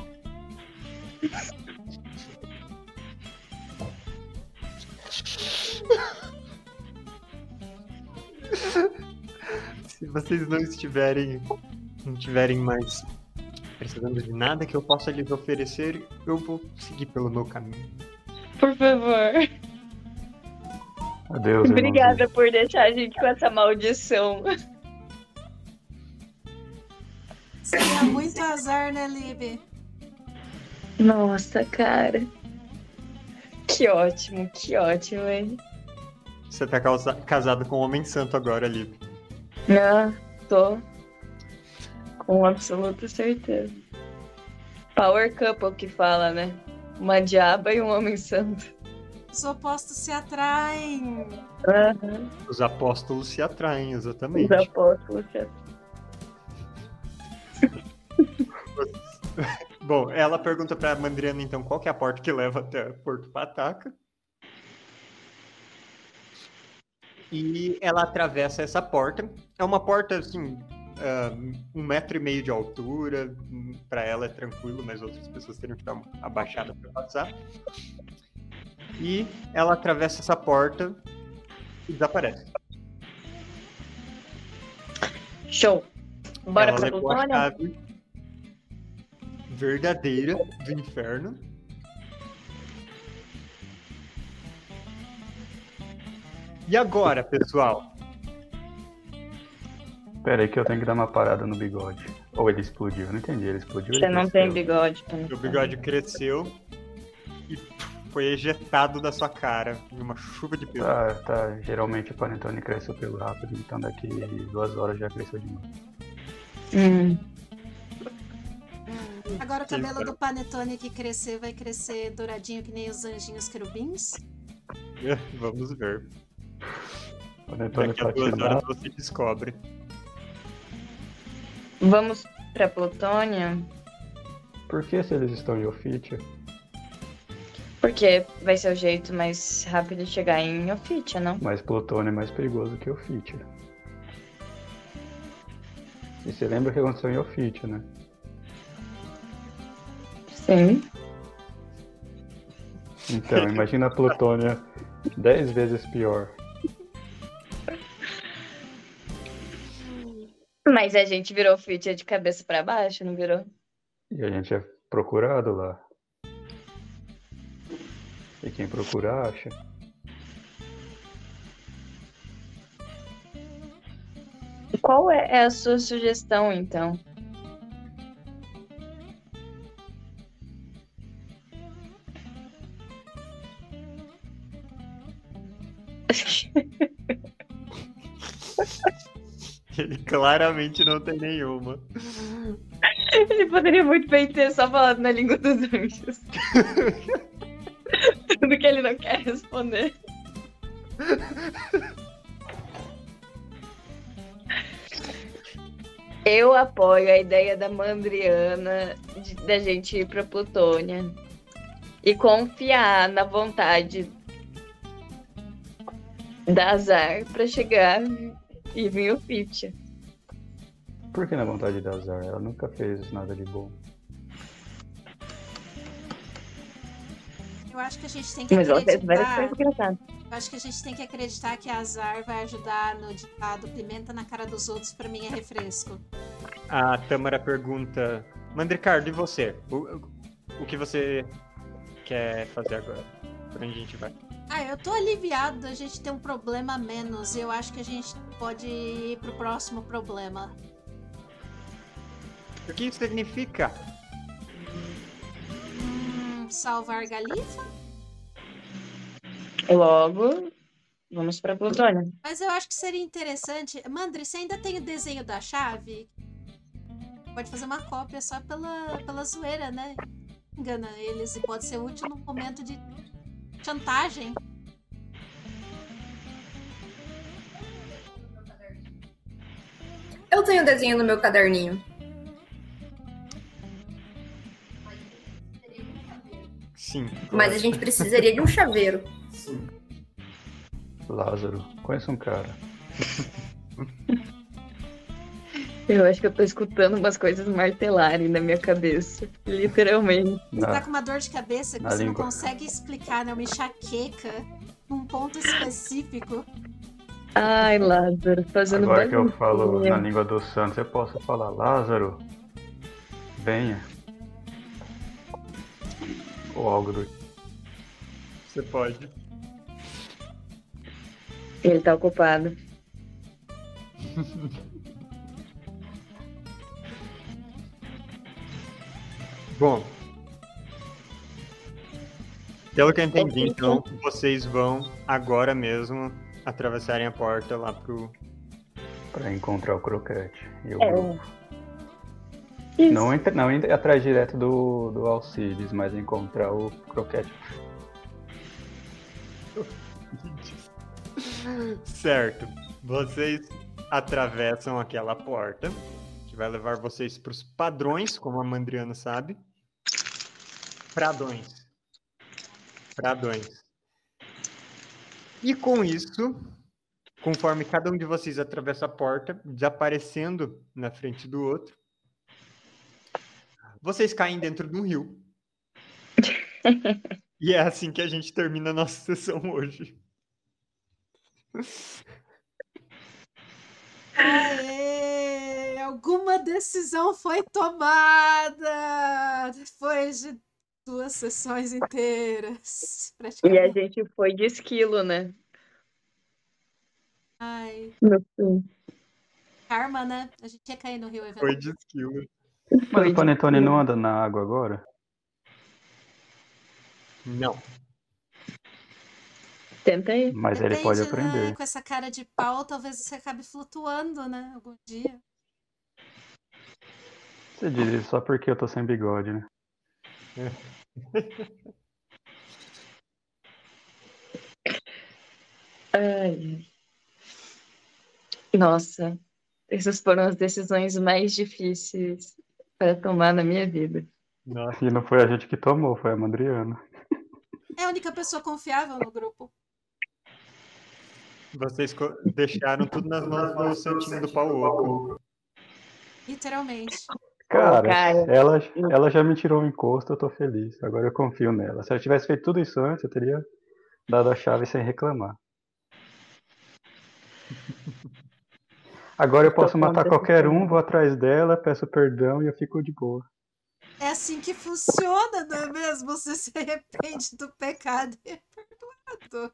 [SPEAKER 1] Se vocês não tiverem mais precisando de nada que eu possa lhes oferecer, eu vou seguir pelo meu caminho.
[SPEAKER 3] Por favor.
[SPEAKER 5] Adeus,
[SPEAKER 3] Obrigada por deixar a gente com essa maldição.
[SPEAKER 2] Seria muito azar, né, Lib?
[SPEAKER 3] Nossa, cara. Que ótimo, hein?
[SPEAKER 1] Você tá casado com um homem santo agora, Lib.
[SPEAKER 3] Ah, tô. Com absoluta certeza. Power couple que fala, né? Uma diaba e um homem santo.
[SPEAKER 2] Os opostos se atraem.
[SPEAKER 3] Aham.
[SPEAKER 1] Os apóstolos se atraem,
[SPEAKER 3] Os
[SPEAKER 1] exatamente.
[SPEAKER 3] apóstolos se atraem.
[SPEAKER 1] Bom, ela pergunta pra Mandriana, então, qual que é a porta que leva até Porto Pataca. E ela atravessa essa porta. É uma porta, assim, 1,5 metro de altura. Pra ela é tranquilo, mas outras pessoas teriam que dar uma abaixada pra passar. E ela atravessa essa porta e desaparece.
[SPEAKER 3] Show. Bora
[SPEAKER 1] Ela
[SPEAKER 3] pra
[SPEAKER 1] levou a
[SPEAKER 3] Plutônia?
[SPEAKER 1] chave verdadeira do inferno. E agora, pessoal?
[SPEAKER 5] Pera aí que eu tenho que dar uma parada no bigode. Ou ele explodiu? Eu não entendi, ele explodiu ou
[SPEAKER 3] Você
[SPEAKER 5] ele
[SPEAKER 3] não
[SPEAKER 5] cresceu?
[SPEAKER 3] tem bigode.
[SPEAKER 1] O bigode cresceu e foi ejetado da sua cara em uma chuva de pelo.
[SPEAKER 5] Tá. Geralmente o panetone cresce o pelo rápido, então daqui 2 horas já cresceu de novo.
[SPEAKER 2] Agora o cabelo do Panetone que crescer vai crescer douradinho que nem os anjinhos querubins.
[SPEAKER 1] Vamos ver.
[SPEAKER 5] O panetone
[SPEAKER 1] Daqui a 2
[SPEAKER 5] platinado.
[SPEAKER 1] horas você descobre.
[SPEAKER 3] Vamos pra Plutônia?
[SPEAKER 5] Por que se eles estão em Ofitia?
[SPEAKER 3] Porque vai ser o jeito mais rápido de chegar em Ofitia, não?
[SPEAKER 5] Mas Plutônio é mais perigoso que Ofitia. E você lembra o que aconteceu em Ofitia, né?
[SPEAKER 3] Sim.
[SPEAKER 5] Então, imagina a Plutônia 10 vezes pior.
[SPEAKER 3] Mas a gente virou Future de cabeça pra baixo, não virou?
[SPEAKER 5] E a gente é procurado lá. E quem procura acha.
[SPEAKER 3] Qual é a sua sugestão, então?
[SPEAKER 1] Ele claramente não tem nenhuma.
[SPEAKER 3] Ele poderia muito bem ter só falado na língua dos anjos. Tudo que ele não quer responder. Eu apoio a ideia da Mandriana da gente ir pra Plutônia e confiar na vontade da Azar pra chegar e vir o Fit.
[SPEAKER 5] Por que na vontade da Azar? Ela nunca fez nada de bom.
[SPEAKER 2] Eu acho que a gente tem que
[SPEAKER 3] Mas ela fez várias
[SPEAKER 2] acreditar.
[SPEAKER 3] coisas engraçadas.
[SPEAKER 2] Eu acho que a gente tem que acreditar que a Azar vai ajudar no ditado pimenta na cara dos outros pra mim é refresco.
[SPEAKER 1] A Tâmara pergunta: Mandricardo, e você? O que você quer fazer agora? Por onde a gente vai?
[SPEAKER 2] Ah, eu tô aliviado da gente ter um problema a menos. Eu acho que a gente pode ir pro próximo problema.
[SPEAKER 1] O que isso significa?
[SPEAKER 2] Salvar Galifa?
[SPEAKER 3] Logo, vamos pra Plutônia.
[SPEAKER 2] Mas eu acho que seria interessante. Mandri, você ainda tem o desenho da chave? Pode fazer uma cópia só pela zoeira, né? Engana eles e pode ser útil num momento de chantagem.
[SPEAKER 4] Eu tenho desenho no meu caderninho.
[SPEAKER 1] Sim.
[SPEAKER 4] Mas a gente precisaria de um chaveiro.
[SPEAKER 5] Lázaro, conheço um cara.
[SPEAKER 3] Eu acho que eu tô escutando umas coisas martelarem na minha cabeça. Literalmente.
[SPEAKER 2] Você tá com uma dor de cabeça que
[SPEAKER 5] na
[SPEAKER 2] você não
[SPEAKER 5] língua.
[SPEAKER 2] consegue explicar, né? Uma enxaqueca num ponto específico.
[SPEAKER 3] Ai, Lázaro, fazendo
[SPEAKER 5] Agora que eu
[SPEAKER 3] baguncinha.
[SPEAKER 5] falo na língua dos santos, eu posso falar: Lázaro, venha. Ou algo do...
[SPEAKER 1] Você pode.
[SPEAKER 3] Ele tá ocupado.
[SPEAKER 1] Bom. Pelo que eu entendi,
[SPEAKER 3] Ok.
[SPEAKER 1] então, vocês vão agora mesmo atravessarem a porta lá pro...
[SPEAKER 5] Pra encontrar o croquete. E o
[SPEAKER 3] É.
[SPEAKER 5] grupo.
[SPEAKER 3] Isso.
[SPEAKER 5] Não ir atrás direto do Alcides, mas encontrar o croquete.
[SPEAKER 1] Certo. Vocês atravessam aquela porta, que vai levar vocês para os padrões, como a Mandriana sabe. Pradões. E com isso, conforme cada um de vocês atravessa a porta, desaparecendo na frente do outro, vocês caem dentro de um rio. E é assim que a gente termina a nossa sessão hoje.
[SPEAKER 2] Aê! Alguma decisão foi tomada depois de 2 sessões inteiras,
[SPEAKER 3] E a
[SPEAKER 2] praticamente.
[SPEAKER 3] gente foi de esquilo, né?
[SPEAKER 2] Ai,
[SPEAKER 3] No fim.
[SPEAKER 2] karma, né? A gente ia cair no rio
[SPEAKER 1] Foi
[SPEAKER 2] eventualmente.
[SPEAKER 1] de esquilo.
[SPEAKER 5] Mas
[SPEAKER 3] Foi
[SPEAKER 5] o Panetone
[SPEAKER 3] de-
[SPEAKER 5] não anda na água agora?
[SPEAKER 1] Não.
[SPEAKER 3] Tenta aí.
[SPEAKER 5] Mas ele pode
[SPEAKER 2] Depende, né?
[SPEAKER 5] aprender.
[SPEAKER 2] Com essa cara de pau, talvez você acabe flutuando, né? Algum dia.
[SPEAKER 5] Você diz isso só porque eu tô sem bigode, né?
[SPEAKER 3] Ai. Nossa, essas foram as decisões mais difíceis para tomar na minha vida.
[SPEAKER 1] Nossa.
[SPEAKER 5] E não foi a gente que tomou, foi a Mandriana.
[SPEAKER 2] É a única pessoa confiável no grupo.
[SPEAKER 1] Vocês deixaram tudo nas mãos do Santinho do Pau Oco.
[SPEAKER 2] Literalmente.
[SPEAKER 5] Cara,
[SPEAKER 3] cara.
[SPEAKER 5] ela já me tirou o encosto, eu tô feliz. Agora eu confio nela. Se ela tivesse feito tudo isso antes, eu teria dado a chave sem reclamar. Agora eu posso matar qualquer um, vou atrás dela, peço perdão e eu fico de boa.
[SPEAKER 2] É assim que funciona, não é mesmo? Você se arrepende do pecado e é perdoado.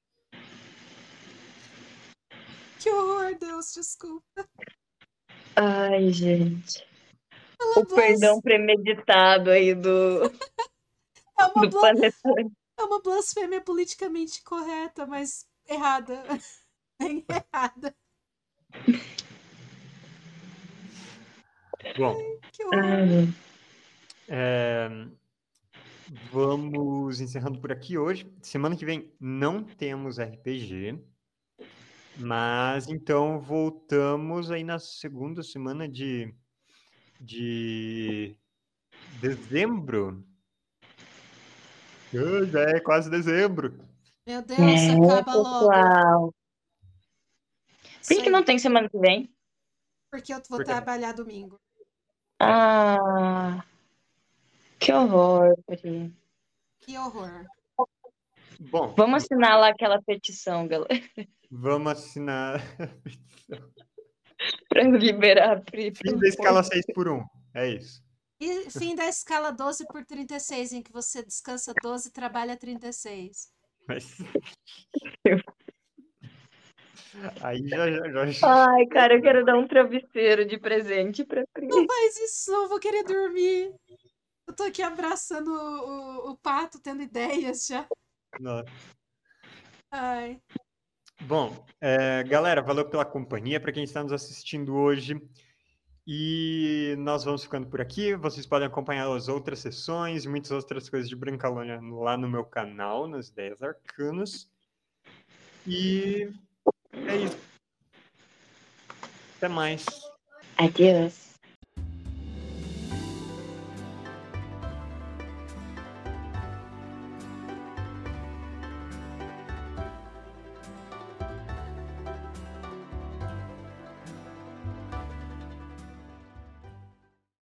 [SPEAKER 2] Que horror, Deus, desculpa.
[SPEAKER 3] Ai, gente.
[SPEAKER 2] Ela
[SPEAKER 3] O perdão premeditado aí do
[SPEAKER 2] é uma,
[SPEAKER 3] do Panetone.
[SPEAKER 2] é uma blasfêmia politicamente correta, mas errada. Bem errada.
[SPEAKER 1] Bom,
[SPEAKER 2] Que horror.
[SPEAKER 3] Ai,
[SPEAKER 1] vamos encerrando por aqui hoje. Semana que vem não temos RPG, mas então voltamos aí na segunda semana de dezembro. Já é quase dezembro.
[SPEAKER 2] Meu Deus, acaba logo.
[SPEAKER 3] pessoal. Por
[SPEAKER 2] Isso
[SPEAKER 3] que
[SPEAKER 2] aí,
[SPEAKER 3] não tem semana que vem?
[SPEAKER 2] porque eu vou
[SPEAKER 1] Porque-
[SPEAKER 2] trabalhar domingo.
[SPEAKER 3] Ah, que horror, Pri.
[SPEAKER 2] Que horror.
[SPEAKER 1] Bom,
[SPEAKER 3] Vamos assinar lá aquela petição, galera,
[SPEAKER 1] vamos assinar.
[SPEAKER 3] pra liberar a Pri.
[SPEAKER 1] Fim da escala 6x1. É isso.
[SPEAKER 2] E fim da escala 12/36, em que você descansa 12 e trabalha 36.
[SPEAKER 1] Mas... Aí já.
[SPEAKER 3] Ai, cara, eu quero dar um travesseiro de presente pra Pri.
[SPEAKER 2] Não faz isso, não, eu vou querer dormir. Eu tô aqui abraçando o pato, tendo ideias já.
[SPEAKER 1] Nossa.
[SPEAKER 2] Ai.
[SPEAKER 1] Bom, galera, valeu pela companhia para quem está nos assistindo hoje. E nós vamos ficando por aqui. Vocês podem acompanhar as outras sessões e muitas outras coisas de Brancalônia lá no meu canal, nas Ideias Arcanas. E é isso. Até mais.
[SPEAKER 3] Adeus.